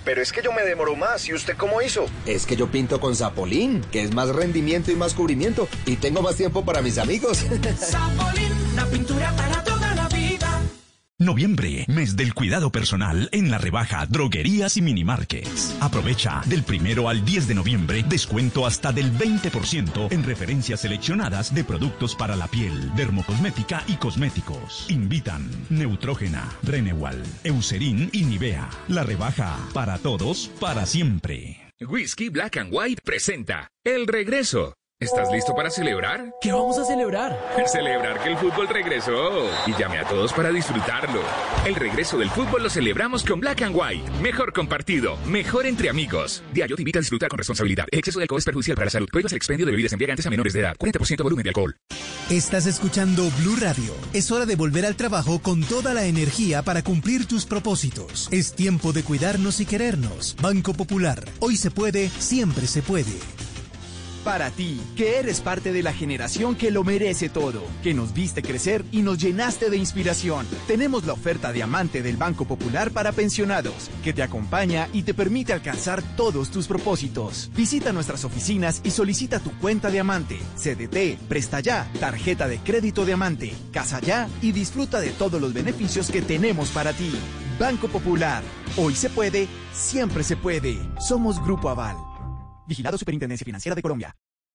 Pero es que yo me demoro más. ¿Y usted cómo hizo? Es que yo pinto con Zapolín, que es más rendimiento y más cubrimiento. Y tengo más tiempo para mis amigos. Zapolín, la pintura para toda la vida. Noviembre, mes del cuidado personal en la rebaja Droguerías y Minimarkets. Aprovecha del 1 al 10 de noviembre descuento hasta del 20% en referencias seleccionadas de productos para la piel, dermocosmética y cosméticos. Invitan Neutrógena, Renewal, Eucerin y Nivea. La rebaja para todos, para siempre. Whisky Black and White presenta El Regreso. ¿Estás listo para celebrar? ¿Qué vamos a celebrar? Celebrar que el fútbol regresó. Y llame a todos para disfrutarlo. El regreso del fútbol lo celebramos con Black and White. Mejor compartido, mejor entre amigos. Diageo te invita a disfrutar con responsabilidad. El exceso de alcohol es perjudicial para la salud. Prohíbas el expendio de bebidas embriagantes a menores de edad. 40% volumen de alcohol. Estás escuchando Blue Radio. Es hora de volver al trabajo con toda la energía para cumplir tus propósitos. Es tiempo de cuidarnos y querernos. Banco Popular. Hoy se puede, siempre se puede. Para ti, que eres parte de la generación que lo merece todo, que nos viste crecer y nos llenaste de inspiración, tenemos la oferta Diamante del Banco Popular para pensionados, que te acompaña y te permite alcanzar todos tus propósitos. Visita nuestras oficinas y solicita tu cuenta Diamante, CDT, Presta Ya, tarjeta de crédito Diamante, Casa Ya y disfruta de todos los beneficios que tenemos para ti. Banco Popular, hoy se puede, siempre se puede. Somos Grupo Aval. Vigilado Superintendencia Financiera de Colombia.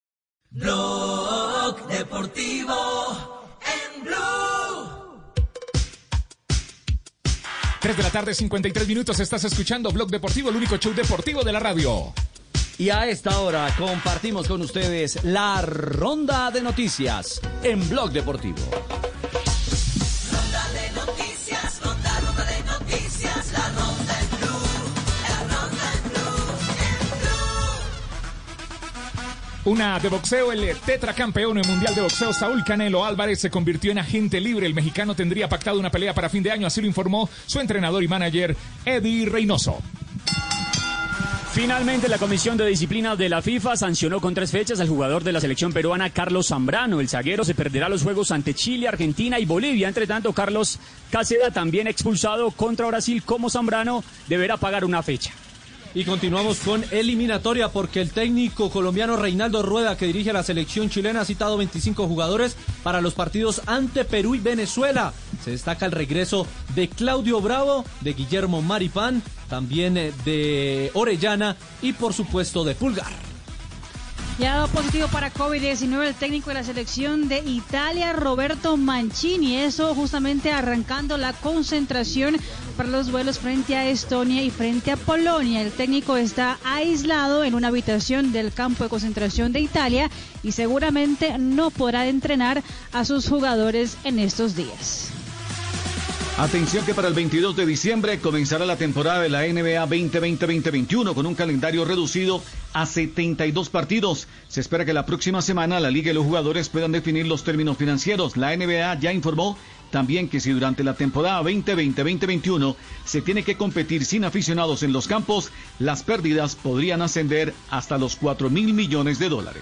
Blog Deportivo en Blue. 3 de la tarde, 53 minutos. Estás escuchando Blog Deportivo, el único show deportivo de la radio. Y a esta hora compartimos con ustedes la ronda de noticias en Blog Deportivo. Ronda de noticias, ronda de noticias, la ronda en Blue, la ronda en Blue, en Blue. Una de boxeo, el tetracampeón mundial de boxeo Saúl Canelo Álvarez se convirtió en agente libre. El mexicano tendría pactado una pelea para fin de año, así lo informó su entrenador y manager Eddie Reynoso. Finalmente, la Comisión de Disciplina de la FIFA sancionó con 3 fechas al jugador de la selección peruana Carlos Zambrano. El zaguero se perderá los juegos ante Chile, Argentina y Bolivia. Entre tanto, Carlos Cáceda, también expulsado contra Brasil como Zambrano, deberá pagar una fecha. Y continuamos con eliminatoria porque el técnico colombiano Reinaldo Rueda, que dirige a la selección chilena, ha citado 25 jugadores para los partidos ante Perú y Venezuela. Se destaca el regreso de Claudio Bravo, de Guillermo Maripán, también de Orellana y por supuesto de Pulgar. Ya ha dado positivo para COVID-19 el técnico de la selección de Italia, Roberto Mancini. Eso justamente arrancando la concentración para los vuelos frente a Estonia y frente a Polonia. El técnico está aislado en una habitación del campo de concentración de Italia y seguramente no podrá entrenar a sus jugadores en estos días. Atención que para el 22 de diciembre comenzará la temporada de la NBA 2020-2021 con un calendario reducido a 72 partidos. Se espera que la próxima semana la liga y los jugadores puedan definir los términos financieros. La NBA ya informó también que si durante la temporada 2020-2021 se tiene que competir sin aficionados en los campos, las pérdidas podrían ascender hasta los $4.000 millones.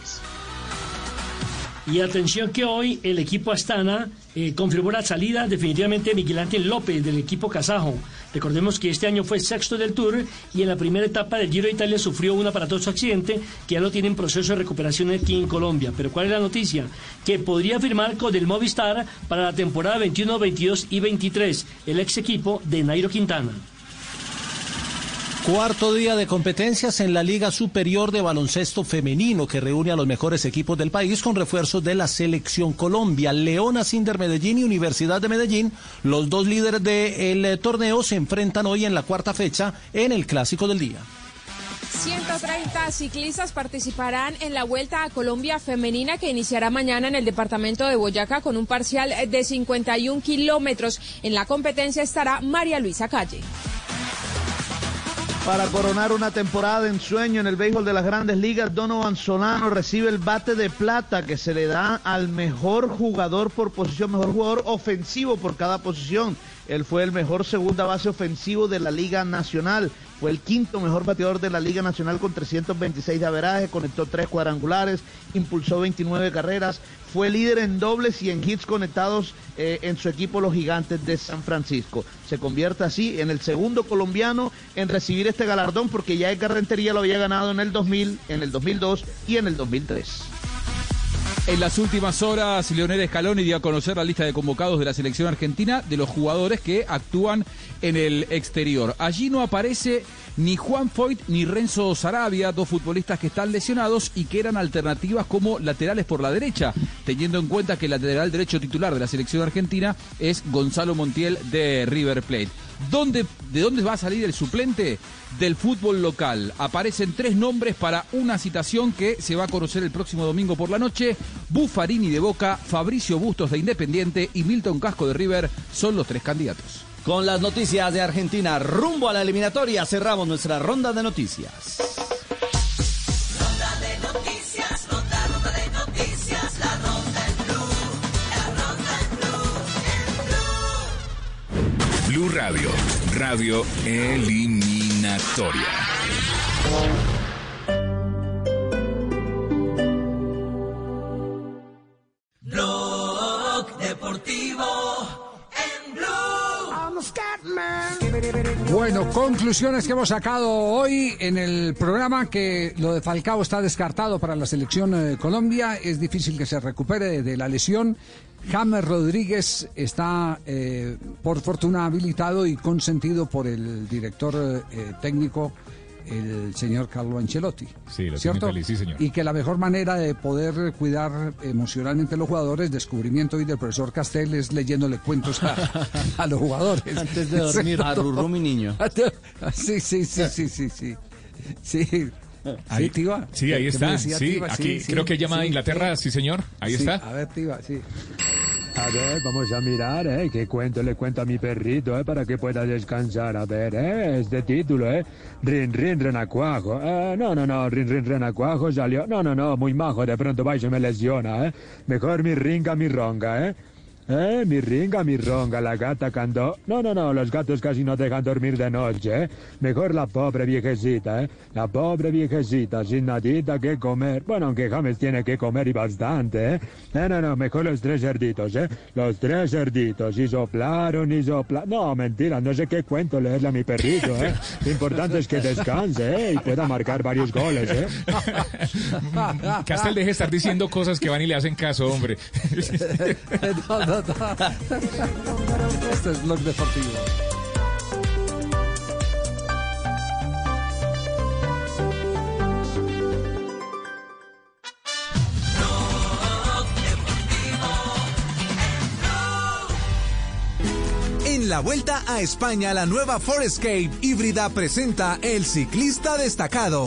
Y atención que hoy el equipo Astana confirmó la salida definitivamente de Miguel Ángel López del equipo kazajo. Recordemos que este año fue sexto del Tour y en la primera etapa del Giro de Italia sufrió un aparatoso accidente que ya lo tiene en proceso de recuperación aquí en Colombia. Pero ¿cuál es la noticia? Que podría firmar con el Movistar para la temporada 21, 22 y 23, el ex equipo de Nairo Quintana. Cuarto día de competencias en la Liga Superior de Baloncesto Femenino, que reúne a los mejores equipos del país con refuerzos de la Selección Colombia. Leonas, Inder Medellín y Universidad de Medellín, los dos líderes del torneo, se enfrentan hoy en la cuarta fecha en el Clásico del Día. 130 ciclistas participarán en la Vuelta a Colombia Femenina que iniciará mañana en el departamento de Boyacá con un parcial de 51 kilómetros. En la competencia estará María Luisa Calle. Para coronar una temporada de ensueño en el béisbol de las Grandes Ligas, Donovan Solano recibe el bate de plata que se le da al mejor jugador por posición, mejor jugador ofensivo por cada posición. Él fue el mejor segunda base ofensivo de la Liga Nacional. Fue el quinto mejor bateador de la Liga Nacional con 326 de averaje, conectó 3 cuadrangulares, impulsó 29 carreras, fue líder en dobles y en hits conectados en su equipo los Gigantes de San Francisco. Se convierte así en el segundo colombiano en recibir este galardón, porque ya Edgar Rentería lo había ganado en el 2000, en el 2002 y en el 2003. En las últimas horas, Leonel Scaloni dio a conocer la lista de convocados de la selección argentina de los jugadores que actúan en el exterior. Allí no aparece ni Juan Foyt ni Renzo Sarabia, dos futbolistas que están lesionados y que eran alternativas como laterales por la derecha, teniendo en cuenta que el lateral derecho titular de la selección argentina es Gonzalo Montiel de River Plate. ¿De dónde va a salir el suplente? Del fútbol local. Aparecen 3 nombres para una citación que se va a conocer el próximo domingo por la noche. Buffarini de Boca, Fabricio Bustos de Independiente y Milton Casco de River son los 3 candidatos. Con las noticias de Argentina rumbo a la eliminatoria, cerramos nuestra ronda de noticias. Ronda de noticias, ronda de noticias, la ronda en Blue, la ronda en Blue, Blue Radio, radio eliminatoria. Blog Deportivo en Blue. Bueno, conclusiones que hemos sacado hoy en el programa: que lo de Falcao está descartado para la selección Colombia, es difícil que se recupere de la lesión. James Rodríguez está por fortuna habilitado y consentido por el director técnico, el señor Carlo Ancelotti. Sí, lo ¿cierto? tiene feliz, sí, señor. Y que la mejor manera de poder cuidar emocionalmente a los jugadores, descubrimiento hoy del profesor Castel, es leyéndole cuentos a los jugadores. Antes de dormir, a Rurú, mi niño. Sí. Sí. Ahí, Tiba. Sí, ahí está. Sí, Tiba? aquí creo que llama a Inglaterra, sí, señor. Ahí está. A ver, Tiba, sí. A ver, vamos a mirar, ¿qué cuento le cuento a mi perrito, para que pueda descansar? A ver, este título, Rin, rin, renacuajo. No, rin, rin, renacuajo salió. No, muy majo, de pronto va y se me lesiona, Mejor mi ringa, mi ronga, mi ringa, mi ronga, la gata cantó. No, los gatos casi no dejan dormir de noche, Mejor la pobre viejecita, La pobre viejecita, sin nadita que comer. Bueno, aunque James tiene que comer y bastante, No, mejor los 3 cerditos, Los 3 cerditos, y soplaron. No, mentira, no sé qué cuento leerle a mi perrito, Lo importante es que descanse, y pueda marcar varios goles, Castel, deje de estar diciendo cosas que van y le hacen caso, hombre. No. Este es Blog Deportivo. En la Vuelta a España, la nueva Forescape híbrida presenta el ciclista destacado.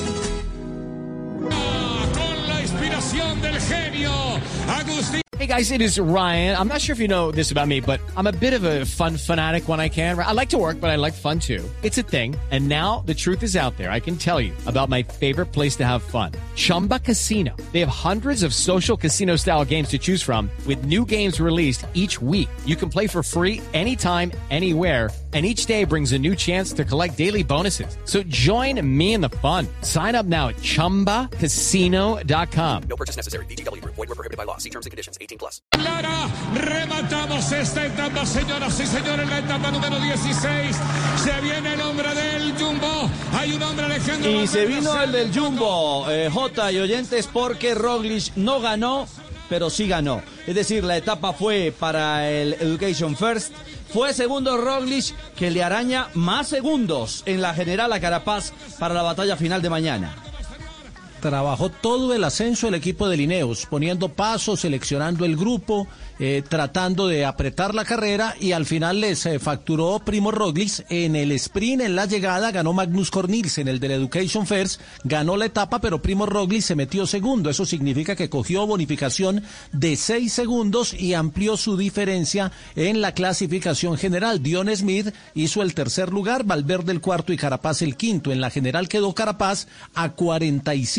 Con la inspiración del genio Agustín. Hey guys, it is Ryan. I'm not sure if you know this about me, but I'm a bit of a fun fanatic when I can. I like to work, but I like fun too. It's a thing. And now the truth is out there. I can tell you about my favorite place to have fun. Chumba Casino. They have hundreds of social casino style games to choose from with new games released each week. You can play for free anytime, anywhere. And each day brings a new chance to collect daily bonuses. So join me in the fun. Sign up now at ChumbaCasino.com. No purchase necessary. VGW Group. Void where prohibited by law. See terms and conditions. 18+. Lara, rematamos esta etapa, señoras y señores, la etapa número 16. Se viene el hombre del Jumbo. Hay un hombre, Alejandro. Y se vino el del Jumbo, J y oyentes, porque Roglic no ganó, pero sí ganó. Es decir, la etapa fue para el Education First. Fue segundo Roglic, que le araña más segundos en la general a Carapaz para la batalla final de mañana. Trabajó todo el ascenso el equipo de Ineos, poniendo pasos, seleccionando el grupo, tratando de apretar la carrera, y al final les facturó Primo Roglic. En el sprint, en la llegada, ganó Magnus Cort Nielsen, el del Education First, ganó la etapa, pero Primo Roglic se metió segundo. Eso significa que cogió bonificación de 6 segundos y amplió su diferencia en la clasificación general. Dion Smith hizo el tercer lugar, Valverde el cuarto y Carapaz el quinto. En la general quedó Carapaz a 45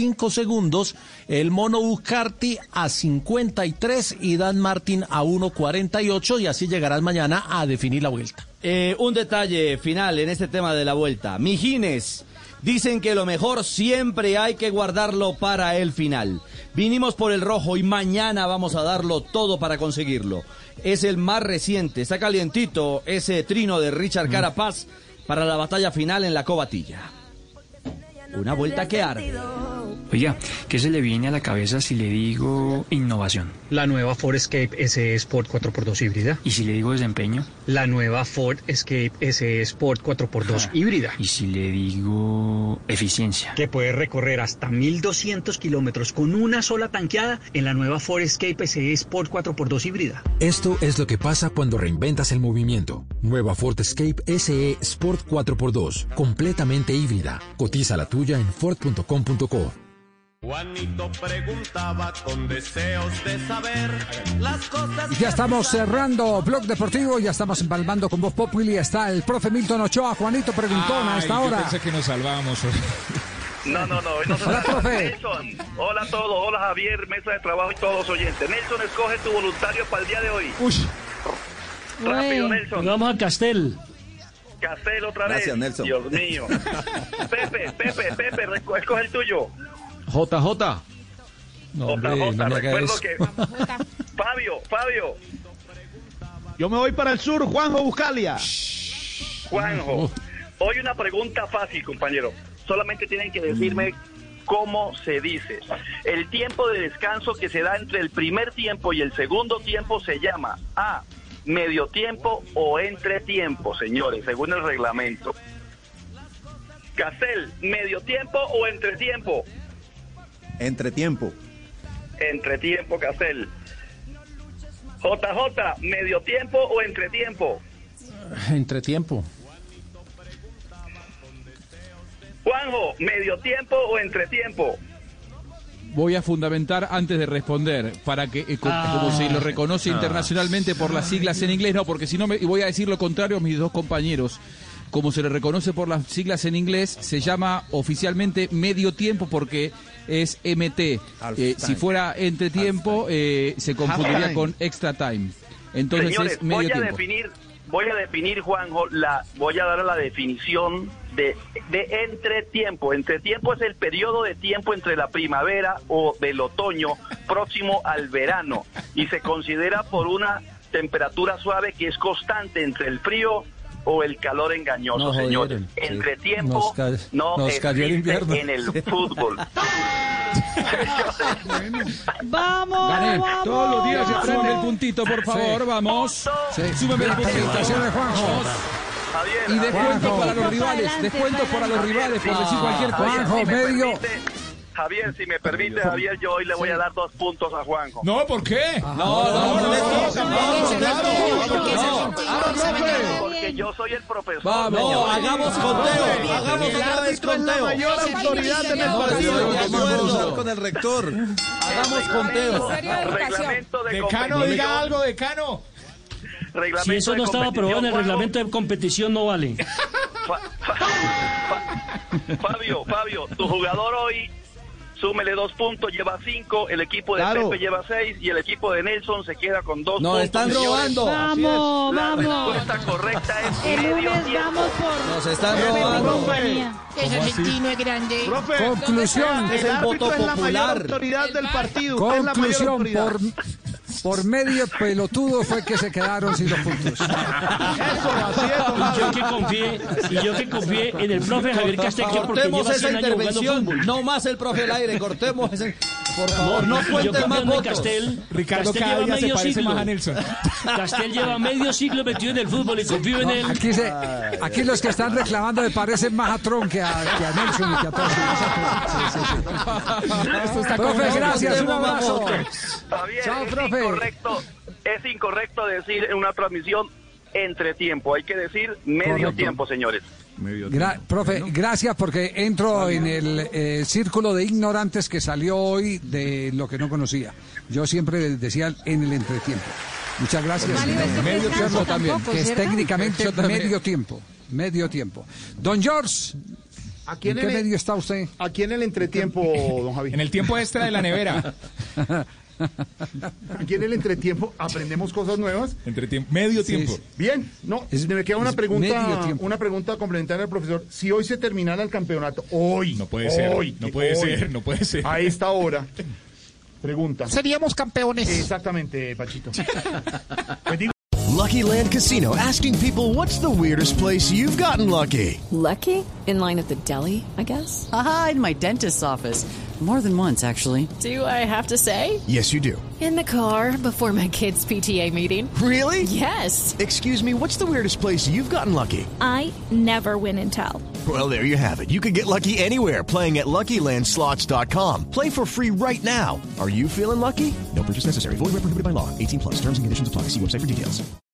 5 segundos, el Mono Buscarti a 53 y Dan Martin a 1.48, y así llegarán mañana a definir la vuelta. Un detalle final en este tema de la vuelta. Mijines, dicen que lo mejor siempre hay que guardarlo para el final. Vinimos por el rojo y mañana vamos a darlo todo para conseguirlo. Es el más reciente, está calientito ese trino de Richard Carapaz para la batalla final en la Cobatilla. Una vuelta que arde. Oiga, ¿qué se le viene a la cabeza si le digo innovación? La nueva Ford Escape SE Sport 4x2 híbrida. ¿Y si le digo desempeño? La nueva Ford Escape SE Sport 4x2 híbrida. ¿Y si le digo eficiencia? Que puede recorrer hasta 1.200 kilómetros con una sola tanqueada en la nueva Ford Escape SE Sport 4x2 híbrida. Esto es lo que pasa cuando reinventas el movimiento. Nueva Ford Escape SE Sport 4x2, completamente híbrida. Cotiza la tuya en Ford.com.co. Juanito preguntaba con deseos de saber las cosas. Ya estamos cerrando Blog Deportivo, ya estamos empalmando con Voz Populi. Está el profe Milton Ochoa. Juanito Preguntón a esta hora. Yo pensé que nos salvábamos. No, hoy no se Hola, profe. Nelson, hola a todos, hola Javier, mesa de trabajo y todos los oyentes. Nelson, escoge tu voluntario para el día de hoy. Rápido, Nelson. Vamos a Castel. Castel otra vez. Gracias, Nelson. Dios mío. Pepe, escoge el tuyo. JJ. No, hombre, no me recuerdo que... Fabio. Yo me voy para el sur, Juanjo Buscalia. Juanjo, hoy una pregunta fácil, compañero. Solamente tienen que decirme cómo se dice. El tiempo de descanso que se da entre el primer tiempo y el segundo tiempo se llama A, medio tiempo o entretiempo, señores, según el reglamento. Castel, ¿medio tiempo o entretiempo? Entretiempo. Entretiempo, Castel. JJ, ¿medio tiempo o entretiempo? Entretiempo. Juanjo, ¿medio tiempo o entretiempo? Voy a fundamentar antes de responder, para que como se lo reconoce internacionalmente por las siglas en inglés, no, porque si no y voy a decir lo contrario a mis dos compañeros. Como se le reconoce por las siglas en inglés, se llama oficialmente medio tiempo porque es MT. Si fuera entretiempo, se confundiría con extra time. Entonces señores, es medio tiempo. Voy a definir, Juanjo, voy a dar la definición de entretiempo. Entretiempo es el periodo de tiempo entre la primavera o del otoño próximo al verano y se considera por una temperatura suave que es constante entre el frío o el calor engañoso, señores. Entretiempo no existe en el fútbol. Vamos, Gané. vamos. Todos los días se prende el puntito, por favor, vamos. Súbeme el puntito. De Juanjo. Y descuentos para los rivales, descuentos para los rivales por decir cualquier cosa. Juanjo, medio. Javier, si me permite, Javier, yo hoy le voy a dar 2 puntos a Juanjo. No, ¿por qué? Porque yo soy el profesor. Vamos, hagamos conteo. Hagamos otra vez conteo. La mayor autoridad en el partido. Con el rector. Hagamos conteo. Reglamento de Decano, diga algo, decano. Si eso no estaba aprobado en el reglamento de competición, no vale. Fabio, tu jugador hoy, súmele 2 puntos, lleva 5, el equipo de Pepe lleva 6 y el equipo de Nelson se queda con 2 puntos. Nos están robando. Vamos. La respuesta correcta es El medio lunes tiempo. vamos por... Nos están robando. Ese argentino es grande. Profe, Conclusión. Es el voto es la mayor popular. autoridad del partido. Usted es la mayor Conclusión, autoridad. por medio pelotudo fue que se quedaron sin los puntos. Y yo que confié en el profe Javier Castel, que porque Cortemos lleva esa 100 años jugando intervención. fútbol. No más el profe al aire. Cortemos ese. Por favor, no yo cuenten más confío en votos. Castel. Ricardo Castel cada lleva día se medio parece siglo. más a Nelson. Castel lleva medio siglo metido en el fútbol y confío en él. Aquí los que están reclamando me parecen más a Tron que a Nelson y que a todos. Profe, gracias, un abrazo. Javier, Chao, profe. Es incorrecto decir en una transmisión entretiempo. Hay que decir medio Correcto. tiempo, señores. Profe, gracias porque entro en el círculo de ignorantes que salió hoy de lo que no conocía. Yo siempre decía en el entretiempo. Muchas gracias. Medio tiempo también. Que es técnicamente medio tiempo. Don George. ¿En qué medio está usted? Aquí en el entretiempo, don Javi. En el tiempo extra de la nevera. Aquí en el entretiempo aprendemos cosas nuevas. Medio tiempo. Sí. Bien, no, me queda una pregunta complementaria al profesor. Si hoy se terminara el campeonato, no puede ser. A esta hora, pregunta. Seríamos campeones. Exactamente, Pachito. Pues digo, Lucky Land Casino, asking people, what's the weirdest place you've gotten lucky? Lucky? In line at the deli, I guess? Aha, in my dentist's office. More than once, actually. Do I have to say? Yes, you do. In the car before my kids' PTA meeting. Really? Yes. Excuse me, what's the weirdest place you've gotten lucky? I never win and tell. Well, there you have it. You can get lucky anywhere, playing at LuckyLandSlots.com. Play for free right now. Are you feeling lucky? No purchase necessary. Void where prohibited by law. 18+. Terms and conditions apply. See website for details.